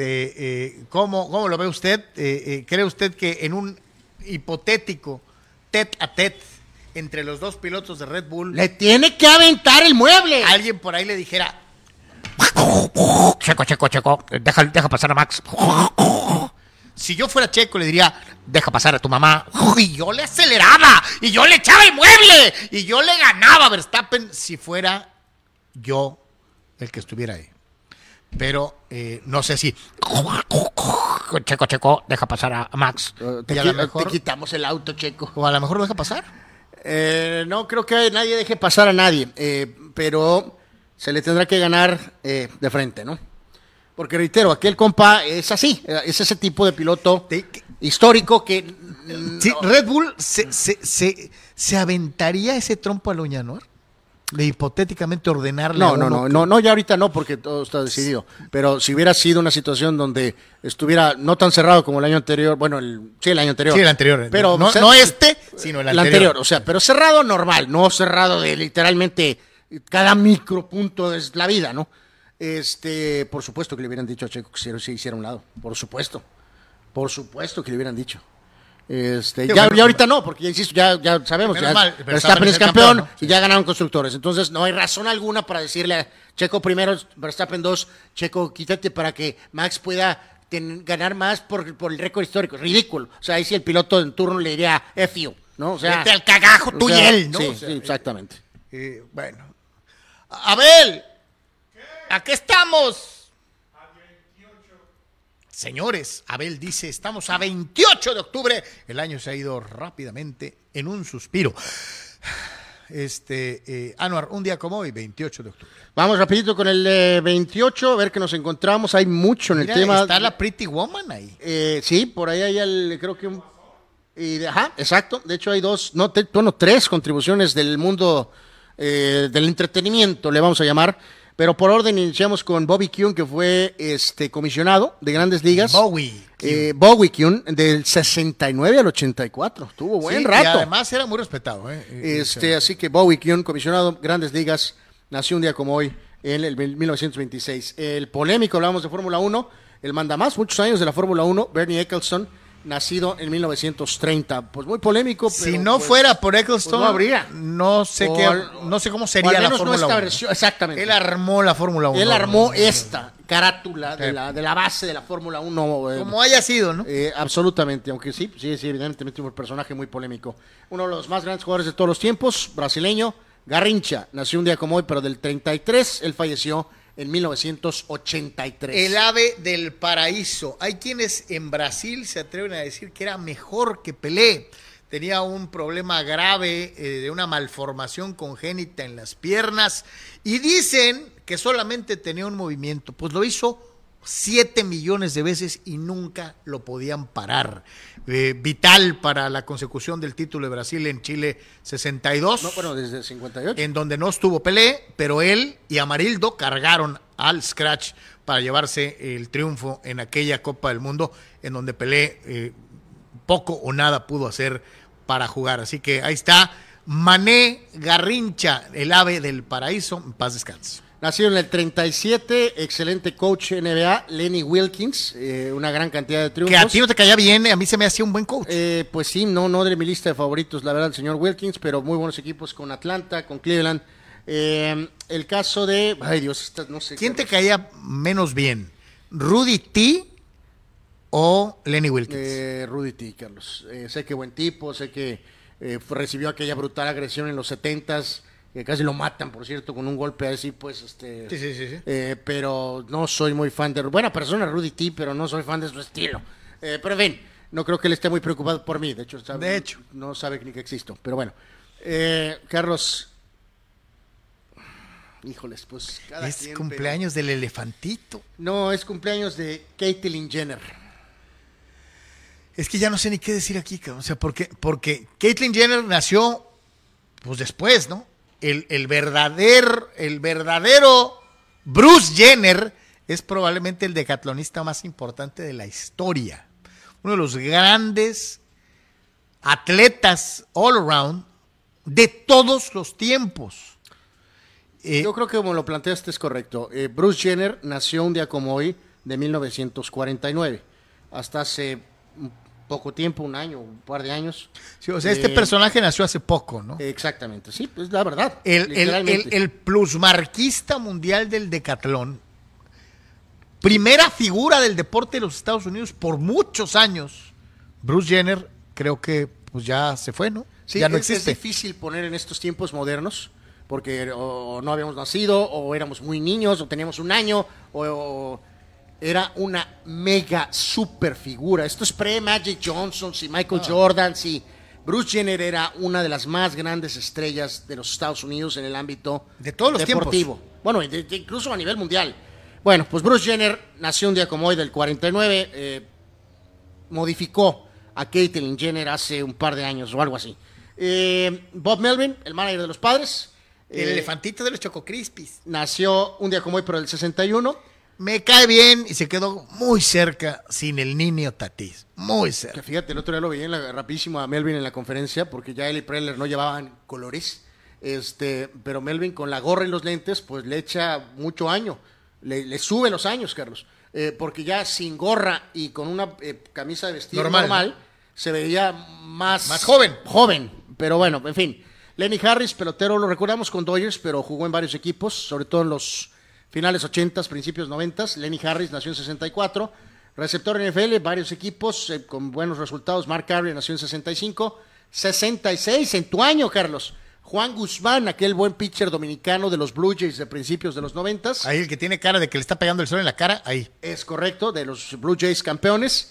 ¿Cómo lo ve usted? ¿Cree usted que en un hipotético tete a tete entre los dos pilotos de Red Bull le tiene que aventar el mueble? Alguien por ahí le dijera: Checo, deja pasar a Max. Si yo fuera Checo, le diría: deja pasar a tu mamá. Y yo le aceleraba, y yo le echaba el mueble, y yo le ganaba a Verstappen si fuera yo el que estuviera ahí. Pero no sé si Checo, deja pasar a Max. Te quitamos el auto, Checo. O a lo mejor lo deja pasar. No creo que nadie deje pasar a nadie, pero se le tendrá que ganar de frente, ¿no? Porque reitero, aquel compa es así, es ese tipo de piloto histórico que... Sí, Red Bull se aventaría ese trompo al uñano, de hipotéticamente ordenarle No, ya ahorita no, porque todo está decidido. Pero si hubiera sido una situación donde estuviera no tan cerrado como el año anterior, el año anterior. Sí, el anterior. Pero no sino el anterior. O sea, pero cerrado normal, no cerrado de literalmente cada micropunto de la vida, ¿no? Por supuesto que le hubieran dicho a Checo que se hiciera a un lado. Por supuesto que le hubieran dicho. Ya ahorita no, porque ya insisto, ya sabemos, Verstappen es campeón, ¿no? Y ya ganaron constructores, entonces no hay razón alguna para decirle a Checo primero, Verstappen 2, Checo quítate para que Max pueda ganar más por el récord histórico. Ridículo. O sea, ahí sí el piloto en turno le diría F you, ¿no? O sea, vete al cagajo tú y él, ¿no? Sí, exactamente. Bueno, Abel, aquí estamos. Señores, Abel dice, estamos a 28 de octubre. El año se ha ido rápidamente en un suspiro. Anuar, un día como hoy, 28 de octubre. Vamos rapidito con el 28, a ver qué nos encontramos. Hay mucho en el tema. Está la Pretty Woman ahí. Sí, por ahí hay creo que exacto. De hecho hay tres contribuciones del mundo del entretenimiento, le vamos a llamar. Pero por orden iniciamos con Bobby Kuhn, que fue comisionado de Grandes Ligas. Bobby Kuhn, del 69 al 84. Tuvo buen rato. Y además era muy respetado. Así que Bobby Kuhn, comisionado Grandes Ligas, nació un día como hoy, en el 1926. El polémico, hablamos de Fórmula 1, el mandamás, muchos años de la Fórmula 1, Bernie Ecclestone, nacido en 1930. Pues muy polémico, pero si no pues, fuera por Eccleston, pues no habría. no sé cómo O sería al la menos no Fórmula esta 1. versión, exactamente. Él armó la Fórmula 1. Él armó esta carátula de Sí. la base de la Fórmula 1. Como haya sido, ¿no? Absolutamente, aunque sí, evidentemente un personaje muy polémico. Uno de los más grandes jugadores de todos los tiempos, brasileño, Garrincha, nació un día como hoy, pero del 33, él falleció en 1983. El ave del paraíso. Hay quienes en Brasil se atreven a decir que era mejor que Pelé. Tenía un problema grave de una malformación congénita en las piernas y dicen que solamente tenía un movimiento. Pues lo hizo 7 millones de veces y nunca lo podían parar. Vital para la consecución del título de Brasil en Chile 62. No, bueno, desde el 58. En donde no estuvo Pelé, pero él y Amarildo cargaron al Scratch para llevarse el triunfo en aquella Copa del Mundo, en donde Pelé poco o nada pudo hacer para jugar. Así que ahí está Mané Garrincha, el ave del paraíso, en paz descanse. Nacido en el 37, excelente coach NBA, Lenny Wilkins, una gran cantidad de triunfos. Que a ti no te caía bien, a mí se me hacía un buen coach. Pues sí, no de mi lista de favoritos, la verdad, el señor Wilkins, pero muy buenos equipos con Atlanta, con Cleveland. El caso de, ay Dios, no sé. ¿Quién te caía menos bien? ¿Rudy T o Lenny Wilkins? Rudy T, Carlos. Sé que buen tipo, sé que recibió aquella brutal agresión en los 70s, que casi lo matan, por cierto, con un golpe así, pues, Sí. pero no soy muy fan de... Buena persona Rudy T, pero no soy fan de su estilo. Pero en fin, no creo que él esté muy preocupado por mí, de hecho no sabe ni que existo, pero bueno. Carlos, híjoles, pues cada Es quien, cumpleaños del elefantito. No, es cumpleaños de Caitlyn Jenner. Es que ya no sé ni qué decir aquí, cabrón. O sea, porque Caitlyn Jenner nació, pues después, ¿no? El verdadero Bruce Jenner es probablemente el decatlonista más importante de la historia. Uno de los grandes atletas all around de todos los tiempos. Yo creo que como lo planteaste es correcto. Bruce Jenner nació un día como hoy de 1949. Hasta hace poco tiempo, un año, un par de años. Sí, o sea, este personaje nació hace poco, ¿no? Exactamente, sí, pues la verdad. El plusmarquista mundial del decatlón, primera figura del deporte de los Estados Unidos por muchos años. Bruce Jenner, creo que pues ya se fue, ¿no? Sí, ya no es existe. difícil poner en estos tiempos modernos, porque o no habíamos nacido, o éramos muy niños, o teníamos un año, o era una mega super figura. Esto es pre-Magic Johnson, y Michael Jordan, y Bruce Jenner era una de las más grandes estrellas de los Estados Unidos en el ámbito de todos los deportivo. Tiempos. Bueno, incluso a nivel mundial. Bueno, pues Bruce Jenner nació un día como hoy del 49, modificó a Caitlyn Jenner hace un par de años o algo así. Bob Melvin, el manager de los Padres. El elefantito de los Choco Crispies. Nació un día como hoy, pero del 61. Me cae bien y se quedó muy cerca sin el niño Tatís. Muy cerca. Que fíjate, el otro día lo veía rapidísimo a Melvin en la conferencia, porque ya él y Preller no llevaban colores. Pero Melvin con la gorra y los lentes, pues le echa mucho año. Le sube los años, Carlos. Porque ya sin gorra y con una camisa de vestir normal se veía más joven. Joven, pero bueno, en fin. Lenny Harris, pelotero, lo recordamos con Dodgers, pero jugó en varios equipos, sobre todo en los finales 80s, principios 90s. Lenny Harris nació en 64. Receptor NFL, varios equipos con buenos resultados. Mark Carey nació en 65. 66, en tu año, Carlos. Juan Guzmán, aquel buen pitcher dominicano de los Blue Jays de principios de los 90s. Ahí el que tiene cara de que le está pegando el sol en la cara, ahí. Es correcto, de los Blue Jays campeones.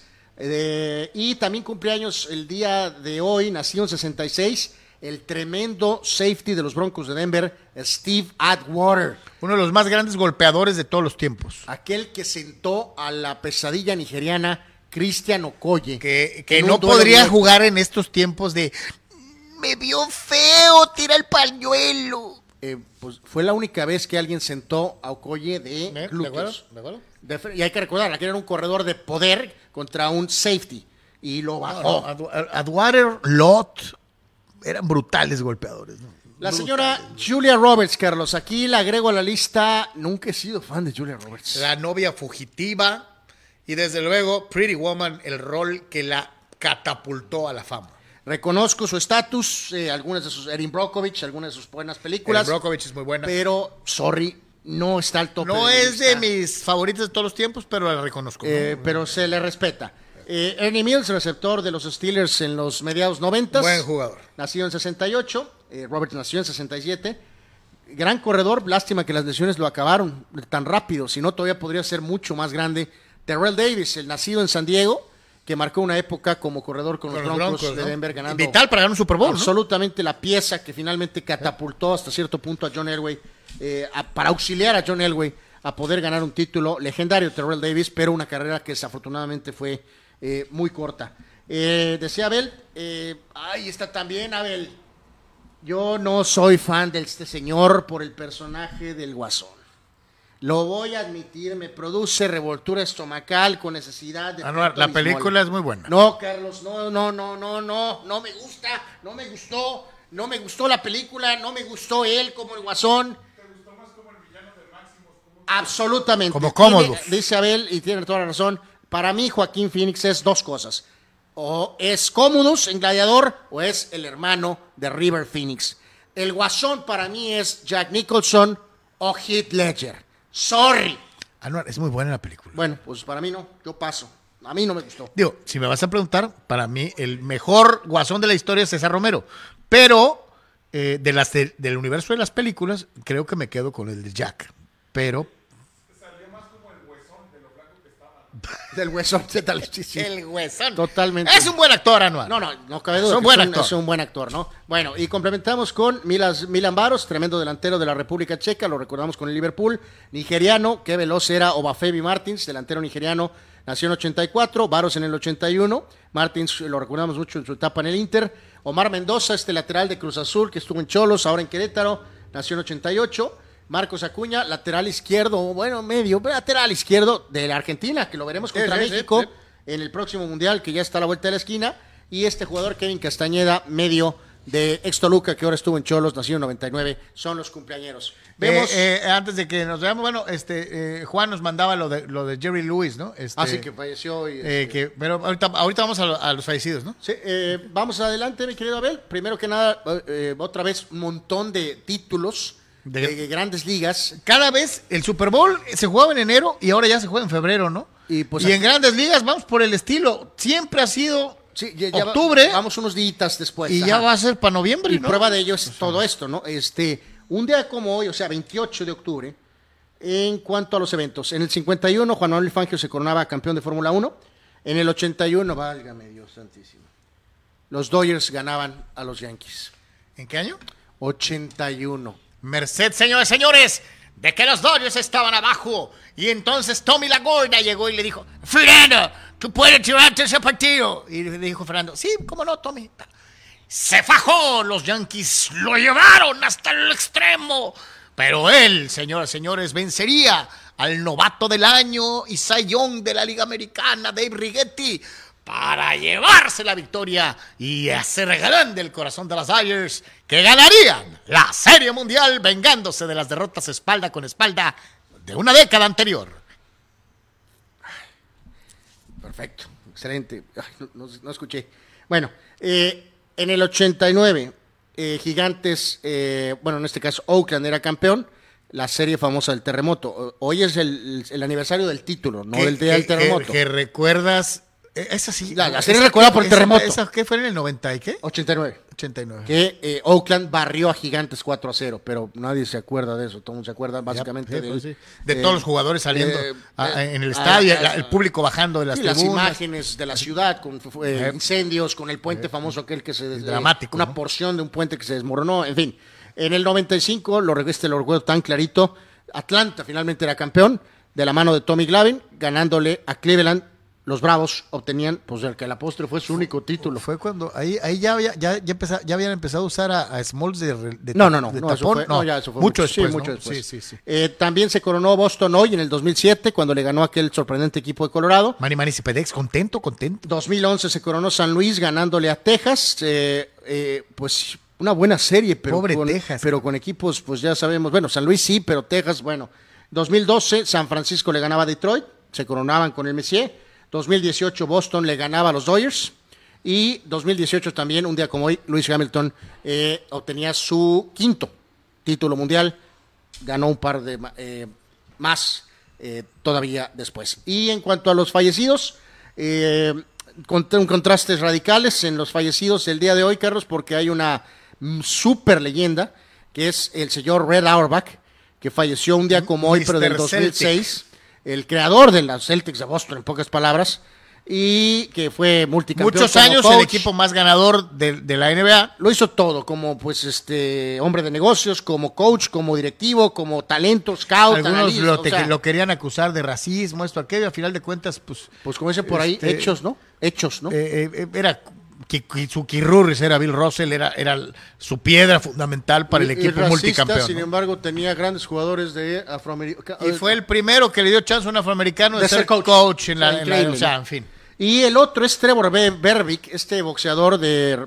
Y también cumpleaños el día de hoy, nació en 66, el tremendo safety de los Broncos de Denver, Steve Atwater. Uno de los más grandes golpeadores de todos los tiempos. Aquel que sentó a la pesadilla nigeriana Christian Okoye. Que no podría jugar en estos tiempos de... Me vio feo, tira el pañuelo. Pues fue la única vez que alguien sentó a Okoye de glúteos. ¿De acuerdo? Y hay que recordar, aquel era un corredor de poder contra un safety. Y lo bajó. Atwater, Lott, eran brutales golpeadores, ¿no? La señora Julia Roberts, Carlos, aquí la agrego a la lista. Nunca he sido fan de Julia Roberts. La novia fugitiva y desde luego Pretty Woman, el rol que la catapultó a la fama. Reconozco su estatus, algunas de sus, Erin Brockovich, algunas de sus buenas películas. Erin Brockovich es muy buena. Pero, sorry, no está al tope. No de es de mis favoritos de todos los tiempos, pero la reconozco. Pero se le respeta. Ernie Mills, receptor de los Steelers en los mediados 90. Buen jugador. Nacido en 68, Robert nació en 67. Gran corredor, lástima que las lesiones lo acabaron tan rápido, si no todavía podría ser mucho más grande. Terrell Davis, el nacido en San Diego, que marcó una época como corredor con los Broncos de ¿no? Denver, ganando vital para ganar un Super Bowl, absolutamente, ¿no? La pieza que finalmente catapultó hasta cierto punto a John Elway, para auxiliar a John Elway a poder ganar un título legendario, Terrell Davis, pero una carrera que desafortunadamente fue muy corta. Decía Abel, ahí está también Abel, yo no soy fan de este señor por el personaje del Guasón. Lo voy a admitir, me produce revoltura estomacal con necesidad de... La película es muy buena. No, Carlos, no me gusta, no me gustó la película, no me gustó él como el Guasón. ¿Te gustó más como el villano de Máximo? Absolutamente. Como cómodo. Dice Abel, y tiene toda la razón, para mí Joaquín Phoenix es dos cosas. O es Commodus en Gladiador, o es el hermano de River Phoenix. El Guasón para mí es Jack Nicholson o Heath Ledger. Sorry. Anuar, es muy buena la película. Bueno, pues para mí no, yo paso. A mí no me gustó. Digo, si me vas a preguntar, para mí el mejor Guasón de la historia es César Romero. Pero del universo de las películas, creo que me quedo con el de Jack. Pero... Salió más como el Huesón de lo blanco que estaba. Del Huesón, sí. El Huesón. Totalmente. Es un buen actor, Anuar. No cabe duda. Es un buen actor, ¿no? Bueno, y complementamos con Milan Baros, tremendo delantero de la República Checa, lo recordamos con el Liverpool. Nigeriano, qué veloz era Obafemi Martins, delantero nigeriano, nació en 84, Baros en el 81. Martins lo recordamos mucho en su etapa en el Inter. Omar Mendoza, lateral de Cruz Azul, que estuvo en Cholos, ahora en Querétaro, nació en 88. Marcos Acuña, lateral izquierdo, lateral izquierdo de la Argentina, que lo veremos contra México en el próximo Mundial, que ya está a la vuelta de la esquina. Y este jugador, Kevin Castañeda, medio de ex Toluca, que ahora estuvo en Cholos, nacido en 99, son los cumpleañeros. Vemos... antes de que nos veamos, bueno, Juan nos mandaba lo de Jerry Lewis, ¿no? sí, que falleció. Pero ahorita vamos a los fallecidos, ¿no? Sí, vamos adelante, mi querido Abel. Primero que nada, otra vez, un montón de títulos de grandes ligas. Cada vez el Super Bowl se jugaba en enero y ahora ya se juega en febrero, ¿no? Y en grandes ligas vamos por el estilo. Siempre ha sido octubre. Vamos unos días después. Y ya va a ser para noviembre, y ¿no? Prueba de ello es todo esto, ¿no? Un día como hoy, o sea, 28 de octubre, en cuanto a los eventos. En el 51, Juan Manuel Fangio se coronaba campeón de Fórmula 1. En el 81, válgame Dios santísimo, los Dodgers ganaban a los Yankees. ¿En qué año? 81. Merced, señores, señores, de que los Dodgers estaban abajo. Y entonces Tommy Lagorda llegó y le dijo, Fernando, tú puedes tirarte ese partido. Y le dijo Fernando, sí, cómo no, Tommy. Se fajó, los Yankees lo llevaron hasta el extremo. Pero él, señoras y señores, vencería al novato del año y Cy Young de la Liga Americana, Dave Righetti, para llevarse la victoria y hacer grande el corazón de los Dodgers, que ganarían la Serie Mundial vengándose de las derrotas espalda con espalda de una década anterior. Perfecto, excelente. No escuché. Bueno, en el 89, Gigantes, en este caso Oakland era campeón, la serie famosa del terremoto. Hoy es el aniversario del título, no del día del terremoto. Que recuerdas... Esa sí. La serie recuerda por el terremoto. ¿Esa qué fue en el 90 y qué? 89. 89. Que Oakland barrió a Gigantes 4-0, pero nadie se acuerda de eso. Todo el mundo se acuerda básicamente de todos los jugadores saliendo en el estadio, el público bajando de las tribunas. Las imágenes de la ciudad con incendios, con el puente famoso aquel que se... dramático. Una porción de un puente que se desmoronó, en fin. En el 95, lo recuerdo tan clarito, Atlanta finalmente era campeón de la mano de Tommy Glavine, ganándole a Cleveland. Los Bravos obtenían, pues el que a la postre fue su único título. Fue cuando ahí ya habían empezado a usar a Smalls de tapón. Eso fue mucho después. Sí. También se coronó Boston hoy en el 2007 cuando le ganó a aquel sorprendente equipo de Colorado. Manny Cipedex, contento. 2011 se coronó San Luis ganándole a Texas. Pues una buena serie, pero Texas. Pero con equipos, pues ya sabemos. Bueno, San Luis sí, pero Texas, bueno. 2012 San Francisco le ganaba a Detroit, se coronaban con el Messier. 2018 Boston le ganaba a los Dodgers. Y 2018 también, un día como hoy, Lewis Hamilton obtenía su 5º título mundial, ganó un par de más todavía después. Y en cuanto a los fallecidos, contrastes radicales en los fallecidos el día de hoy, Carlos, porque hay una super leyenda, que es el señor Red Auerbach, que falleció un día como hoy, pero del 2006, Celtic. El creador de los Celtics de Boston, en pocas palabras, y que fue multicampeón. Muchos años coach. El equipo más ganador de la NBA. Lo hizo todo, como pues hombre de negocios, como coach, como directivo, como talento, scout, algunos lo querían acusar de racismo, esto, aquello, a final de cuentas, pues como dicen por ahí, hechos, ¿no? Era su Kirurris, era Bill Russell, era su piedra fundamental para el equipo racista, multicampeón. Sin embargo, tenía grandes jugadores de afroamericanos. Y fue el primero que le dio chance a un afroamericano de ser coach en o sea, en fin. Y el otro es Trevor Berbick, este boxeador de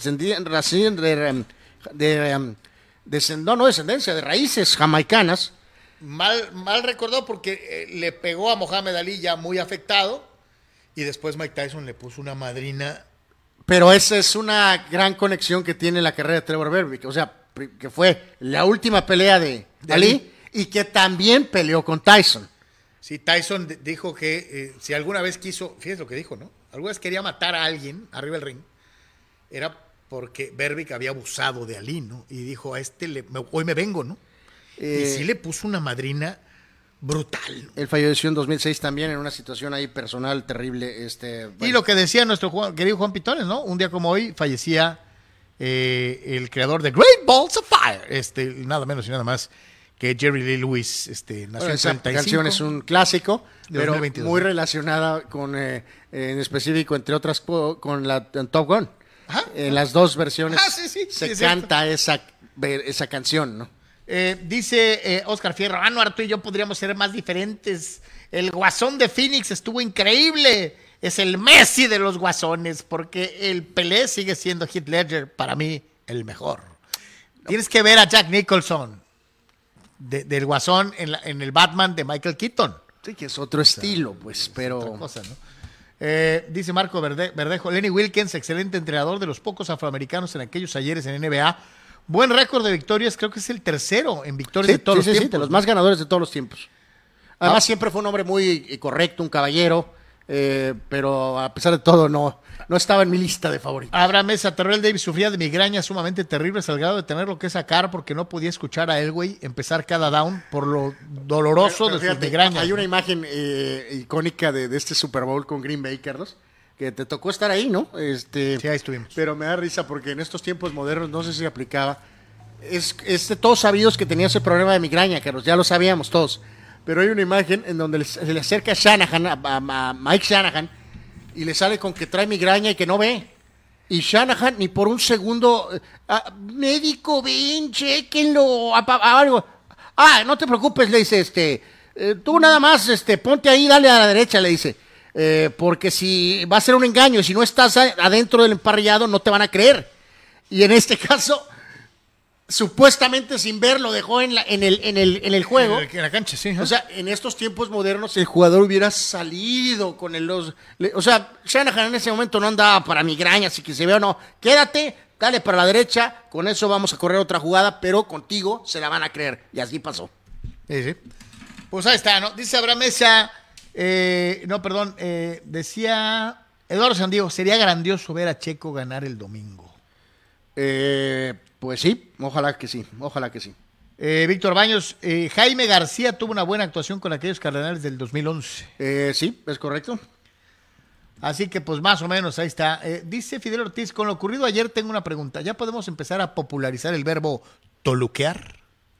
descendencia, de raíces jamaicanas. Mal recordó porque le pegó a Mohamed Ali ya muy afectado y después Mike Tyson le puso una madrina. Pero esa es una gran conexión que tiene la carrera de Trevor Berbick, o sea, que fue la última pelea de Ali y que también peleó con Tyson. Sí, Tyson dijo que si alguna vez quiso, fíjese lo que dijo, ¿no? Alguna vez quería matar a alguien arriba del ring, era porque Berbick había abusado de Ali, ¿no? Y dijo, hoy me vengo, ¿no? Y sí le puso una madrina brutal. Él falleció en 2006 también en una situación ahí personal terrible. Bueno. Y lo que decía nuestro querido Juan Pitones, ¿no? Un día como hoy fallecía el creador de Great Balls of Fire, nada menos y nada más que Jerry Lee Lewis, nació en 35. La canción es un clásico, pero 2022. Muy relacionada con, en específico, entre otras, con la Top Gun. Ajá. En las dos versiones se canta cierto. esa canción, ¿no? Dice Oscar Fierro, Anuar, tú y yo podríamos ser más diferentes. El Guasón de Phoenix estuvo increíble. Es el Messi de los guasones, porque el Pelé sigue siendo Heath Ledger, para mí, el mejor. Tienes que ver a Jack Nicholson del Guasón en el Batman de Michael Keaton. Sí, que es otro estilo, pues, pero... Otra cosa, ¿no? Dice Marco Verdejo, Lenny Wilkens, excelente entrenador, de los pocos afroamericanos en aquellos ayeres en NBA. Buen récord de victorias, creo que es el tercero en victorias de todos los tiempos. Sí, de los más ganadores de todos los tiempos. Además, siempre fue un hombre muy correcto, un caballero, pero a pesar de todo no estaba en mi lista de favoritos. Abraham Mesa, Terrell Davis sufría de migrañas sumamente terribles al grado de tenerlo que sacar porque no podía escuchar a Elway empezar cada down por lo doloroso de sus migrañas. Hay una imagen icónica de este Super Bowl con Green Bay, Carlos, que te tocó estar ahí, ¿no? Sí, ahí estuvimos. Pero me da risa porque en estos tiempos modernos, no sé si aplicaba, es de todos sabidos que tenía ese problema de migraña, Carlos, ya lo sabíamos todos. Pero hay una imagen en donde se le acerca a Mike Shanahan, y le sale con que trae migraña y que no ve. Y Shanahan ni por un segundo, médico, ven, chéquenlo, algo. No te preocupes, le dice, tú nada más, ponte ahí, dale a la derecha, le dice. Porque si va a ser un engaño, si no estás adentro del emparrillado, no te van a creer. Y en este caso, supuestamente sin ver, lo dejó en el juego. En la cancha, sí. O sea, en estos tiempos modernos, el jugador hubiera salido con o sea, Shanahan en ese momento no andaba para migrañas y que se vea o no. Quédate, dale para la derecha, con eso vamos a correr otra jugada, pero contigo se la van a creer. Y así pasó. Sí. Pues ahí está, ¿no? Dice Abraham Mesa, decía Eduardo Sandiego, sería grandioso ver a Checo ganar el domingo. Pues sí, ojalá que sí. Víctor Baños, Jaime García tuvo una buena actuación con aquellos Cardenales del 2011. Sí, es correcto. Así que pues más o menos ahí está. Dice Fidel Ortiz, con lo ocurrido ayer tengo una pregunta. ¿Ya podemos empezar a popularizar el verbo toluquear?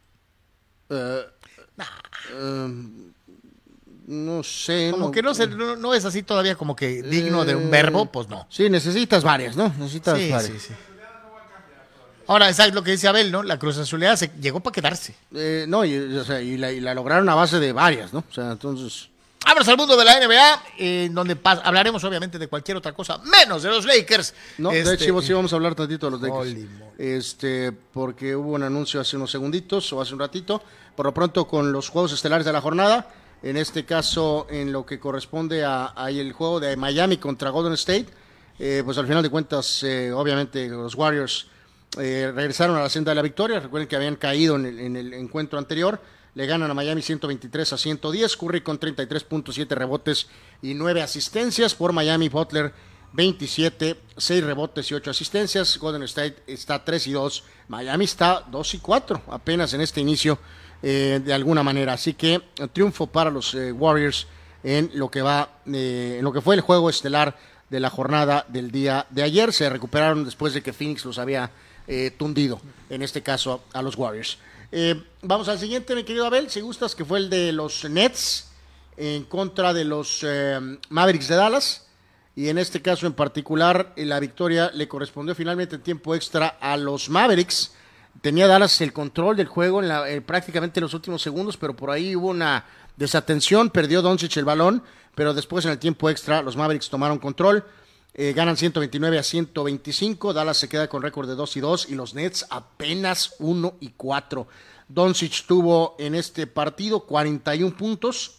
No sé. Como que no es así todavía como que digno de un verbo, pues no. Sí, necesitas varias, ¿no? Varias. Sí. Ahora, es lo que dice Abel, ¿no? La Cruz Azuleada se llegó para quedarse. Y la lograron a base de varias, ¿no? O sea, entonces... Vámonos al mundo de la NBA, donde hablaremos obviamente de cualquier otra cosa, menos de los Lakers. No, de hecho sí vamos a hablar tantito de los Lakers. Porque hubo un anuncio hace unos segunditos o hace un ratito, por lo pronto con los juegos estelares de la jornada, en este caso en lo que corresponde a el juego de Miami contra Golden State. pues al final de cuentas, obviamente los Warriors regresaron a la senda de la victoria. Recuerden que habían caído en el encuentro anterior. Le ganan a Miami 123-110. Curry con 33.7 rebotes y 9 asistencias. Por Miami, Butler 27, 6 rebotes y 8 asistencias. Golden State está 3-2. Miami está 2-4 apenas en este inicio de alguna manera. Así que triunfo para los Warriors en lo que fue el juego estelar de la jornada del día de ayer. Se recuperaron después de que Phoenix los había tundido, en este caso a los Warriors. Vamos al siguiente, mi querido Abel, si gustas, que fue el de los Nets en contra de los Mavericks de Dallas. Y en este caso en particular, la victoria le correspondió finalmente en tiempo extra a los Mavericks. Tenía Dallas el control del juego prácticamente en los últimos segundos, pero por ahí hubo una desatención, perdió Doncic el balón, pero después en el tiempo extra los Mavericks tomaron control. Ganan 129-125. Dallas se queda con récord de 2-2 y los Nets apenas 1-4. Doncic tuvo en este partido 41 puntos,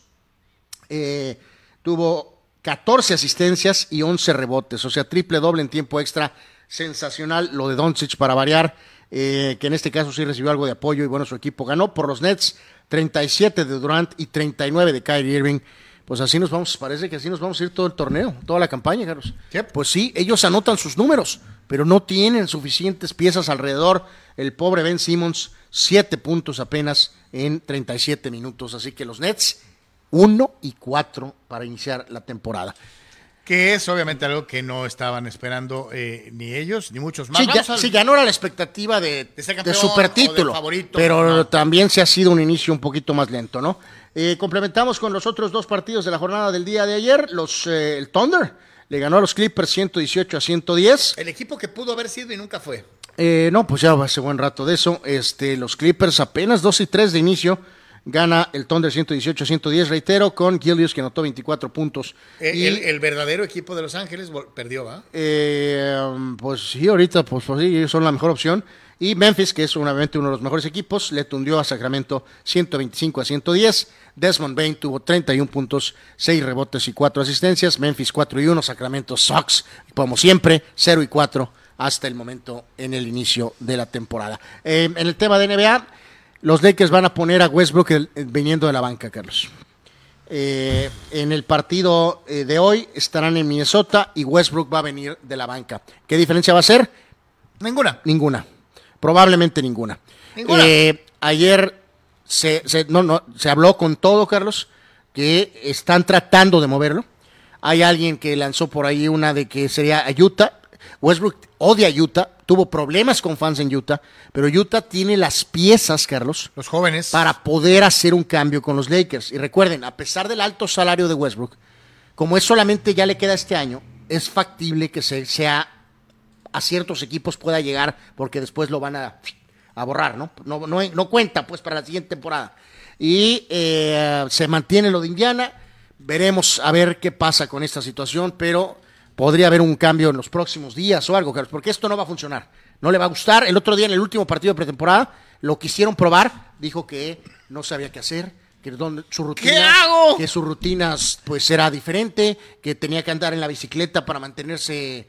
tuvo 14 asistencias y 11 rebotes, o sea, triple doble en tiempo extra. Sensacional lo de Doncic para variar, que en este caso sí recibió algo de apoyo y bueno, su equipo ganó. Por los Nets, 37 de Durant y 39 de Kyrie Irving. Pues así nos vamos, parece que así nos vamos a ir todo el torneo, toda la campaña, Carlos. Yep. Pues sí, ellos anotan sus números, pero no tienen suficientes piezas alrededor. El pobre Ben Simmons, 7 puntos apenas en 37 minutos. Así que los Nets, 1-4 para iniciar la temporada. Que es obviamente algo que no estaban esperando ni ellos, ni muchos más. Sí, ya no era la expectativa de ser campeón supertítulo, o de favorito, pero no. también se ha sido un inicio un poquito más lento, ¿no? Complementamos con los otros dos partidos de la jornada del día de ayer. El Thunder le ganó a los Clippers 118-110. El equipo que pudo haber sido y nunca fue. No, pues ya hace buen rato de eso. Los Clippers apenas 2-3 de inicio. Gana el Thunder 118-110, reitero, con Gilgeous, que anotó 24 puntos. El verdadero equipo de Los Ángeles perdió, ¿va? Pues sí, ahorita pues sí, ellos son la mejor opción. Y Memphis, que es obviamente uno de los mejores equipos, le tundió a Sacramento 125-110. Desmond Bane tuvo 31 puntos, 6 rebotes y 4 asistencias. Memphis 4-1, Sacramento Sox, como siempre, 0-4 hasta el momento en el inicio de la temporada. En el tema de NBA, los Lakers van a poner a Westbrook viniendo de la banca, Carlos. En el partido de hoy estarán en Minnesota y Westbrook va a venir de la banca. ¿Qué diferencia va a ser? Ninguna. Probablemente ninguna. Ayer se habló con todo, Carlos, que están tratando de moverlo. Hay alguien que lanzó por ahí una de que sería a Utah. Westbrook odia a Utah, tuvo problemas con fans en Utah, pero Utah tiene las piezas, Carlos, los jóvenes, para poder hacer un cambio con los Lakers. Y recuerden, a pesar del alto salario de Westbrook, como es solamente ya le queda este año, es factible que sea a ciertos equipos pueda llegar, porque después lo van a borrar, ¿no? No cuenta pues para la siguiente temporada. Y se mantiene lo de Indiana. Veremos a ver qué pasa con esta situación, pero podría haber un cambio en los próximos días o algo, Carlos, porque esto no va a funcionar. No le va a gustar. El otro día, en el último partido de pretemporada, lo quisieron probar. Dijo que no sabía qué hacer, que su rutina, ¿qué hago? Que su rutina pues era diferente, que tenía que andar en la bicicleta para mantenerse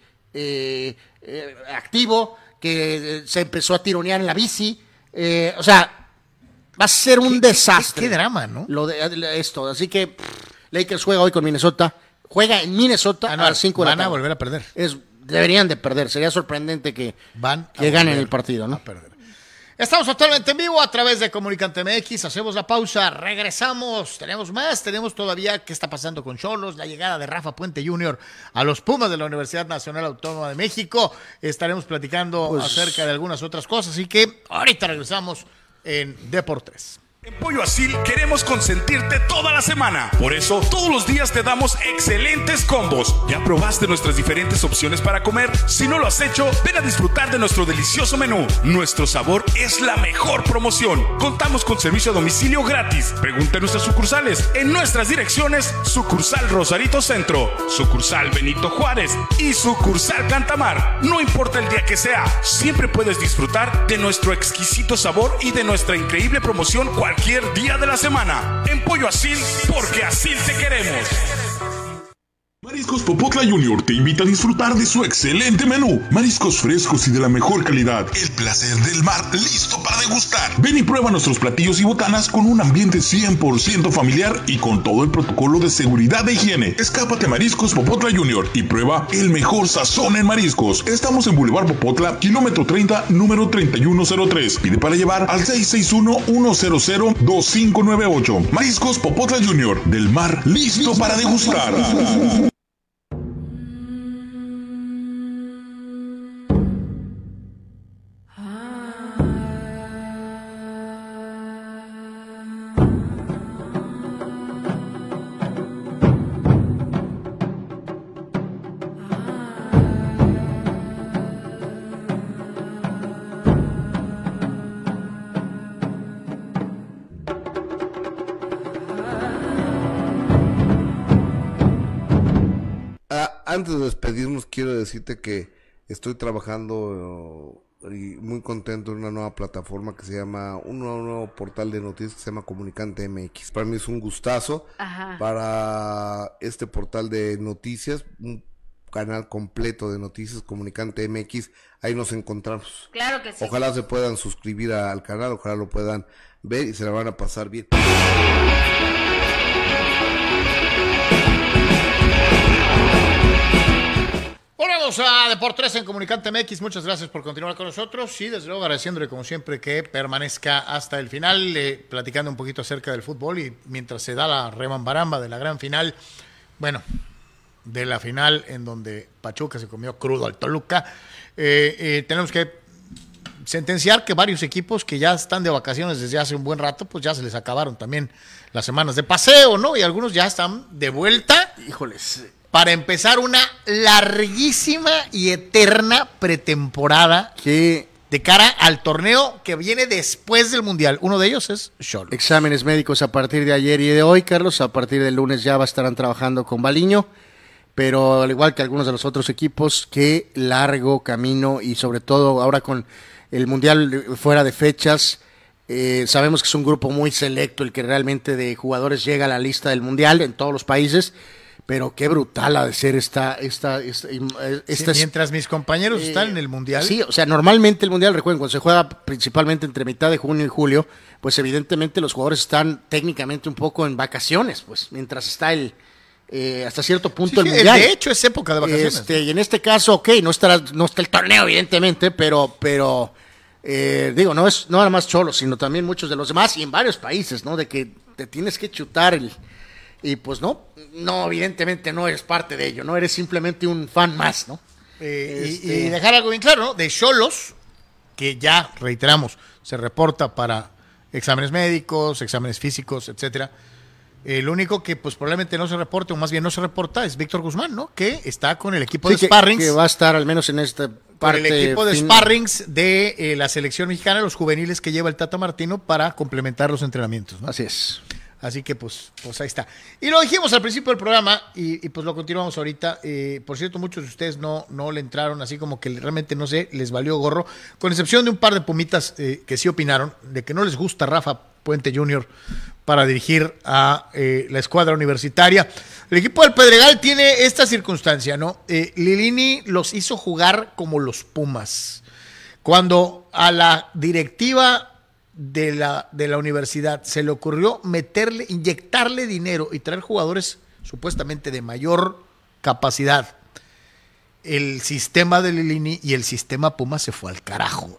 activo, que se empezó a tironear en la bici. O sea, va a ser un desastre. Qué drama, ¿no? Esto. Así que Lakers juega hoy con Minnesota. Juega en Minnesota a las 5 de la tarde. Van a volver a perder. Deberían de perder. Sería sorprendente que ganen el partido, ¿no? A perder. Estamos totalmente en vivo a través de Comunicante MX. Hacemos la pausa, regresamos. Tenemos más. Tenemos todavía qué está pasando con Xolos, la llegada de Rafa Puente Jr. a los Pumas de la Universidad Nacional Autónoma de México. Estaremos platicando acerca de algunas otras cosas. Así que ahorita regresamos en Deportes. En Pollo Asil queremos consentirte toda la semana. Por eso, todos los días te damos excelentes combos. ¿Ya probaste nuestras diferentes opciones para comer? Si no lo has hecho, ven a disfrutar de nuestro delicioso menú. Nuestro sabor es la mejor promoción. Contamos con servicio a domicilio gratis. Pregunta en nuestras sucursales. En nuestras direcciones, sucursal Rosarito Centro, sucursal Benito Juárez y sucursal Cantamar. No importa el día que sea, siempre puedes disfrutar de nuestro exquisito sabor y de nuestra increíble promoción cualquier día de la semana. En Pollo Asil, porque así te queremos. Mariscos Popotla Junior te invita a disfrutar de su excelente menú. Mariscos frescos y de la mejor calidad. El placer del mar listo para degustar. Ven y prueba nuestros platillos y botanas con un ambiente 100% familiar y con todo el protocolo de seguridad e higiene. Escápate a Mariscos Popotla Junior y prueba el mejor sazón en mariscos. Estamos en Boulevard Popotla, kilómetro 30, número 3103. Pide para llevar al 661-100-2598. Mariscos Popotla Junior, del mar listo para degustar. Antes de despedirnos, quiero decirte que estoy trabajando y muy contento en una nueva plataforma que se llama, un nuevo portal de noticias que se llama Comunicante MX. Para mí es un gustazo. Ajá. Para este portal de noticias, un canal completo de noticias, Comunicante MX, ahí nos encontramos. Claro que sí. Ojalá se puedan suscribir al canal, ojalá lo puedan ver y se la van a pasar bien. Volvemos a Deportes en Comunicante MX. Muchas gracias por continuar con nosotros y desde luego agradeciéndole como siempre que permanezca hasta el final, platicando un poquito acerca del fútbol y mientras se da la remambaramba de la gran final, bueno, de la final en donde Pachuca se comió crudo al Toluca, tenemos que sentenciar que varios equipos que ya están de vacaciones desde hace un buen rato, pues ya se les acabaron también las semanas de paseo, ¿no? Y algunos ya están de vuelta. Híjoles. Para empezar una larguísima y eterna pretemporada Que de cara al torneo que viene después del Mundial. Uno de ellos es Xolos. exámenes médicos a partir de ayer y de hoy, Carlos. A partir del lunes ya estarán trabajando con Baliño. Pero al igual que algunos de los otros equipos, qué largo camino y sobre todo ahora con el Mundial fuera de fechas. Sabemos que es un grupo muy selecto el que realmente de jugadores llega a la lista del Mundial en todos los países. Pero qué brutal ha de ser esta mientras mis compañeros están en el Mundial. Sí, o sea, normalmente el Mundial, recuerden, cuando se juega principalmente entre mitad de junio y julio, pues evidentemente los jugadores están técnicamente un poco en vacaciones, pues, mientras está hasta cierto punto el Mundial. De hecho, es época de vacaciones. Y en este caso, ok, no está el torneo, evidentemente, pero digo, no es nada más Xolos, sino también muchos de los demás, y en varios países, ¿no? De que te tienes que chutar y pues no, evidentemente no eres parte de ello, no eres simplemente un fan más, ¿no? Y dejar algo bien claro, ¿no? De Xolos, que ya, reiteramos, se reporta para exámenes médicos, exámenes físicos, etcétera. El único que pues probablemente no se reporte, o más bien no se reporta, es Víctor Guzmán, ¿no? Que está con el equipo de Sparrings. Que va a estar al menos en esta parte. Con el equipo de Sparrings de la selección mexicana, los juveniles que lleva el Tata Martino para complementar los entrenamientos, ¿no? Así es. Así que pues ahí está. Y lo dijimos al principio del programa y pues lo continuamos ahorita. Por cierto, muchos de ustedes no le entraron, así como que realmente no sé, les valió gorro, con excepción de un par de pumitas que sí opinaron, de que no les gusta Rafa Puente Jr. para dirigir a la escuadra universitaria. El equipo del Pedregal tiene esta circunstancia, ¿no? Lilini los hizo jugar como los Pumas. Cuando a la directiva de la universidad se le ocurrió inyectarle dinero y traer jugadores supuestamente de mayor capacidad, el sistema de Lilini y el sistema Puma se fue al carajo.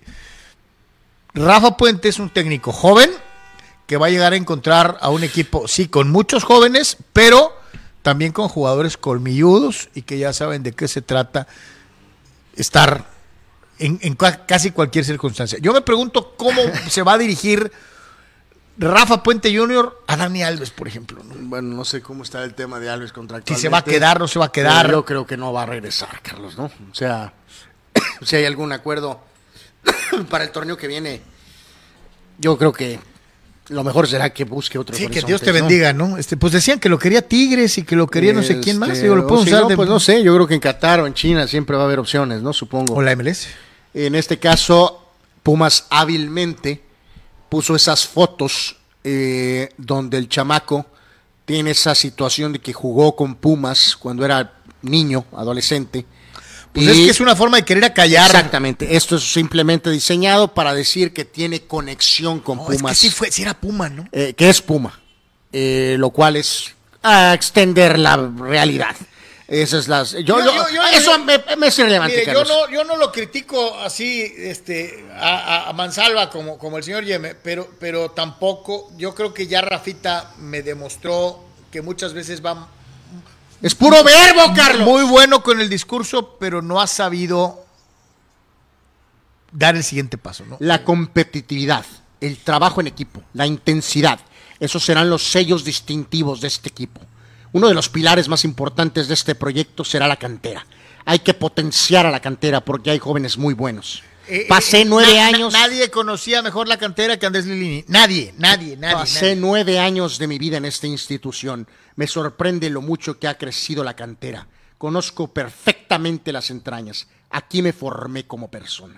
Rafa Puente es un técnico joven que va a llegar a encontrar a un equipo, sí, con muchos jóvenes, pero también con jugadores colmilludos y que ya saben de qué se trata estar en casi cualquier circunstancia. Yo me pregunto cómo se va a dirigir Rafa Puente Jr. a Dani Alves, por ejemplo, ¿no? Bueno, no sé cómo está el tema de Alves contractualmente. Si se va a quedar, no se va a quedar. Yo creo que no va a regresar, Carlos, ¿no? O sea, si hay algún acuerdo para el torneo que viene, yo creo que lo mejor será que busque otro. Sí, que Dios te bendiga, ¿no? Pues decían que lo quería Tigres y que lo quería no sé quién más. Digo, lo puedo usar pues no sé, yo creo que en Qatar o en China siempre va a haber opciones, ¿no? Supongo. O la MLS. En este caso, Pumas hábilmente puso esas fotos donde el chamaco tiene esa situación de que jugó con Pumas cuando era niño, adolescente. Pues es que es una forma de querer acallar. Exactamente, esto es simplemente diseñado para decir que tiene conexión con Pumas. Es que sí era Puma, ¿no? Que es Puma, lo cual es a extender la realidad. Esas las. Eso me es irrelevante, mire, Carlos. yo no lo critico así a mansalva como el señor Yeme, pero tampoco, yo creo que ya Rafita me demostró que muchas veces va. Es puro verbo, Carlos. Muy bueno con el discurso, pero no ha sabido dar el siguiente paso, ¿no? La competitividad, el trabajo en equipo, la intensidad, esos serán los sellos distintivos de este equipo. Uno de los pilares más importantes de este proyecto será la cantera. Hay que potenciar a la cantera porque hay jóvenes muy buenos. Pasé 9 años. Nadie conocía mejor la cantera que Andrés Lilini. Nadie. Pasé 9 años de mi vida en esta institución. Me sorprende lo mucho que ha crecido la cantera. Conozco perfectamente las entrañas. Aquí me formé como persona.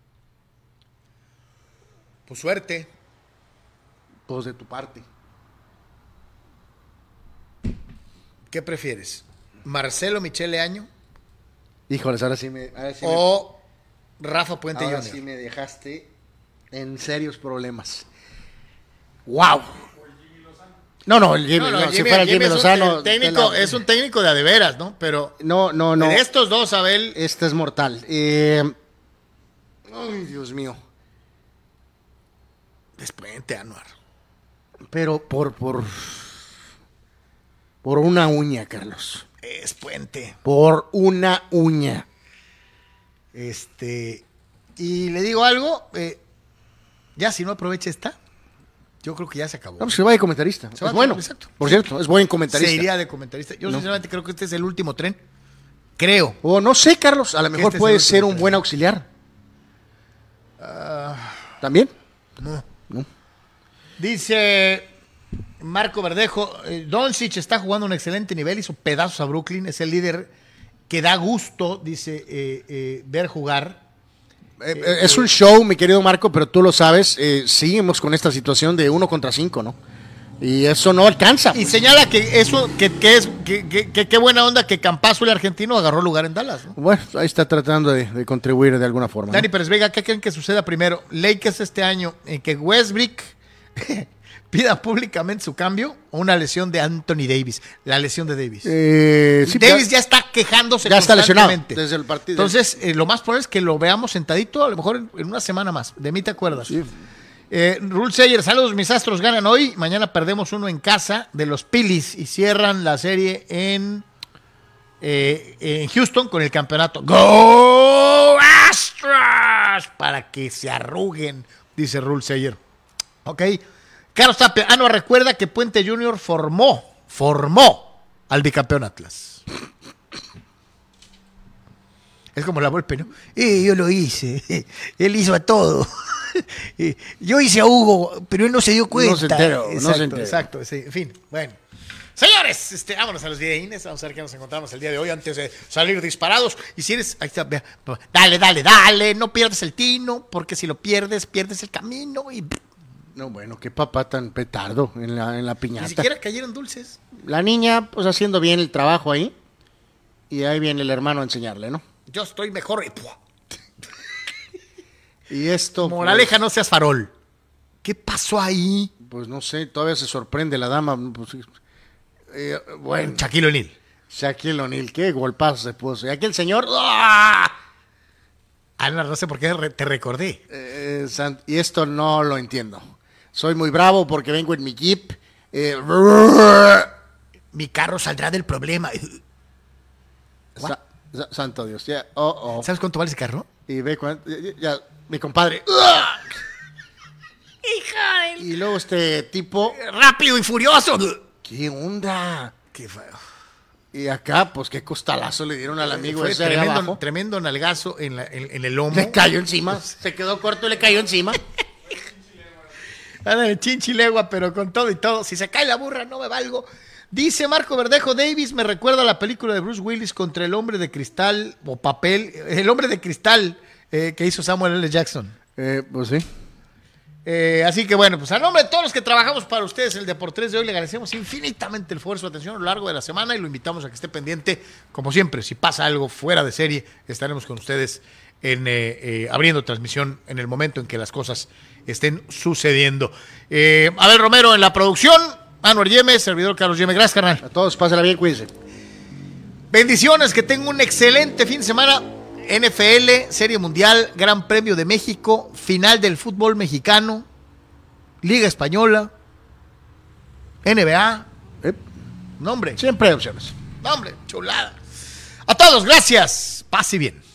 Pues suerte. Pues de tu parte. ¿Qué prefieres? ¿Marcelo Michele Año? Híjoles, ahora sí me Rafa Puente Ahora Jr. sí me dejaste en serios problemas. ¡Wow! No, el Jimmy, si fuera el Jimmy Lozano. Es un técnico de adeveras, ¿no? Pero no. De estos dos, Abel. Este es mortal. Ay, Dios mío. Despuente, Anuar. Pero por una uña, Carlos. Es Puente. Por una uña. Y le digo algo, ya si no aprovecha esta, yo creo que ya se acabó. No, pues se va de comentarista. Es bueno. Exacto. Por cierto, es buen comentarista. Se iría de comentarista. Yo sinceramente creo que este es el último tren. Creo. O no sé, Carlos, a lo mejor Este es puede el ser último un tren. buen auxiliar. ¿También? No. Dice Marco Verdejo, Doncic está jugando a un excelente nivel, hizo pedazos a Brooklyn, es el líder que da gusto, dice, ver jugar. Es un show, mi querido Marco, pero tú lo sabes, seguimos con esta situación de 1 contra 5, ¿no? Y eso no alcanza. Y señala que eso, que qué buena onda que Campazzo, el argentino, agarró lugar en Dallas, ¿no? Bueno, ahí está tratando de contribuir de alguna forma, ¿no? Dani Pérez Vega, ¿qué creen que suceda primero? Lakers este año, en que Westbrook pida públicamente su cambio o una lesión de Anthony Davis, la lesión de Davis. Sí, Davis ya está quejándose ya está lesionado constantemente. desde el partido. Entonces, lo más probable es que lo veamos sentadito, a lo mejor en una semana más. De mí te acuerdas. Sí. Rule Sayer, saludos, mis Astros ganan hoy. Mañana perdemos uno en casa de los Phillies y cierran la serie en Houston con el campeonato. ¡Go Astros! Para que se arruguen, dice Rule Sayer. Ok. Carlos Tapia, Anuar recuerda que Puente Jr. formó al bicampeón Atlas. Es como la Volpe, ¿no? Yo lo hice. Él hizo a todo. Yo hice a Hugo, pero él no se dio cuenta. No se enteró. Exacto, sí. En fin, bueno. Señores, vámonos a los videínes. Vamos a ver qué nos encontramos el día de hoy antes de salir disparados. Y si eres, ahí está, vea, dale, no pierdas el tino, porque si lo pierdes el camino y... No, bueno, qué papá tan petardo en la piñata. Ni siquiera cayeron dulces. La niña, pues haciendo bien el trabajo ahí. Y ahí viene el hermano a enseñarle, ¿no? Yo estoy mejor. Y esto. Moraleja, pues, no seas farol. ¿Qué pasó ahí? Pues no sé, todavía se sorprende la dama. Pues, bueno, Shaquille O'Neal. Shaquille O'Neal, qué golpazo se puso. Y aquí el señor. ¡Ah! No sé por qué te recordé. Y esto no lo entiendo. Soy muy bravo porque vengo en mi Jeep. Mi carro saldrá del problema. Santo Dios. Ya, ¿Sabes cuánto vale ese carro? Y ve cuánto. Ya, mi compadre. ¡Hija de... Y luego este tipo. Rápido y furioso. ¿Qué onda? Qué feo. Y acá, pues qué costalazo le dieron al amigo ese de abajo. Tremendo nalgazo en el lomo. Le cayó encima. Se quedó corto y le cayó encima. Chinchilegua, pero con todo y todo. Si se cae la burra, no me valgo. Dice Marco Verdejo, Davis me recuerda a la película de Bruce Willis contra el hombre de cristal o papel. El hombre de cristal que hizo Samuel L. Jackson. Pues sí. Así que bueno, pues a nombre de todos los que trabajamos para ustedes el Deportes de hoy, le agradecemos infinitamente el esfuerzo, atención a lo largo de la semana y lo invitamos a que esté pendiente, como siempre, si pasa algo fuera de serie, estaremos con ustedes abriendo transmisión en el momento en que las cosas estén sucediendo. Abel Romero en la producción, Manuel Yeme, servidor Carlos Yeme, gracias, carnal. A todos, pásenla bien, cuídense. Bendiciones, que tengan un excelente fin de semana. NFL, Serie Mundial, Gran Premio de México, final del fútbol mexicano, Liga Española, NBA. No, hombre. Siempre hay opciones. No, hombre, chulada. A todos, gracias. Paz y bien.